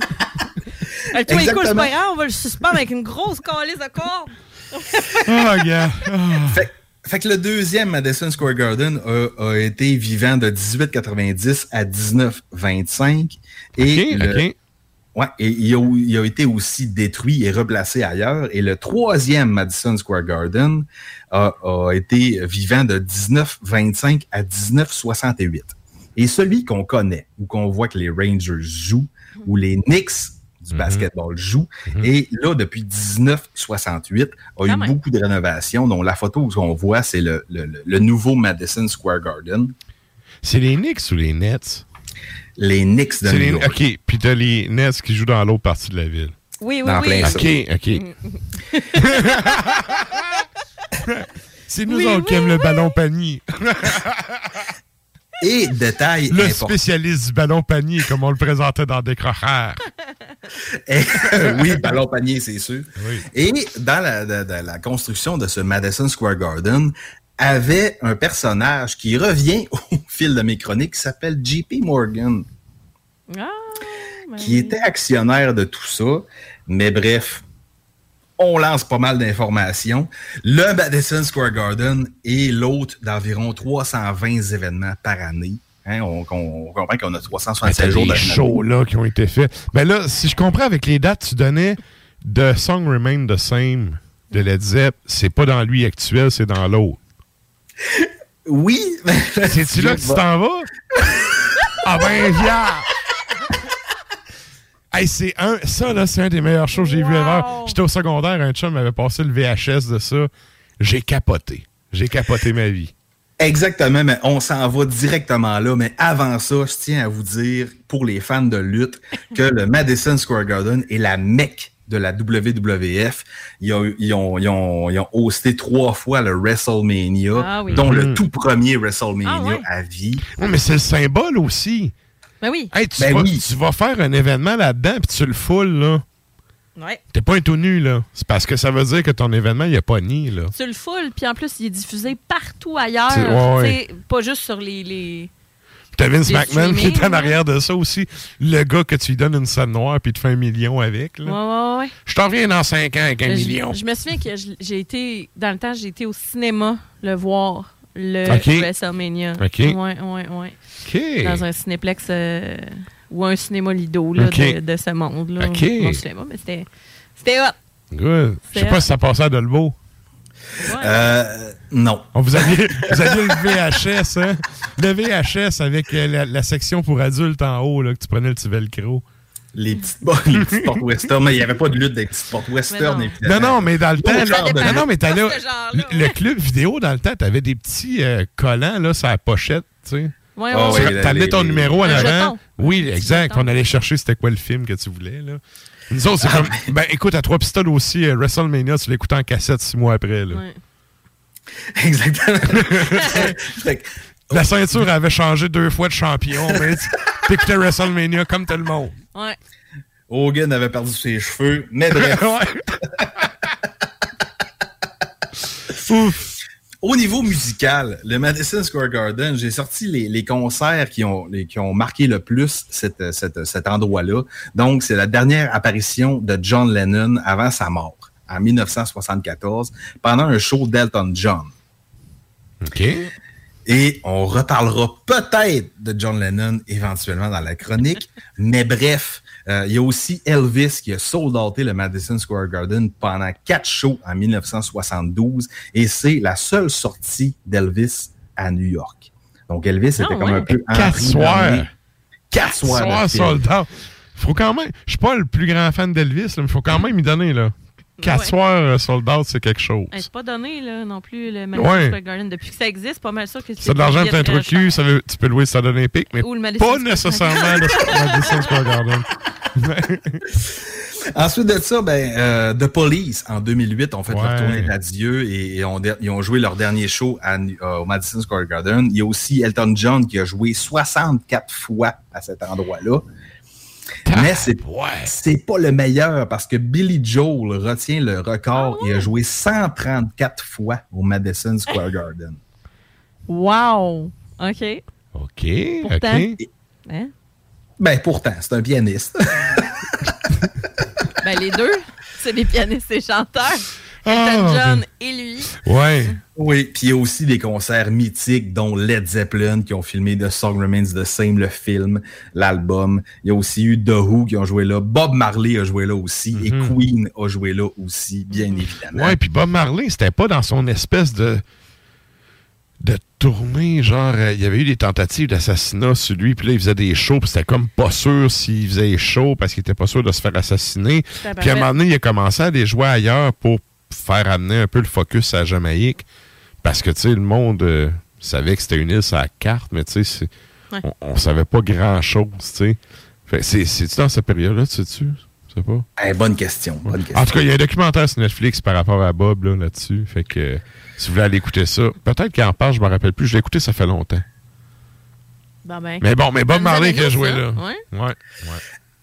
Le toit est cool, c'est pas grave, on va le suspendre avec une grosse calice de corde. Oh, gars. Oh. Fait, fait que le deuxième Madison Square Garden a, a été vivant de dix-huit quatre-vingt-dix à dix-neuf vingt-cinq. Et, okay, le, okay. Ouais, et il, a, il a été aussi détruit et replacé ailleurs. Et le troisième Madison Square Garden a, a été vivant de dix-neuf vingt-cinq à dix-neuf soixante-huit. Et celui qu'on connaît, ou qu'on voit que les Rangers jouent, ou les Knicks du mm-hmm. basketball jouent, mm-hmm. et là, depuis dix-neuf soixante-huit, a eu beaucoup de rénovations, dont la photo qu'on voit, c'est le, le, le nouveau Madison Square Garden. C'est les Knicks ou les Nets? Les Knicks de c'est New les, York. OK, puis t'as les Nets qui jouent dans l'autre partie de la ville. Oui, oui, dans oui. Plein OK, OK. C'est nous oui, autres oui, qui aiment oui. le ballon panier. Et détail Le important. spécialiste du ballon panier, comme on le présentait dans Décrocheur. Et, euh, oui, ballon panier, c'est sûr. Oui. Et dans la, de, de la construction de ce Madison Square Garden, avait un personnage qui revient au fil de mes chroniques, qui s'appelle J P Morgan, ah, ben qui était actionnaire de tout ça. Mais bref, on lance pas mal d'informations. Le Madison Square Garden est l'hôte d'environ trois cent vingt événements par année. Hein, on, on, on comprend qu'on a trois cent soixante-seize jours de shows là qui ont été faits. Ben là, si je comprends avec les dates, tu donnais The Song Remain the Same de Led Zepp. C'est pas dans lui actuel, c'est dans l'autre. Oui. C'est-tu là que tu t'en vas? Ah ben, viens! Hey, c'est un, ça, là, c'est un des meilleurs shows que j'ai wow. vu ever. J'étais au secondaire, un chum m'avait passé le V H S de ça. J'ai capoté. J'ai capoté ma vie. Exactement, mais on s'en va directement là. Mais avant ça, je tiens à vous dire, pour les fans de lutte, que le Madison Square Garden est la mecque de la W W F. Ils ont, ils ont, ils ont, ils ont hosté trois fois le WrestleMania, ah oui. dont mmh. le tout premier WrestleMania ah ouais. à vie. Oui, mais c'est le symbole aussi. Ben oui. Hey, tu, ben vas, oui. tu vas faire un événement là-dedans puis tu le foules, là. Ouais. T'es pas un tout nu, là. C'est parce que ça veut dire que ton événement, il a pas ni, là. Tu le foules, puis en plus, il est diffusé partout ailleurs. Ouais, ouais. Pas juste sur les... les... T'as Vince McMahon qui est en arrière de ça aussi. Le gars que tu lui donnes une scène noire puis il te fait un million avec. Là. Ouais, ouais, ouais. Je t'en reviens dans cinq ans avec un je, million. Je me souviens que j'ai été, dans le temps, j'ai été au cinéma le voir, le okay. WrestleMania. OK. Ouais, ouais, ouais. OK. Dans un cinéplex euh, ou un cinéma Lido là, okay. de, de ce monde-là. OK. Mon cinéma, mais c'était, c'était hot. Good. Je sais pas si ça passait à Dolbeau. Ouais. Euh, non. Oh, vous, aviez, vous aviez le V H S, hein? Le V H S avec la, la section pour adultes en haut, là, que tu prenais le petit velcro. Les petites, les petites portes western, mais il n'y avait pas de lutte des petites portes western. Non, non, mais dans le temps, là, non, non, mais t'as là, le, le club vidéo, dans le temps, t'avais des petits euh, collants, là, sur la pochette, tu sais. Ouais, ouais, ouais. Tu t'allais ton numéro en avant. Jeton. Oui, exact. On allait chercher c'était quoi le film que tu voulais, là. Nous autres, c'est ah, comme. Ben, ben écoute, à Trois Pistoles aussi, euh, WrestleMania, tu l'écoutes en cassette six mois après. Là. Ouais. Exactement. La ceinture avait changé deux fois de champion, mais t'écoutais WrestleMania comme tout le monde. Ouais. Hogan avait perdu ses cheveux, mais bref. Ouf. Au niveau musical, le Madison Square Garden, j'ai sorti les, les concerts qui ont, les, qui ont marqué le plus cette, cette, cet endroit-là. Donc, c'est la dernière apparition de John Lennon avant sa mort, en dix-neuf cent soixante-quatorze, pendant un show d'Elton John. OK. Et on reparlera peut-être de John Lennon éventuellement dans la chronique, mais bref, euh, il y a aussi Elvis qui a sold-outé le Madison Square Garden pendant quatre shows en dix-neuf cent soixante-douze et c'est la seule sortie d'Elvis à New York. Donc Elvis était oh, comme ouais. un peu quatre soirs. Quatre soirs sold-out. Faut quand même. Je suis pas le plus grand fan d'Elvis, mais il faut quand même y donner là. Quatre ouais. soirs sold-out, c'est quelque chose. Hey, c'est pas donné, là, non plus, le Madison ouais. Square Garden. Depuis que ça existe, pas mal sûr que c'est... C'est de l'argent pour un truc cul, ça veut, tu peux louer le stade olympique, mais pas nécessairement le Madison Square Garden. Ensuite de ça, ben, euh, The Police, en deux mille huit, ont fait ouais. leur tournée d'adieu et, et ont, ils ont joué leur dernier show à, euh, au Madison Square Garden. Il y a aussi Elton John qui a joué soixante-quatre fois à cet endroit-là. Mais c'est, ouais. c'est pas le meilleur parce que Billy Joel retient le record oh, ouais. et a joué cent trente-quatre fois au Madison Square Garden. Wow! OK. OK. Pourtant, OK. Hein? Ben, pourtant, c'est un pianiste. Ben, les deux, c'est des pianistes et chanteurs. Elton oh, John et lui. Ouais. Oui, puis il y a aussi des concerts mythiques, dont Led Zeppelin, qui ont filmé The Song Remains the Same, le film, l'album. Il y a aussi eu The Who qui ont joué là. Bob Marley a joué là aussi. Mm-hmm. Et Queen a joué là aussi, bien mm-hmm. évidemment. Ouais, puis Bob Marley, c'était pas dans son espèce de de tournée, genre, euh, il y avait eu des tentatives d'assassinat sur lui, puis là, il faisait des shows, puis c'était comme pas sûr s'il faisait des shows parce qu'il était pas sûr de se faire assassiner. Puis à un moment donné, il a commencé à aller jouer ailleurs pour faire amener un peu le focus à la Jamaïque, parce que, tu sais, le monde euh, savait que c'était une île sur la carte, mais tu sais, ouais. on, on savait pas grand-chose, tu sais. Fait, c'est, c'est-tu dans cette période-là, tu sais-tu? Je sais pas. Hey, bonne question, bonne question. En tout cas, il y a un documentaire sur Netflix par rapport à Bob, là, là-dessus, fait que... Si vous voulez aller écouter ça, peut-être qu'il en parle, je ne me rappelle plus. Je l'ai écouté, ça fait longtemps. Ben ben, mais bon, mais Bob Marley qui a joué ça. là. Ouais. Ouais. ouais.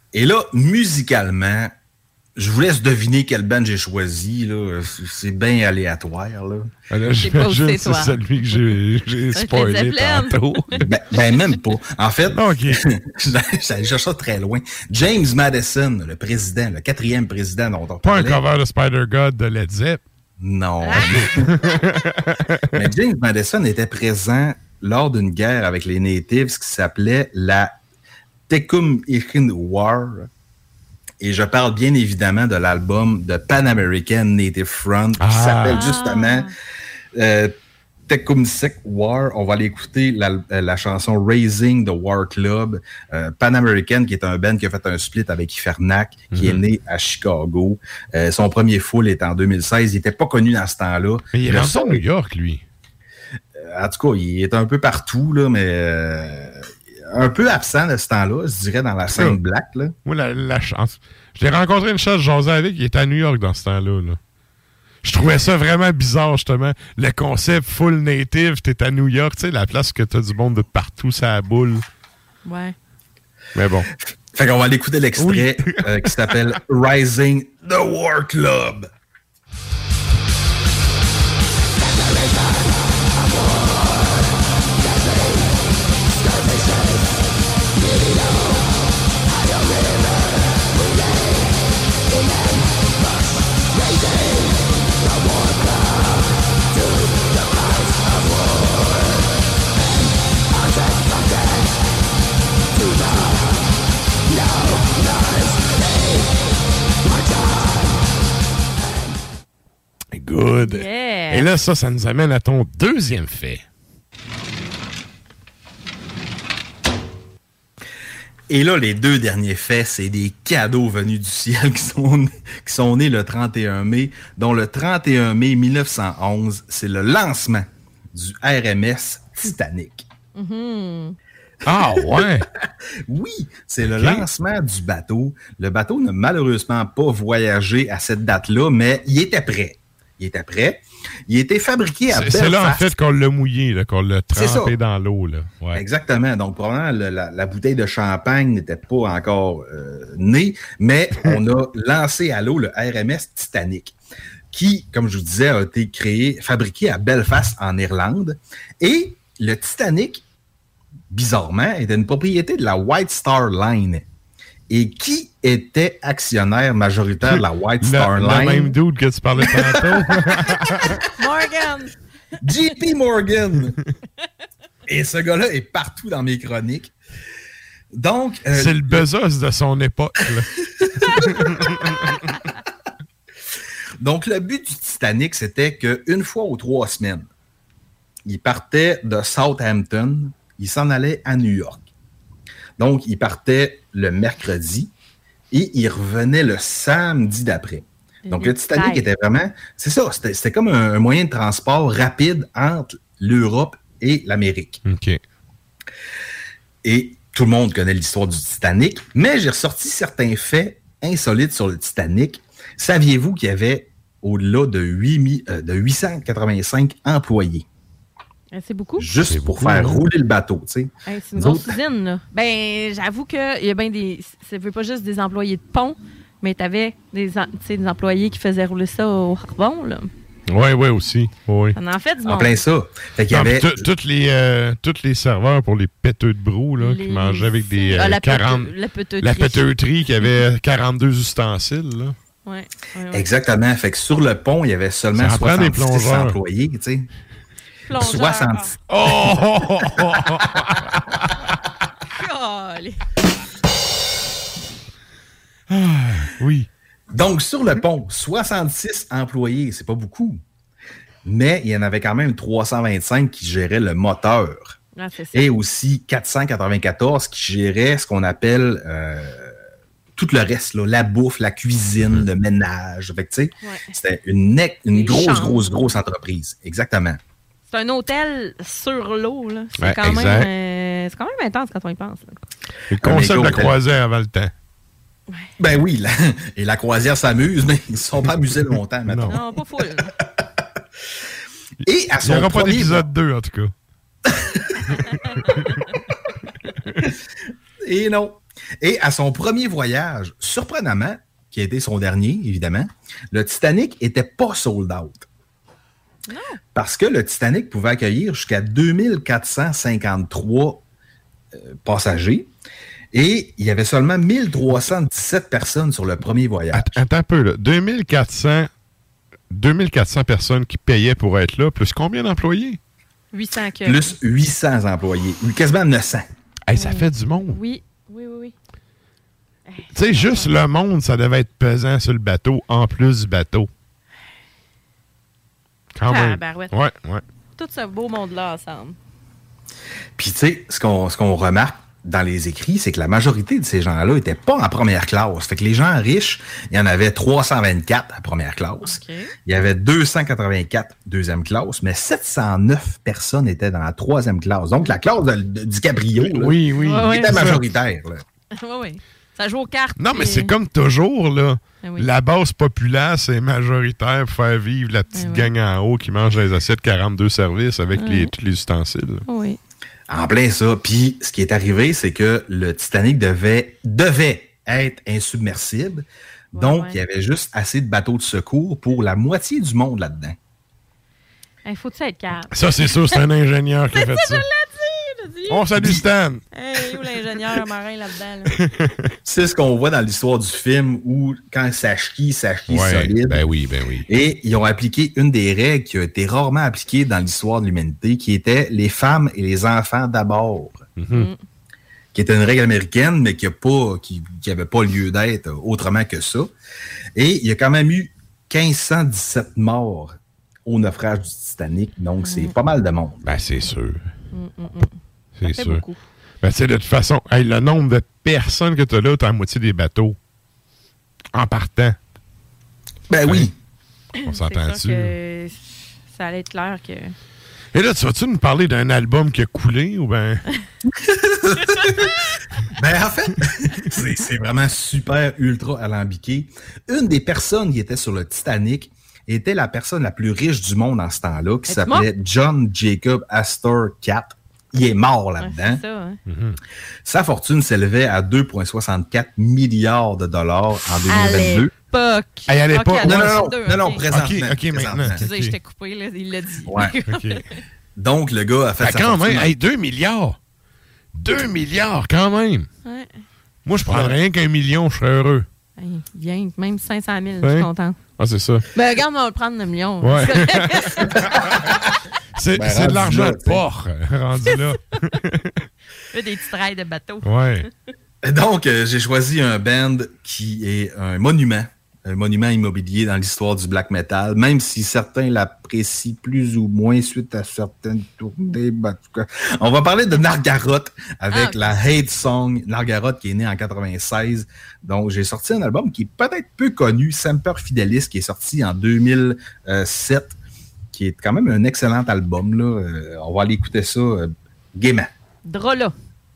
Et là, musicalement, je vous laisse deviner quel band j'ai choisi. Là. C'est bien aléatoire. Là. Alors, j'imagine que c'est celui que j'ai, j'ai spoilé tantôt. Ben, ben, même pas. En fait, okay. J'allais chercher ça très loin. James Madison, le président, le quatrième président dont on parlait. Pas un cover de Spider-God de Led Zepp. Non. Mais James Madison était présent lors d'une guerre avec les Natives qui s'appelait la Tecumseh War. Et je parle bien évidemment de l'album de Pan American Native Front qui ah. s'appelle justement euh, Tecumseh War. On va aller écouter la, la chanson Raising the War Club. Euh, Pan American, qui est un band qui a fait un split avec Ifernac, qui mm-hmm. est né à Chicago. Euh, son premier full est en deux mille seize. Il n'était pas connu dans ce temps-là. Mais il est rentré à New York, lui. Euh, en tout cas, il est un peu partout, là, mais... Euh, un peu absent de ce temps-là, je dirais, dans la scène black. Là. Moi, la, la chance. Je l'ai rencontré une chance, José avec, il était à New York dans ce temps-là. Là. Je trouvais ça vraiment bizarre, justement. Le concept full native, t'es à New York, tu sais, la place que t'as du monde de partout, ça la boule. Ouais. Mais bon. Fait qu'on va aller écouter l'extrait oui. euh, qui s'appelle Rising the War Club. Good. Yeah. Et là, ça, ça nous amène à ton deuxième fait. Et là, les deux derniers faits, c'est des cadeaux venus du ciel qui sont, qui sont nés le trente et un mai, dont le trente et un mai mille neuf cent onze, c'est le lancement du R M S Titanic. Mm-hmm. Ah ouais? Oui, c'est okay. le lancement du bateau. Le bateau n'a malheureusement pas voyagé à cette date-là, mais il était prêt. Il était prêt. Il était fabriqué à c'est, Belfast. C'est là, en fait, qu'on l'a mouillé, là, qu'on l'a trempé dans l'eau. Là. Ouais. Exactement. Donc, probablement, le, la, la bouteille de champagne n'était pas encore euh, née, mais on a lancé à l'eau le R M S Titanic, qui, comme je vous disais, a été créé, fabriqué à Belfast, en Irlande. Et le Titanic, bizarrement, était une propriété de la White Star Line. Et qui était actionnaire majoritaire de la White Star le, Line? Le même dude que tu parlais tantôt. Morgan! J P Morgan! Et ce gars-là est partout dans mes chroniques. Donc... Euh, c'est le Bezos de son époque. Là. Donc, le but du Titanic, c'était qu'une fois ou trois semaines, il partait de Southampton, il s'en allait à New York. Donc, il partait le mercredi et il revenait le samedi d'après. Donc, le Titanic était vraiment... C'est ça, c'était, c'était comme un, un moyen de transport rapide entre l'Europe et l'Amérique. OK. Et tout le monde connaît l'histoire du Titanic, mais j'ai ressorti certains faits insolites sur le Titanic. Saviez-vous qu'il y avait au-delà de, huit, euh, de huit cent quatre-vingt-cinq employés? C'est beaucoup. Juste c'est pour beaucoup, faire hein? rouler le bateau, tu sais. Hey, c'est une grosse usine, là. Ben, j'avoue qu'il y a bien des... Ça veut pas juste des employés de pont, mais t'avais des, des employés qui faisaient rouler ça au charbon, là. Oui, oui, aussi. Oui. On en fait du En monde. plein ça. Fait qu'il y avait... Tous les, euh, les serveurs pour les péteux de brou, là, les... qui mangeaient avec des euh, ah, la quarante... Pete... La peteuterie. La peteuterie qui avait quarante-deux ustensiles, là. Ouais, ouais, ouais. Exactement. Fait que sur le pont, il y avait seulement soixante-six employés, tu sais. soixante. Oh! ah, oui. Donc, sur le pont, soixante-six employés, c'est pas beaucoup. Mais il y en avait quand même trois cent vingt-cinq qui géraient le moteur. Ah, c'est ça. Et aussi quatre cent quatre-vingt-quatorze qui géraient ce qu'on appelle euh, tout le reste, là, la bouffe, la cuisine, le ménage. Fait que, tu sais, ouais. C'était une, une grosse, chambres. grosse, grosse entreprise. Exactement. C'est un hôtel sur l'eau, là. C'est, ouais, quand, même, euh, c'est quand même intense quand on y pense. Là. Le concept de la croisière avant le temps. Ouais. Ben oui, là, et la croisière s'amuse, mais ils ne se sont pas amusés longtemps maintenant. Non, pas full. Et à son Il n'y aura pas premier... d'épisode deux, en tout cas. Et non. Et à son premier voyage, surprenamment, qui a été son dernier, évidemment, le Titanic était pas sold out. Non. Parce que le Titanic pouvait accueillir jusqu'à deux mille quatre cent cinquante-trois euh, passagers et il y avait seulement mille trois cent dix-sept personnes sur le premier voyage. Attends un peu, là. deux mille quatre cents, deux mille quatre cents personnes qui payaient pour être là, plus combien d'employés? huit cents que... Plus huit cents employés, quasiment neuf cents. Hey, ça fait du monde. Oui, oui, oui, oui. Tu sais, juste le monde, ça devait être pesant sur le bateau, en plus du bateau. Quand Ah, même. barouette. Ouais, ouais. Tout ce beau monde-là ensemble. Puis, tu sais, ce qu'on, ce qu'on remarque dans les écrits, c'est que la majorité de ces gens-là n'étaient pas en première classe. Fait que les gens riches, il y en avait trois cent vingt-quatre à première classe. Okay. Il y avait deux cent quatre-vingt-quatre deuxième classe, mais sept cent neuf personnes étaient dans la troisième classe. Donc, la classe de, de, du Cabrio, là, oui, oui. Ouais, était ouais. majoritaire. Là. Oui, oui. Ça joue aux cartes. Non, mais et... c'est comme toujours, là. Ah oui. La base populaire, c'est majoritaire pour faire vivre la petite Ah oui. gang en haut qui mange les assiettes quarante-deux services avec Ah les, oui. tous les ustensiles. Oui. En plein ça. Puis, ce qui est arrivé, c'est que le Titanic devait, devait être insubmersible. Ouais, Donc, ouais. il y avait juste assez de bateaux de secours pour la moitié du monde là-dedans. Il faut-tu être calme? Ça, c'est sûr, c'est un ingénieur qui a fait ça. Je l'ai dit, je l'ai dit. On salue Stan. Hey, où l'ingénieur marin là-dedans? Là? C'est ce qu'on voit dans l'histoire du film où, quand ça chie, ça chie Ouais, solide. ben oui, ben oui. Et ils ont appliqué une des règles qui a été rarement appliquée dans l'histoire de l'humanité, qui était les femmes et les enfants d'abord. Mm-hmm. Qui était une règle américaine, mais qui n'a pas, qui, qui avait pas lieu d'être autrement que ça. Et il y a quand même eu mille cinq cent dix-sept morts au naufrage du Titanic. Donc, c'est pas mal de monde. Ben, c'est sûr. Mm, mm, mm. C'est Ça fait sûr. beaucoup. Ben, tu sais, de toute façon, hey, le nombre de personnes que tu as là, tu as la moitié des bateaux. En partant. Ben oui. On C'est s'entend sûr dessus. que ça allait être clair que... Et là, tu vas-tu nous parler d'un album qui a coulé ou ben. Ben, en fait, c'est, c'est vraiment super ultra alambiqué. Une des personnes qui était sur le Titanic était la personne la plus riche du monde en ce temps-là, qui Es-tu s'appelait John Jacob Astor Catt. Il est mort Ouais, là-dedans. c'est ça, hein? Mm-hmm. Sa fortune s'élevait à deux virgule soixante-quatre milliards de dollars en deux mille vingt-deux. L'époque. Hey, à l'époque, Ok, Non, non, attends, non, deux, non, non, ok. présentement. OK, OK, maintenant. présentement. Excusez, Ok. je t'ai coupé, là, il l'a dit. Ouais. OK. Donc, le gars a fait Ben, sa quand fortune. même, hey, deux milliards. deux milliards, quand même. Ouais. Moi, je prendrais rien qu'un million, je serais heureux. Hey, bien, même cinq cent mille, je Ouais. suis contente. Ah, c'est ça. Ben, regarde, on va le prendre un million. Ouais. C'est, Ben, c'est de rendu l'argent là, de tu sais. porc, rendu là. Des petits trails de bateau. Ouais. Donc, euh, j'ai choisi un band qui est un monument, un monument immobilier dans l'histoire du black metal, même si certains l'apprécient plus ou moins suite à certaines tournées. Ben, en tout cas, on va parler de Nargaroth avec Ah, ok. la Hate Song. Nargaroth qui est né en quatre-vingt-seize. Donc, j'ai sorti un album qui est peut-être peu connu, Semper Fidelis, qui est sorti en deux mille sept, qui est quand même un excellent album. Là. Euh, on va aller écouter ça euh, gaiement. Drôle.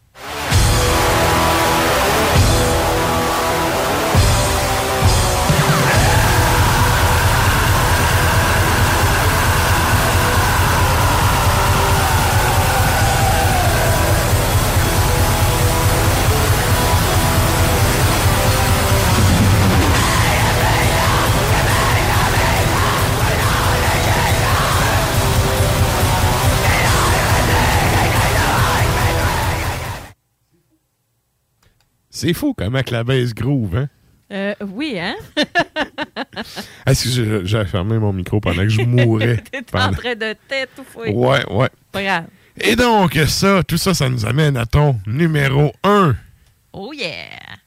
C'est fou comment que la baisse groove, hein? Euh, oui, hein? Est-ce que j'ai, j'ai fermé mon micro pendant que je mourais? T'es pendant... en train de t'étouffer. Ouais, ouais. Pas grave. Et donc, ça, tout ça, ça nous amène à ton numéro un. Oh yeah!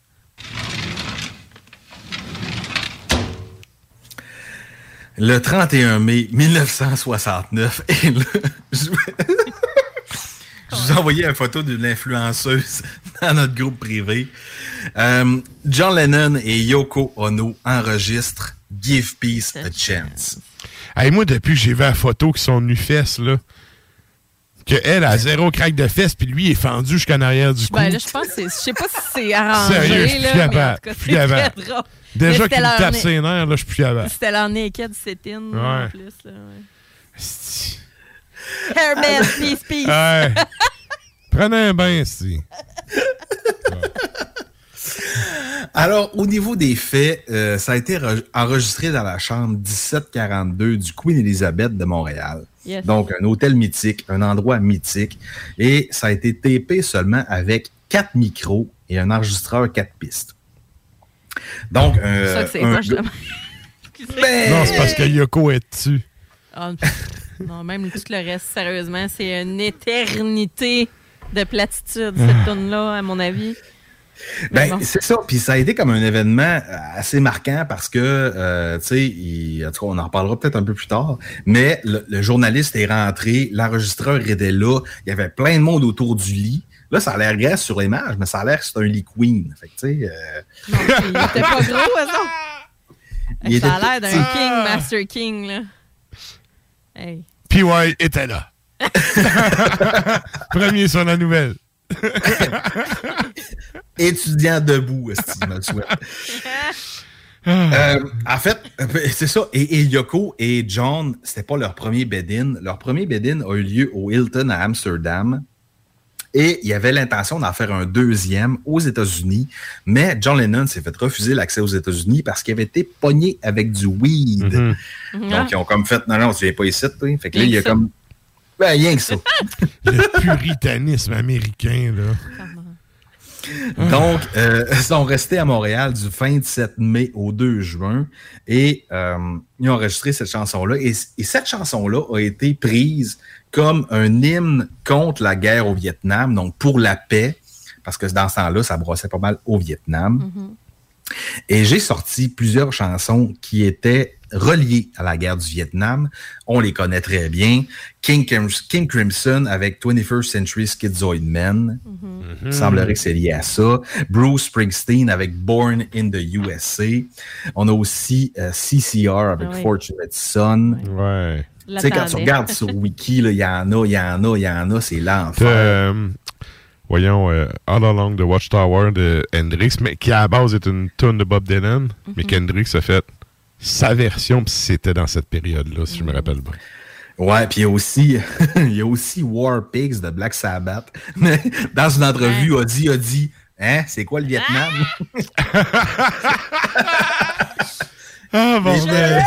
Le trente et un mai mille neuf cent soixante-neuf, et là, je... je vous ai envoyé une photo d'une influenceuse dans notre groupe privé. Euh, John Lennon et Yoko Ono enregistrent Give Peace a Chance. Hey, moi, depuis que j'ai vu la photo qui sont nu-fesses, là, qu'elle a zéro craque de fesses, puis lui est fendu jusqu'en arrière du cou. Ben là, je pense que c'est... Je sais pas si c'est arrangé, Sérieux, je suis là, plus mais en capable, tout cas, plus c'est capable. très drôle. Déjà Mais qu'il me c'était tape leur- ses nerfs, là, je suis plus capable. C'était leur naked sit-in, Ouais. en plus. Là, ouais. Hairband, peace, peace. Ouais. Prenez un bain, si. Alors, au niveau des faits, euh, ça a été re- enregistré dans la chambre dix-sept quarante-deux du Queen Elizabeth de Montréal. Yes. Donc, un hôtel mythique, un endroit mythique. Et ça a été tapé seulement avec quatre micros et un enregistreur quatre pistes. Donc, euh, C'est ça que c'est un moche, gars- là. Ben- Non, c'est parce que Yoko est dessus. Ah, non, même tout le reste, sérieusement, c'est une éternité de platitude, cette tune-là, à mon avis. Ben, bon. c'est ça. Puis ça a été comme un événement assez marquant parce que, euh, tu sais, il- en tout cas, on en reparlera peut-être un peu plus tard, mais le, le journaliste est rentré, l'enregistreur était là, il y avait plein de monde autour du lit. Là, ça a l'air graisse sur l'image, mais ça a l'air que c'est un lit queen. Fait que, tu sais... Euh... Non, il était pas gros, ça. Il Ça a était l'air d'un petit. king, Master King, là. Hey. P Y était là. Premier sur la nouvelle. Étudiant debout, est-ce que je me le souhaite. Euh, en fait, c'est ça. Et, et Yoko et John, c'était pas leur premier bed-in. Leur premier bed-in a eu lieu au Hilton à Amsterdam. Et il y avait l'intention d'en faire un deuxième aux États-Unis. Mais John Lennon s'est fait refuser l'accès aux États-Unis parce qu'il avait été pogné avec du weed. Mm-hmm. Donc, ils ont comme fait, non, non, tu viens pas ici, toi. Fait que là, il y a ça. comme... Ben, rien que ça. Le puritanisme américain, là. Donc, euh, ils sont restés à Montréal du vingt-sept mai au deux juin et euh, ils ont enregistré cette chanson-là. Et, et cette chanson-là a été prise comme un hymne contre la guerre au Vietnam, donc pour la paix, parce que dans ce temps-là, ça brossait pas mal au Vietnam. Mm-hmm. Et j'ai sorti plusieurs chansons qui étaient reliées à la guerre du Vietnam. On les connaît très bien. King, King Crimson avec twenty-first Century Schizoid Men. Mm-hmm. Il semblerait que c'est lié à ça. Bruce Springsteen avec Born in the U S A. On a aussi euh, C C R avec Ah oui. Fortunate Son. Ouais. Tu sais, quand tu regardes sur Wiki, il y en a, il y en a, il y en a, c'est l'enfer. Euh, voyons, euh, All Along the Watchtower de Hendrix, mais qui à la base est une tune de Bob Dylan, Mm-hmm. mais qu'Hendrix a fait sa version, puis c'était dans cette période-là, si je me rappelle bien. Ouais, puis il y a aussi, il y a aussi War Pigs de Black Sabbath. Mais dans une entrevue, Ozzy a dit, hein, c'est quoi le Vietnam? Ah, bordel!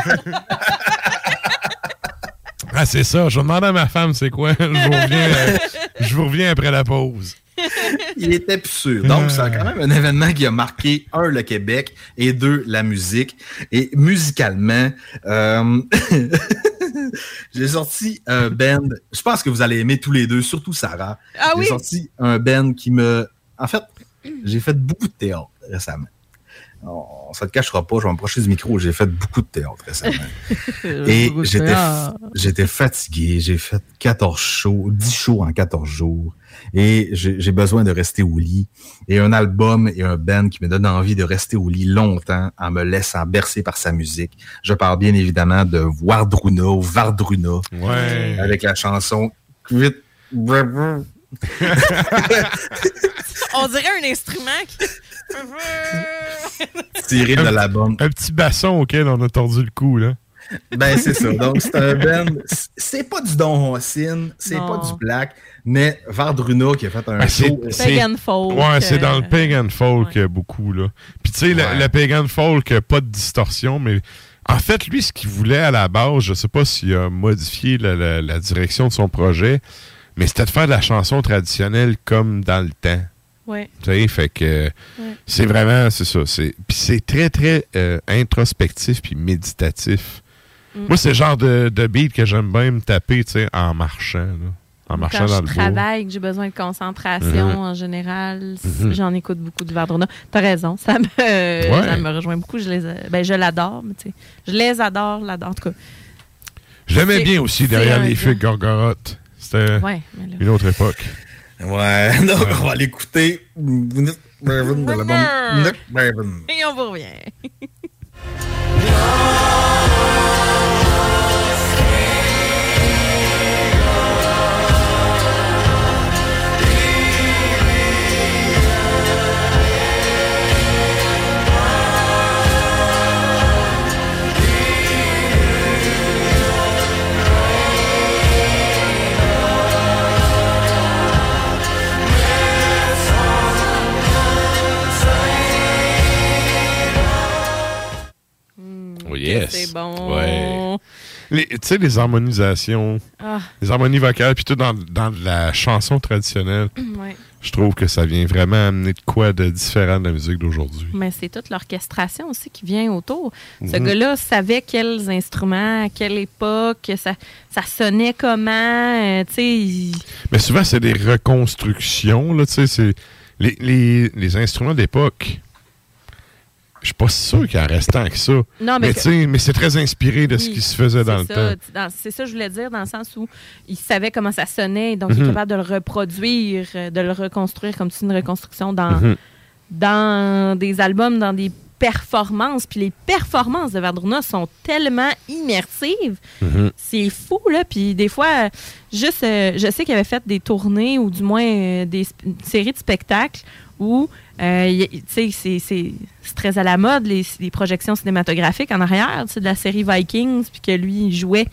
Ah, c'est ça. Je vais demander à ma femme c'est quoi. Je vous reviens, euh, je vous reviens après la pause. Il était plus sûr. Donc, c'est quand même un événement qui a marqué, un, le Québec, et deux, la musique. Et musicalement, euh, j'ai sorti un band, je pense que vous allez aimer tous les deux, surtout Sarah. Ah j'ai oui? sorti un band qui me... En fait, j'ai fait beaucoup de théâtre récemment. On ne se le cachera pas, je vais m'approcher du micro, j'ai fait beaucoup de théâtre récemment. Et j'étais, j'étais fatigué, j'ai fait quatorze shows, dix shows en quatorze jours. Et j'ai, j'ai besoin de rester au lit. Et un album et un band qui me donne envie de rester au lit longtemps en me laissant bercer par sa musique. Je parle bien évidemment de Wardruna ou Vardruna. Ouais. Avec la chanson Quit. On dirait un instrument qui... tiré de l'album. Un petit basson auquel on a tordu le cou, là. Ben, c'est ça. Donc, c'est un band. C'est pas du Don Racine, c'est Non. pas du Black, mais Vardruna qui a fait un Ben, c'est- show. c'est- Pagan folk. Ouais, c'est dans le euh, pagan folk euh, beaucoup, là. Puis tu sais, le, Ouais. le pagan folk, euh, pas de distorsion, mais en fait, lui, ce qu'il voulait à la base, je sais pas s'il a modifié la, la- la direction de son projet, mais c'était de faire de la chanson traditionnelle comme dans le temps. Ouais. Tu sais, fait que Ouais. c'est vraiment, c'est ça. C'est, puis c'est très, très euh, introspectif puis méditatif. Mm. Moi, c'est le genre de, de beat que j'aime bien me taper, tu sais, en marchant, là. En marchant Quand dans je le bois. travaille, que j'ai besoin de concentration Mhm. en général, c- Mhm. j'en écoute beaucoup de Vardruna. T'as raison, ça me, ça me rejoint beaucoup. Je, les, a- ben, je l'adore, mais tu sais, je les adore, l'adore. En tout cas, Je l'aimais C'est- bien aussi c'est derrière un les gars. figues Gorgoroth. C'était Ouais, mais là- une autre époque. Ouais, donc on va l'écouter. Nick Raven de l'album Nick Raven. et on vous revient. Let's all yes. C'est bon. Ouais. Tu sais, les harmonisations, ah. les harmonies vocales, puis tout dans, dans la chanson traditionnelle, ouais. je trouve que ça vient vraiment amener de quoi de différent de la musique d'aujourd'hui. Mais c'est toute l'orchestration aussi qui vient autour. Ce Mm-hmm. gars-là savait quels instruments, à quelle époque, ça, ça sonnait comment, euh, tu sais. Il... Mais souvent, c'est des reconstructions, là, tu sais, c'est les, les, les instruments d'époque. Je suis pas sûr qu'il en reste tant que ça. Non, mais, mais, que... mais c'est très inspiré de oui, ce qui se faisait dans le ça, temps. Dans, c'est ça que je voulais dire, dans le sens où il savait comment ça sonnait, donc mm-hmm. il est capable de le reproduire, de le reconstruire comme si une reconstruction dans, mm-hmm. dans des albums, dans des performances. Puis les performances de Wardruna sont tellement immersives. Mm-hmm. C'est fou, là. Puis des fois, juste, euh, je sais qu'il avait fait des tournées ou du moins euh, des sp- une série de spectacles où euh, c'est, c'est, c'est très à la mode, les, les projections cinématographiques en arrière de la série Vikings, puis que lui, il jouait.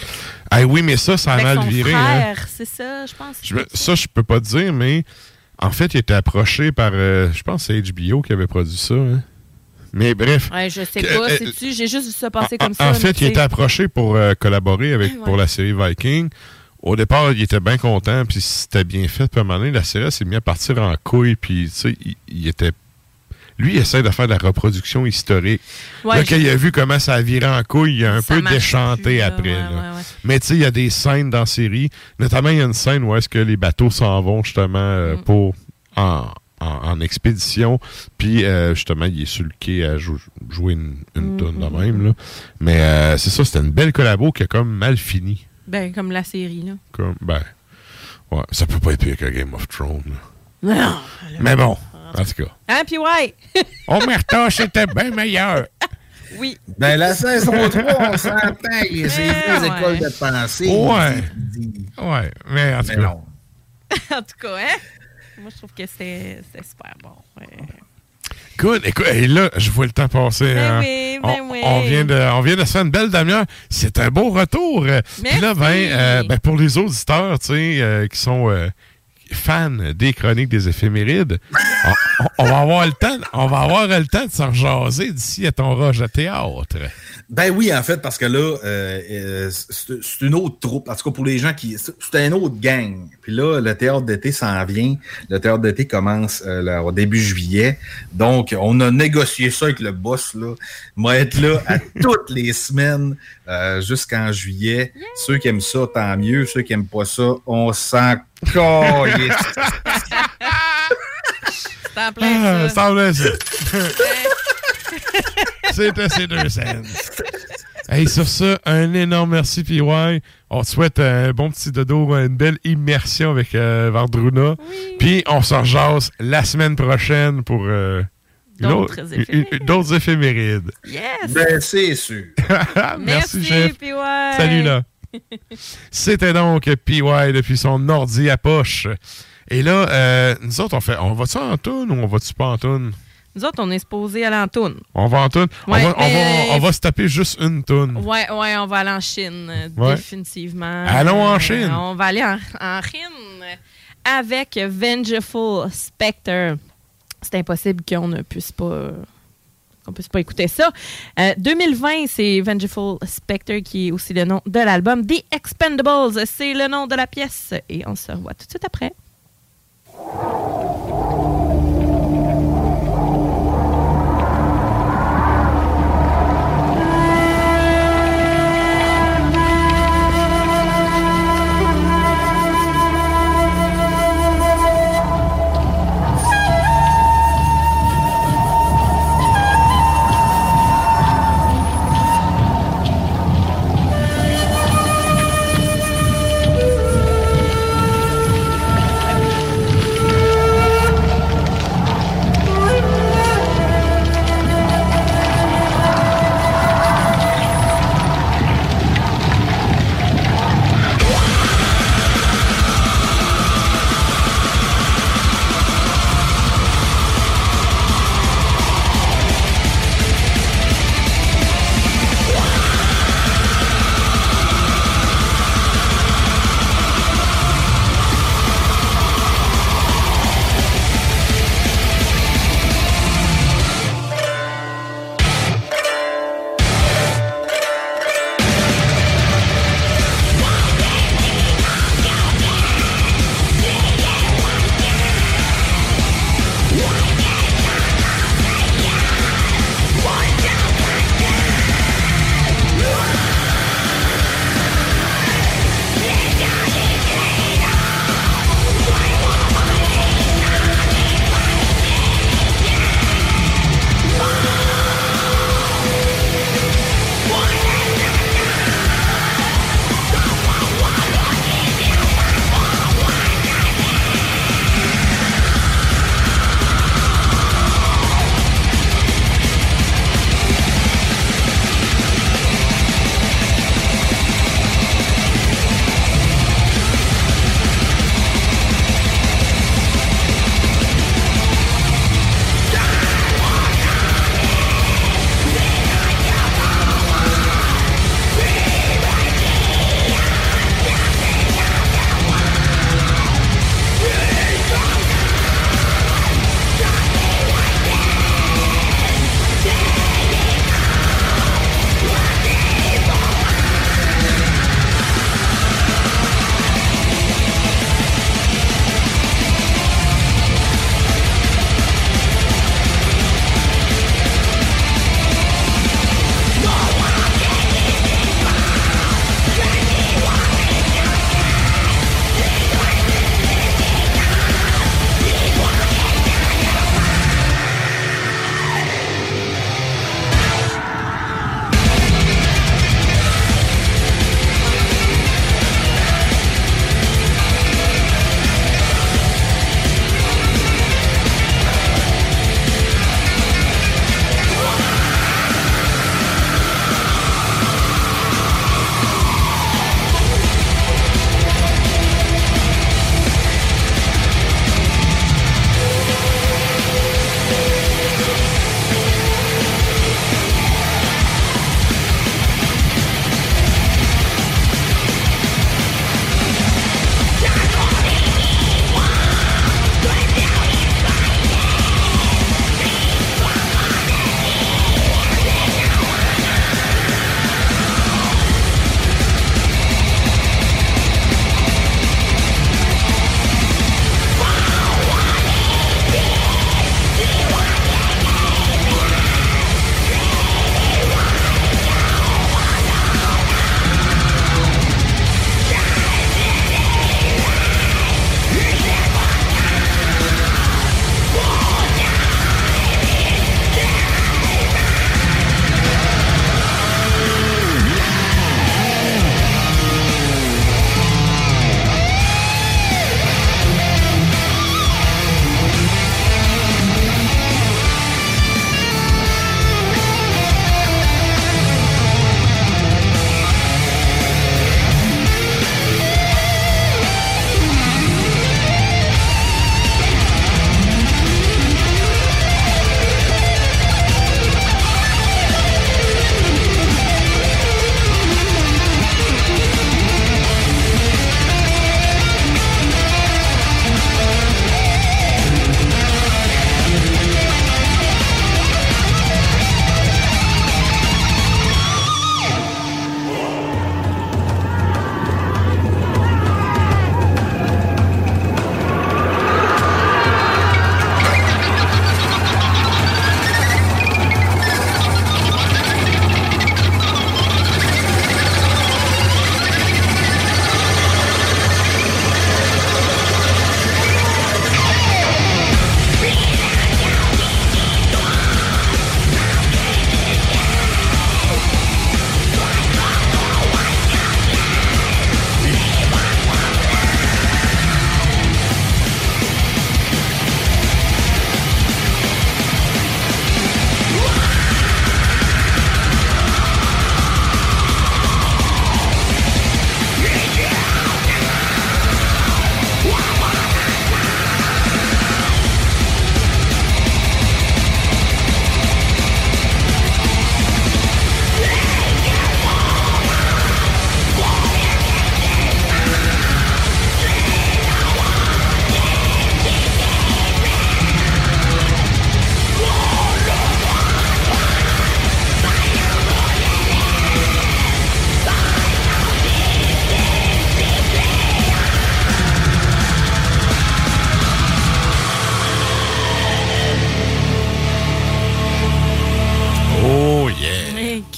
Ah oui, mais ça, ça a mal viré. Frère, hein? C'est ça, je pense. Je, ça, je peux pas te dire, mais en fait, il était approché par, euh, je pense que c'est H B O qui avait produit ça. Hein? Mais bref. Ouais, je sais pas, euh, sais-tu, j'ai juste vu ça passer en, comme ça. En fait, il était approché pour euh, collaborer avec, ouais. pour la série Vikings. Au départ, il était bien content, puis c'était bien fait. Puis à un moment donné, la série s'est mise à partir en couille, puis tu sais, il, il était... Lui, il essaie de faire de la reproduction historique. Ouais, là, quand il a vu comment ça a viré en couille, il a un peu déchanté plus, après. Ouais, là. Ouais, ouais. Mais tu sais, il y a des scènes dans la série. Notamment, il y a une scène où est-ce que les bateaux s'en vont justement euh, mm. pour... En, en, en expédition. Puis euh, justement, il est sur le quai à jou- jouer une, une mm-hmm. toune de même. Là. Mais euh, c'est ça, c'était une belle collabo qui a comme mal fini. Ben, comme la série, là. Comme, ben, ouais, ça peut pas être pire que Game of Thrones. Là. Non. Mais bon, en tout cas. Hein, puis ouais. Omerta, c'était bien meilleur. Oui. Ben, la saison trois, on s'entend. C'est les ouais. écoles de pensée. Ouais. Ouais, mais en tout mais cas. Non. En tout cas, hein? Moi, je trouve que c'était, c'était super bon. Ouais. Écoute, écoute, et là, je vois le temps passer. Ben hein. oui, ben on, oui. on, vient de, on vient de se faire une belle demi-heure. C'est un beau retour. Puis là, ben, euh, ben, pour les auditeurs, tu sais, euh, qui sont euh, fans des chroniques des éphémérides, on, on, va avoir le temps, on va avoir le temps de s'en rejaser d'ici à ton rush de théâtre. Ben oui, en fait, parce que là, euh, euh, c'est, c'est une autre troupe. En tout cas, pour les gens qui... C'est, c'est une autre gang. Puis là, le théâtre d'été s'en vient. Le théâtre d'été commence euh, là, au début juillet. Donc, on a négocié ça avec le boss, là. Il va être là à toutes les semaines euh, jusqu'en juillet. Yeah. Ceux qui aiment ça, tant mieux. Ceux qui aiment pas ça, on s'en calisse. C'est en plein ça. C'est en plein ça. C'était ces deux scènes. Hey, sur ça, un énorme merci, P Y. On te souhaite un bon petit dodo, une belle immersion avec euh, Wardruna. Oui. Puis on s'en rejase la semaine prochaine pour euh, d'autres, éphémérides. d'autres éphémérides. Yes! Ben, c'est sûr. merci, merci, chef. P Y. Salut, là. C'était donc P Y depuis son ordi à poche. Et là, euh, nous autres, on fait, on va-tu en toune ou on va-tu pas en toune? Nous autres, on est supposé aller en toune. On va en toune? Ouais, on, va, mais... on, va, on va se taper juste une toune. Ouais, ouais, on va aller en Chine, ouais. définitivement. Allons en Chine. Euh, on va aller en, en Chine avec Vengeful Spectre. C'est impossible qu'on ne puisse pas... qu'on puisse pas écouter ça. Euh, deux mille vingt, c'est Vengeful Spectre qui est aussi le nom de l'album. The Expendables, c'est le nom de la pièce. Et on se revoit tout de suite après.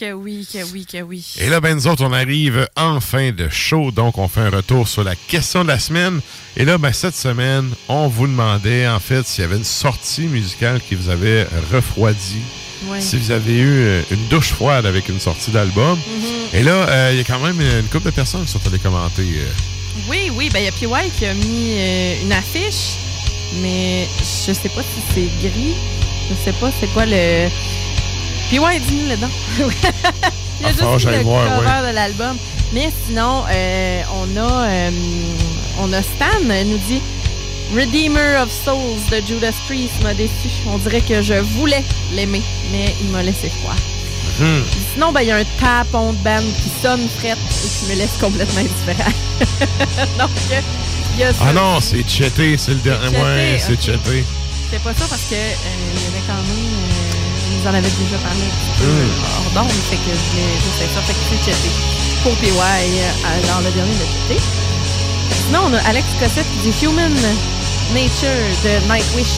que oui, que oui, que oui. Et là, ben, nous autres, on arrive en fin de show, donc on fait un retour sur la question de la semaine. Et là, ben, cette semaine, on vous demandait, en fait, s'il y avait une sortie musicale qui vous avait refroidi. Ouais. Si vous avez eu une douche froide avec une sortie d'album. Mm-hmm. Et là, il euh, y a quand même une couple de personnes qui sont allées commenter. Euh. Oui, oui, ben il y a P Y qui a mis euh, une affiche, mais je sais pas si c'est gris. Je sais pas c'est quoi le... P Y, dis-nous là-dedans. Il y a enfin, juste le voir, cover ouais. de l'album. Mais sinon, euh, on a euh, on a Stan, nous dit... Redeemer of Souls de Judas Priest m'a déçu. On dirait que je voulais l'aimer, mais il m'a laissé froid. Mm. Sinon, ben, il y a un tapon de band qui sonne frette et qui me laisse complètement indifférent. Donc, il y a ça. Ah non, c'est Chetté, c'est le dernier. Ouais, c'est okay. Chetté. C'est pas ça parce que euh, il y avait quand même. Euh, ils en avaient déjà parlé un petit peu mm. hors d'onde, fait que je voulais juste être ça. Fait que c'est Chetté. Pour P Y, euh, dans le dernier de Chetté. Sinon, on a Alex Cossette qui dit Human Nature de Nightwish.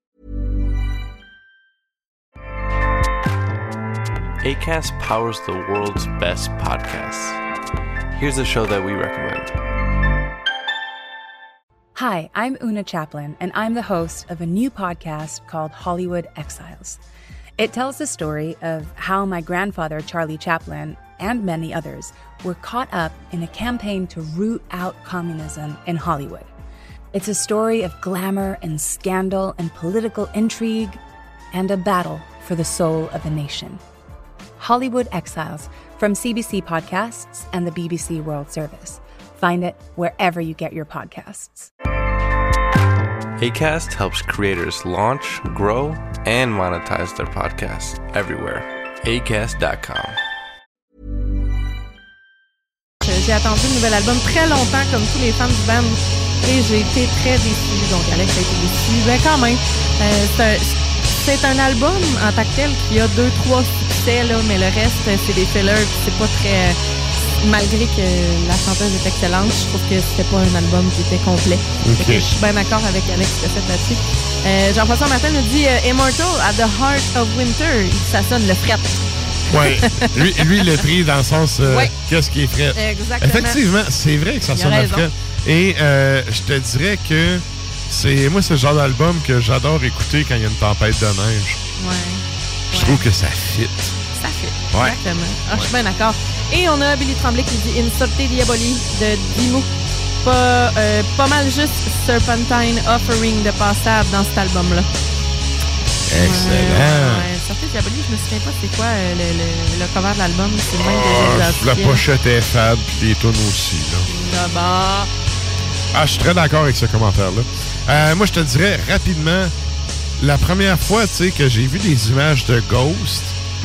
Acast powers the world's best podcasts. Here's a show that we recommend. Hi, I'm Una Chaplin, and I'm the host of a new podcast called Hollywood Exiles. It tells the story of how my grandfather, Charlie Chaplin, and many others were caught up in a campaign to root out communism in Hollywood. It's a story of glamour and scandal and political intrigue and a battle for the soul of a nation. Hollywood Exiles from C B C Podcasts and the B B C World Service. Find it wherever you get your podcasts. Acast helps creators launch, grow, and monetize their podcasts everywhere. acast dot com. J'ai attendu le nouvel album très longtemps, comme tous les fans du band, et j'ai été très déçue. Donc, Alex a été déçu. Ben, quand même, euh, c'est, un, c'est un album en tant que tel qui a deux, trois succès, là, mais le reste, c'est des fillers, puis c'est pas très... Malgré que la chanteuse est excellente, je trouve que c'était pas un album qui était complet. Okay. Je suis bien d'accord avec Alex qui a fait là-dessus. Euh, Jean-François Martin nous dit euh, Immortal at the Heart of Winter. Ça sonne le fret. Oui, lui, lui il l'a pris dans le sens euh, ouais. Qu'est-ce qui est fret. Exactement. Effectivement, c'est vrai que ça sonne le fret. Et euh, je te dirais que c'est moi, c'est le genre d'album que j'adore écouter quand il y a une tempête de neige. Ouais. Je ouais. trouve que ça fit. Ça fit, ouais. exactement. Ah, ouais. Je suis bien d'accord. Et on a Billy Tremblay qui dit Insorte Diaboli de Dimmu. Pas, euh, pas mal juste Serpentine Offering de passable dans cet album-là. Excellent. Ouais, Insorte Diaboli, je me souviens pas c'est quoi euh, le, le, le cover de l'album. C'est le même oh, des La pochette est fade puis les tunes aussi. Là. Ah bah. Ah, je suis très d'accord avec ce commentaire-là. Euh, moi, je te dirais rapidement, la première fois tu sais, que j'ai vu des images de Ghost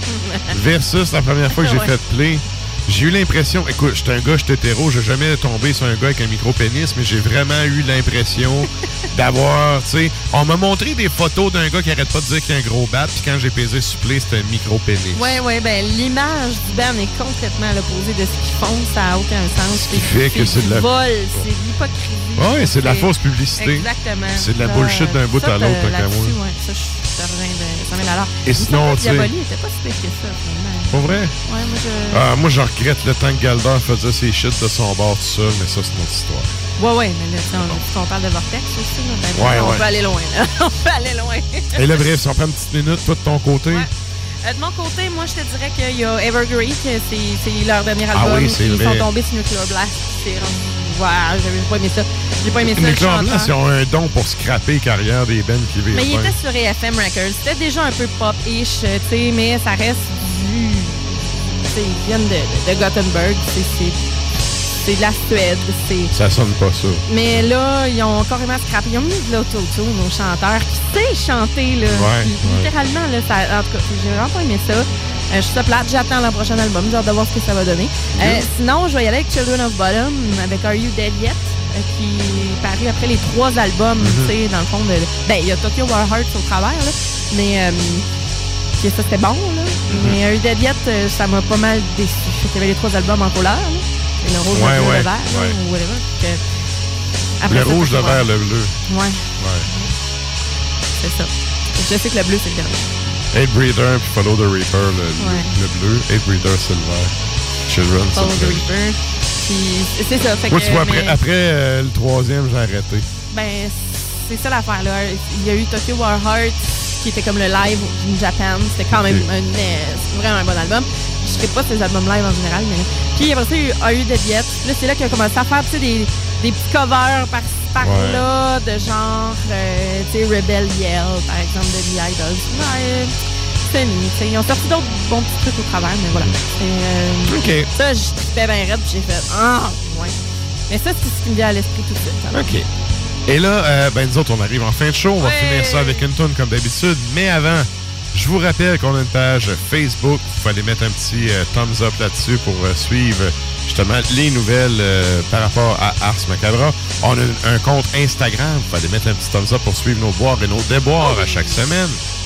versus la première fois que j'ai ouais. fait play, j'ai eu l'impression, écoute, j'étais un gars, j'étais hétéro, j'ai jamais tombé sur un gars avec un micro-pénis, mais j'ai vraiment eu l'impression d'avoir, tu sais, on m'a montré des photos d'un gars qui arrête pas de dire qu'il a un gros bat, puis quand j'ai pesé sur play, c'était un micro-pénis. Ouais, ouais, ben l'image du band est complètement à l'opposé de ce qu'ils font, ça n'a aucun sens. Ce qui fait que c'est de la... vol, c'est de l'hypocrisie. Ouais, c'est de la fausse publicité. Exactement. C'est de la bullshit d'un bout à l'autre, tant qu'à moi. Ouais, ça, je te reviens de... ça mène à l'art. Et sinon, tu sais... Diaboli était pas si pire que ça, finalement. Pas vrai? Ouais, moi, je... Ah, moi, je regrette le temps que Galdor faisait ses shit de son bord tout seul, mais ça, c'est notre histoire. Ouais, ouais, mais là, on, on parle de Vortex aussi. Là, ben, ouais, on ouais. peut aller loin, là. On peut aller loin. Et là, bref, si on prend une petite minute, toi, de ton côté. Ouais. Euh, de mon côté, moi, je te dirais qu'il y a Evergrey, c'est, c'est leur dernier album. Ah oui, c'est Ils vrai. sont tombés sur Nuclear Blast. C'est ouais, j'ai pas aimé ça. J'ai pas aimé ça. Nuclear Blast, ils ont un don pour scraper les carrières des bands qui vivent. Mais il était sur A F M Records. C'était déjà un peu pop-ish, tu sais, mais ça reste du... Ils viennent de, de Gothenburg. C'est, c'est, c'est de la Suède. C'est... Ça sonne pas ça. Mais là, ils ont carrément scrappé. Ils ont mis de l'autotune aux chanteurs qui sait chanter. Là. Ouais, littéralement, ouais. Là, ça, en tout cas, j'ai vraiment pas aimé ça. Euh, je suis ça plate. J'attends le prochain album. J'ai hâte de voir ce que ça va donner. Mm-hmm. Euh, sinon, je vais y aller avec Children of Bottom, avec Are You Dead Yet, euh, qui est paru après les trois albums. Mm-hmm. Tu sais, dans le fond, de, ben, il y a Tokyo War Hearts au travers, là, mais euh, que ça, c'était bon. Là. Mm-hmm. Mais Are You Dead Yet, euh, ça m'a pas mal déçu. Il y avait les trois albums en couleur. Là. Et le rouge, ouais, le bleu, ouais, le vert, ouais. là, ou whatever. Que, après le ça, rouge, le vert, ouais. le bleu. Ouais. Ouais. C'est ça. Je sais que le bleu, c'est le dernier. Hate Breeder puis Follow the Reaper, le, ouais. le, le bleu. Hate Breeder, c'est le vert. Children, Follow the Reaper. Puis c'est ça. Fait Moi, que, tu vois, mais... après, après euh, le troisième, j'ai arrêté. Ben, c'est ça l'affaire, là. Il y a eu Tokyo War Heart, qui était comme le live in Japan. C'était quand même okay. un, euh, vraiment un bon album. Je ne sais pas ces albums live en général, mais... Puis après ça, il y a eu Dead Yet. Là, c'est là qu'il a commencé à faire, tu sais, des, des petits covers par par-là, ouais. de genre, euh, tu sais, Rebel Yell, par exemple, de The Idols. Ouais, c'est mis, tu sais. Ils ont sorti d'autres bons petits trucs au travers, mais voilà. Euh, OK. Ça, je fais bien raide, puis j'ai fait, ah, ouais. Mais ça, c'est ce qui me vient à l'esprit tout de suite. Alors. OK. Et là, euh, ben, nous autres, on arrive en fin de show. On va ouais. finir ça avec une tune comme d'habitude. Mais avant, je vous rappelle qu'on a une page Facebook. Vous allez mettre un petit euh, thumbs up là-dessus pour euh, suivre justement les nouvelles euh, par rapport à Ars Macabra. On a un compte Instagram. Vous allez mettre un petit thumbs up pour suivre nos boires et nos déboires à chaque semaine.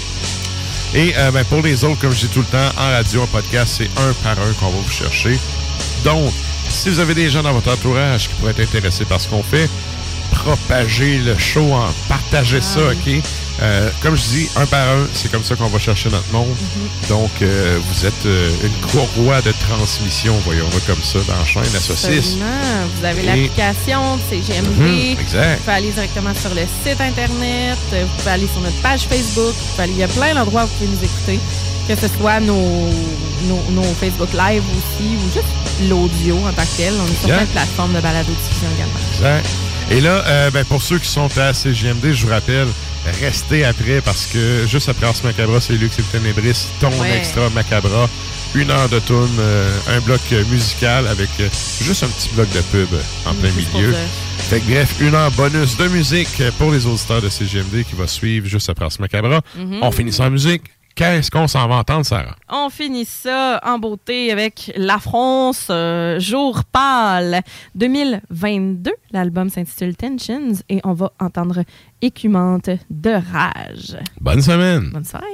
Et euh, ben, pour les autres, comme je dis tout le temps, en radio, en podcast, c'est un par un qu'on va vous chercher. Donc, si vous avez des gens dans votre entourage qui pourraient être intéressés par ce qu'on fait, propagez le show, en partagez ah, ça, oui. OK? Euh, comme je dis, un par un, c'est comme ça qu'on va chercher notre monde. Mm-hmm. Donc, euh, vous êtes euh, une courroie de transmission, voyons-le comme ça, dans la chaîne, la saucisse. Absolument. Vous avez Et... l'application de C G M D. Mm-hmm, exact. Vous pouvez aller directement sur le site Internet. Vous pouvez aller sur notre page Facebook. Vous pouvez aller, il y a plein d'endroits où vous pouvez nous écouter. Que ce soit nos, nos, nos Facebook Live aussi, ou juste l'audio en tant que tel. On est sur plein de plateformes de balado-diffusion également. Exact. Et là, euh, ben, pour ceux qui sont à C G M D, je vous rappelle, restez après parce que juste après Ars Macabra, c'est Lux et le Ténébris, ton ouais. extra Macabra, une heure de tune, euh, un bloc musical avec euh, juste un petit bloc de pub en mmh, plein milieu. Fait que bref, une heure bonus de musique pour les auditeurs de C G M D qui va suivre juste après Ars Macabra. Mmh. On finit ça en musique. Qu'est-ce qu'on s'en va entendre, Sarah? On finit ça en beauté avec La France, euh, Jour pâle, deux mille vingt-deux. L'album s'intitule Tensions et on va entendre Écumante de rage. Bonne semaine. Bonne soirée.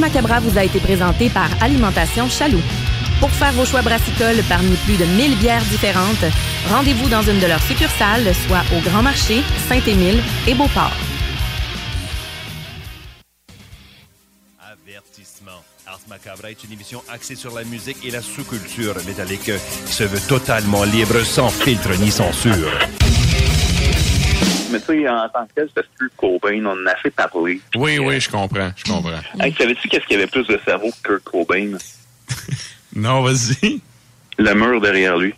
Macabra vous a été présenté par Alimentation Chaloux. Pour faire vos choix brassicoles parmi plus de mille bières différentes, rendez-vous dans une de leurs succursales, soit au Grand Marché, Saint-Émile et Beauport. Avertissement. Ars Macabra est une émission axée sur la musique et la sous-culture métallique qui se veut totalement libre, sans filtre ni censure. Mais tu sais, en tant que tel, c'est Kurt Cobain, on en a fait parler. Oui, oui, je comprends, je comprends. Hey, savais-tu qu'est-ce qu'il y avait plus de cerveau que Kurt Cobain? Non, vas-y. Le mur derrière lui.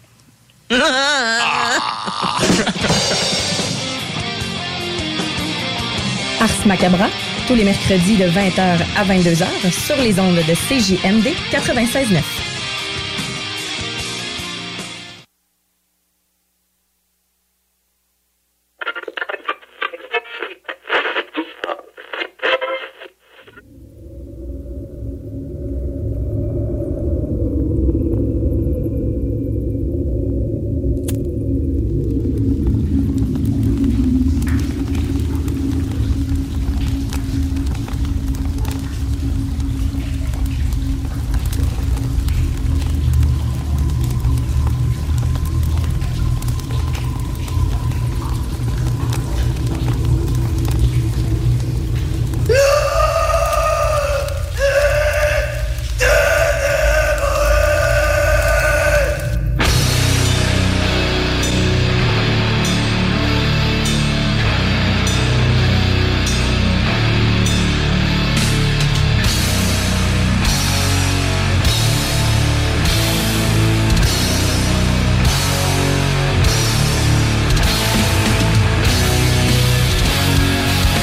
Ars Macabra, tous les mercredis de vingt heures à vingt-deux heures sur les ondes de C J M D quatre-vingt-seize neuf.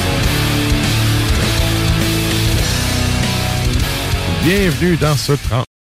Bienvenue dans ce trente